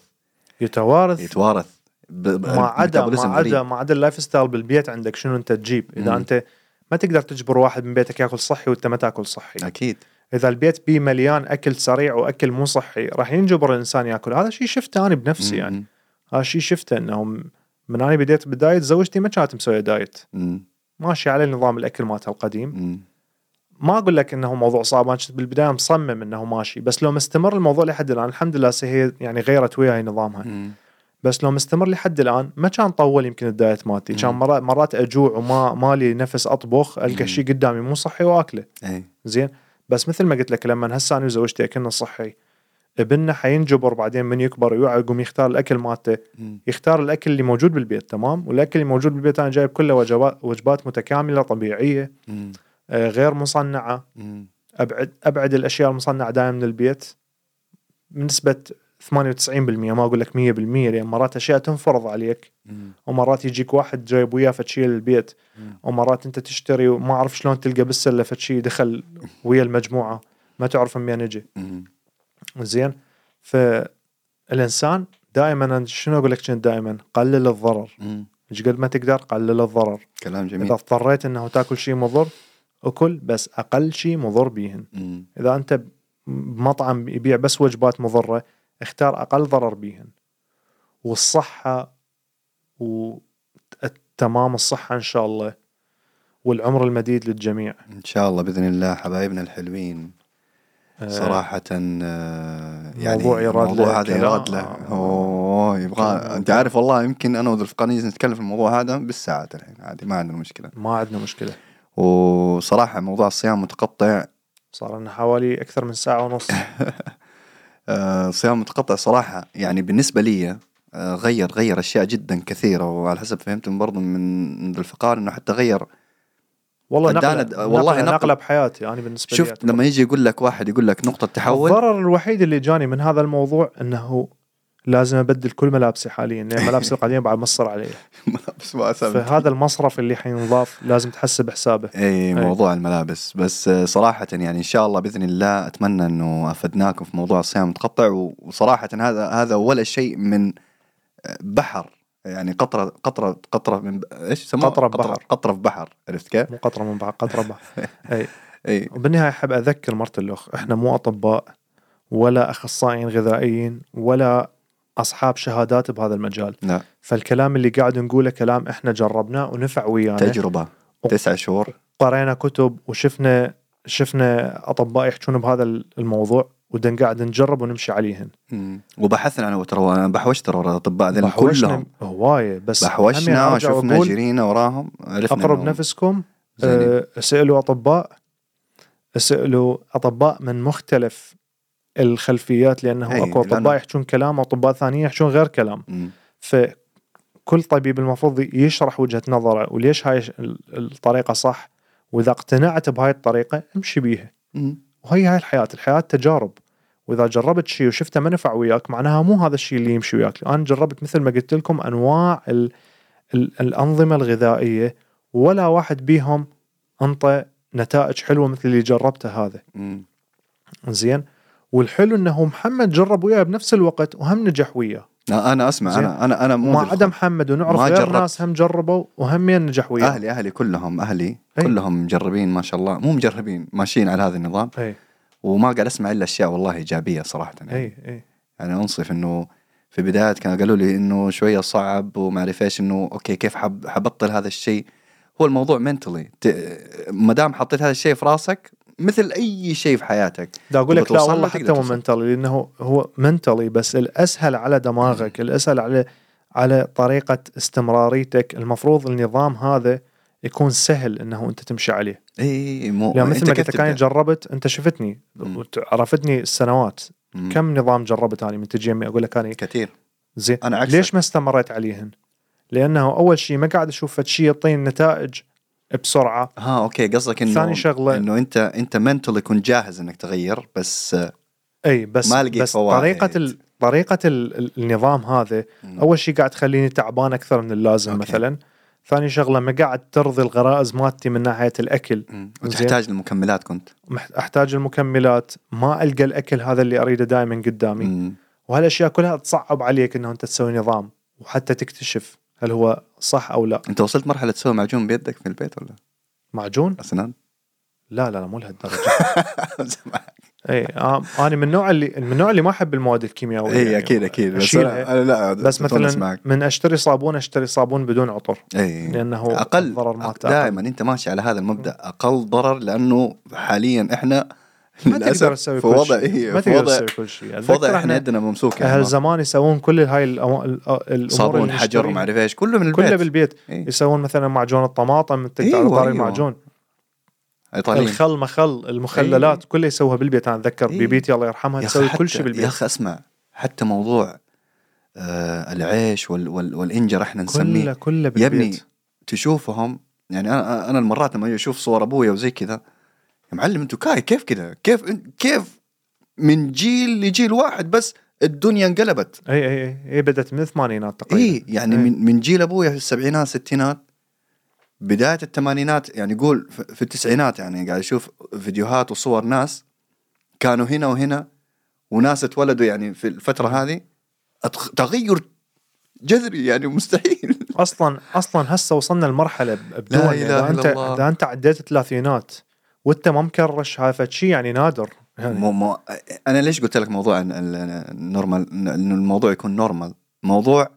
يتوارث ما عدا اللايف ستايل بالبيت عندك. شنو أنت تجيب؟ إذا أنت ما تقدر تجبر واحد من بيتك يأكل صحي وأنت ما تأكل صحي، أكيد. إذا البيت بيه مليان أكل سريع وأكل مو صحي، راح ينجبر الإنسان يأكل. هذا شيء شفته أنا بنفسي. يعني هذا شيء شفته، إنه من أنا بديت بالدايت، زوجتي ما كانت مسوية دايت، ماشي على نظام الأكل مالتها القديم. ما أقول لك إنه موضوع صعب، أنا بالبداية مصمم إنه ماشي، بس لو مستمر الموضوع لحد الآن الحمد لله هي يعني غيرت وياي نظامها. بس لو مستمر لحد الآن ما كان طول يمكن الدايت مالتي. كان مرات أجوع وما لي نفس أطبخ، ألقى شيء قدامي مو صحي وأكله. زين. بس مثل ما قلت لك، لما هسه أنا وزوجتي أكلنا صحي، ابننا حينجبر بعدين من يكبر ويوعى يقوم يختار الأكل مالته، يختار الأكل اللي موجود بالبيت. تمام. والأكل اللي موجود بالبيت أنا جايب كله وجبات متكاملة طبيعية، غير مصنعة. أبعد الأشياء المصنعة دائما من البيت. بنسبة 98%، ما أقول لك 100%، لأن مرات أشياء تنفرض عليك، ومرات يجيك واحد جايب وياه فتشي للبيت، ومرات أنت تشتري وما أعرف شلون تلقى بالسلة فتشي دخل ويا المجموعة ما تعرف من يجي. زين، فالإنسان دائما، شنو أقول لك، دائما قلل الضرر، مش قد ما تقدر قلل الضرر. كلام جميل. إذا اضطريت أنه تأكل شيء مضر أكل بس أقل شيء مضر بيهن. إذا أنت بمطعم يبيع بس وجبات مضرة اختار أقل ضرر بيهن. والصحة والتمام الصحة إن شاء الله، والعمر المديد للجميع إن شاء الله بإذن الله. حبايبنا الحلوين صراحة يعني الموضوع هذا يراد له يبغى أنت عارف والله يمكن أنا وذو الفقانيز نتكلم في الموضوع هذا بالساعات الحين عادي، ما عندنا مشكلة. وصراحة موضوع الصيام متقطع صار لنا حوالي أكثر من ساعة ونص. صيام متقطع صراحة يعني بالنسبة لي غير أشياء جدا كثيرة، وعلى حسب فهمت برضو من الفقار إنه حتى غير والله نقلة بحياتي يعني بالنسبة لي. شفت لما يجي يقول لك واحد يقول لك نقطة تحول. الضرر الوحيد اللي جاني من هذا الموضوع إنه لازم أبدل كل ملابسي حاليا، لأن ملابسي القديمة بعد مصر عليه. فهذا المصرف اللي حينضاف لازم تحسب حسابه. أي موضوع الملابس. بس صراحة يعني إن شاء الله بإذن الله أتمنى إنه أفدناكم في موضوع الصيام المتقطع. وصراحة هذا ولا شيء من بحر، يعني قطرة من إيش سموه؟ قطرة في بحر. عرفت كيف؟ مو قطرة من بحر، قطرة بحر. أي. وبالنهاية أحب أذكر مرت الأخ، إحنا مو أطباء ولا أخصائيين غذائيين ولا أصحاب شهادات بهذا المجال. لا. فالكلام اللي قاعد نقوله كلام إحنا جربناه ونفع ويانا، تجربة 9 شهور، قرينا كتب وشفنا أطباء يحكون بهذا الموضوع، ودن قاعد نجرب ونمشي عليهن. وبحثنا عنه ترى، أنا بحوشت ترى الأطباء ذي كلهم هواية، بس بحوشنا وشفنا جرينا وراهم. أقرب نفسكم سألوا أطباء من مختلف الخلفيات، لأنه أكو أطباء يحكون كلام وأطباء ثانيين يحكون غير كلام. فكل طبيب المفروض يشرح وجهة نظره وليش هاي الطريقة صح، وإذا اقتنعت بهاي الطريقة امشي بيها. وهي الحياة تجارب، وإذا جربت شيء وشفته ما نفع وياك معناها مو هذا الشيء اللي يمشي وياك. أنا جربت مثل ما قلت لكم أنواع الأنظمة الغذائية، ولا واحد بيهم أنطى نتائج حلوة مثل اللي جربته هذا. زين، والحلو انه محمد جرب وياه بنفس الوقت وهم نجح وياه. انا اسمع، انا مو ما عدا محمد، ونعرف غير ناس هم جربوا وهم نجح وياه. اهلي كلهم كلهم مجربين ما شاء الله، مو مجربين ماشيين على هذا النظام. وما قاعد اسمع الا اشياء والله ايجابيه صراحه يعني. يعني انصف انه في بداية كانوا قالوا لي انه شويه صعب وما اعرف ايش، انه اوكي كيف حبطل هذا الشيء. هو الموضوع منتلي، ما دام حطيت هذا الشيء في راسك مثل أي شيء في حياتك. دا أقول لك لا والله حتى مو منتلي، لأنه هو منتلي بس الأسهل على دماغك، الأسهل على طريقة استمراريتك. المفروض النظام هذا يكون سهل إنه أنت تمشي عليه. مو يعني مثل ما قلت كان جربت، أنت شفتني وعرفتني السنوات كم نظام جربت أنا من تجيمي. أقول لك أنا كثير. زين، ليش ما استمريت عليهن؟ لأنه أول شيء ما قاعد أشوف شيء يعطيني نتائج بسرعة. اوكي، قصدك انه ثاني شغلة انه انت منتلي كنت جاهز انك تغير، بس بس ما لقيت فوائد. طريقة النظام هذا اول شيء قاعد تخليني تعبان اكثر من اللازم. أوكي. مثلا ثاني شغلة ما قاعد ترضي الغرائز مالتي من ناحية الاكل. وتحتاج المكملات، كنت احتاج المكملات، ما القى الاكل هذا اللي اريده دائما قدامي. وهالاشياء كلها تصعب عليك انه انت تسوي نظام وحتى تكتشف هل هو صح أو لا. أنت وصلت مرحلة تسوي معجون بيدك في البيت ولا؟ معجون أسنان؟ لا مو لهالدرجة. أنا من النوع اللي ما أحب المواد الكيميائية. يعني أكيد بس مثلا من أشتري صابون بدون عطر. لأنه أقل ضرر. دائما أنت ماشي على هذا المبدأ، أقل ضرر، لأنه حاليا إحنا ما تقدر تسوي كل شيء. ما تقدر تسوي كل شيء. في وضع احنا يدنا ممسوكه. أهل زمان يسوون كل هاي الأمور، صابون حجر وما أعرف إيش، كله من بالبيت. يسوون مثلا معجون الطماطم، تقدر المعجون مخل المخللات كله يسويها بالبيت. أنا أتذكر بيبيتي الله يرحمها تسوي كل شيء بالبيت. يا أخي اسمع، حتى موضوع العيش والإنجر احنا نسميه كله بالبيت. يا ابني تشوفهم، يعني أنا المرات لما أشوف صور أبويا وزي كذا، يا معلم انتو كيف كذا، كيف من جيل لجيل واحد بس الدنيا انقلبت. اي بدأت من الثمانينات تقريبا. اي يعني من جيل ابويا في السبعينات الستينات بداية الثمانينات، يعني يقول في التسعينات يعني قاعد اشوف فيديوهات وصور ناس كانوا هنا وهنا وناس اتولدوا يعني في الفترة هذه. تغير جذري يعني مستحيل. اصلا هسه وصلنا لمرحله بدون اذا انت عديت الثلاثينات وانت ما مكرش هذا شيء يعني نادر يعني. انا ليش قلت لك موضوع النورمال، انه الموضوع يكون نورمال. موضوع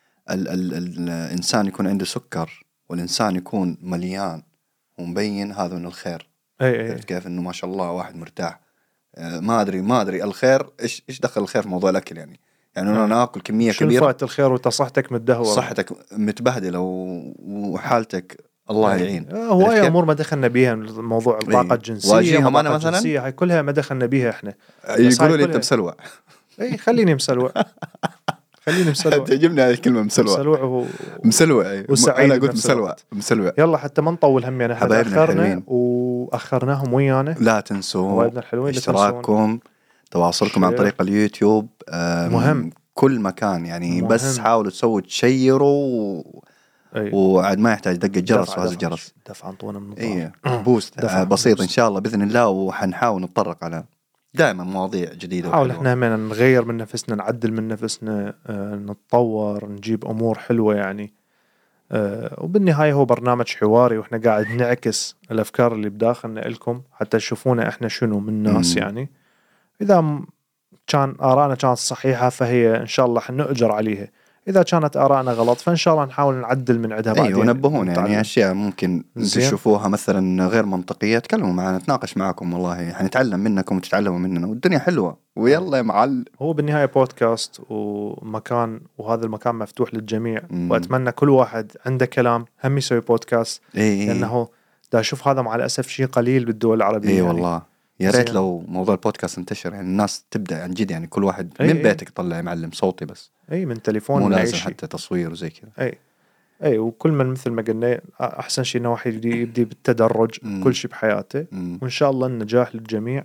الانسان يكون عنده سكر والانسان يكون مليان ومبين، هذا من الخير. كيف انه ما شاء الله واحد مرتاح. ما ادري الخير ايش دخل الخير في موضوع الاكل يعني انا اكل كميه كبيره. شو فات الخير وصحتك متدهوره، صحتك متبهدله وحالتك الله يعين. هو اي امور ما دخلنا بيها، موضوع الطاقه الجنسيه واجيها ما انا مثلا هاي كلها ما دخلنا بيها احنا. يقولوا لي انت مسلوع. اي خليني مسلوع. تعجبني هذه الكلمه مسلوع. مسلوع وسعيد. انا قلت مسلوع. يلا حتى ما نطول همنا، احنا اخرنا واخرناهم ويانا. لا تنسوا اشتراككم، تواصلكم عن طريق اليوتيوب، مهم كل مكان يعني. مهم. بس حاولوا تشيروا وعاد ما يحتاج دقة جرس، وهذا الجرس دفع انطونا من الضغط. بوست بسيط ان شاء الله باذن الله. وحنحاول نتطرق على دائما مواضيع جديده. نحاول احنا همنا نغير من نفسنا، نعدل من نفسنا، نتطور، نجيب امور حلوه يعني. وبالنهايه هو برنامج حواري، واحنا قاعد نعكس الافكار اللي بداخلنا لكم حتى تشوفونا احنا شنو من ناس يعني. اذا كان آراءنا كانت صحيحة فهي إن شاء الله حنؤجر عليها، إذا كانت آراءنا غلط فإن شاء الله نحاول نعدل من عندها بعدين. ونبهونا يعني أشياء ممكن تشوفوها مثلا غير منطقية، تكلموا معنا، نتناقش معكم، والله حنتعلم منكم وتتعلموا مننا، والدنيا حلوة. ويلا يا معلم، هو بالنهاية بودكاست ومكان، وهذا المكان مفتوح للجميع. وأتمنى كل واحد عنده كلام هم يسوي بودكاست، لأنه دا أشوف هذا مع الأسف شيء قليل بالدول العربية. يعني والله يا ريت لو موضوع البودكاست انتشر، يعني الناس تبدأ عن جد، يعني كل واحد من بيتك طلع يعلم صوتي بس، من تليفون، مو لازم حتى تصوير وزي كذا. وكل من مثل ما قلنا أحسن شيء إنه واحد يبدي بالتدرج كل شيء بحياته. وإن شاء الله النجاح للجميع.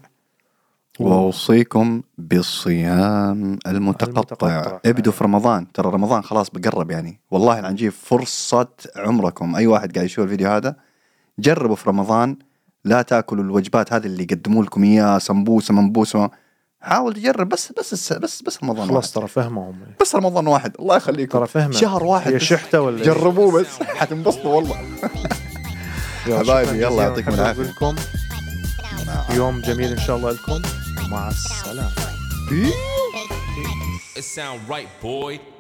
وأوصيكم بالصيام المتقطع. ابدوا في رمضان، ترى رمضان خلاص بقرب يعني. والله العنجيب فرصة عمركم. أي واحد قاعد يشوف الفيديو هذا جربوا في رمضان، لا تاكلوا الوجبات هذه اللي يقدموا لكم اياها، سمبوسه منبوسه. حاول تجرب بس رمضان خلاص ترى فهمهم، بس رمضان واحد الله يخليكم، ترى فهمه شهر واحد يا شحته ولا جربوه بس حتنبسطوا والله. حبايبي يلا يعطيكم العافيه، يوم جميل ان شاء الله لكم، مع السلامه. It sound right boy.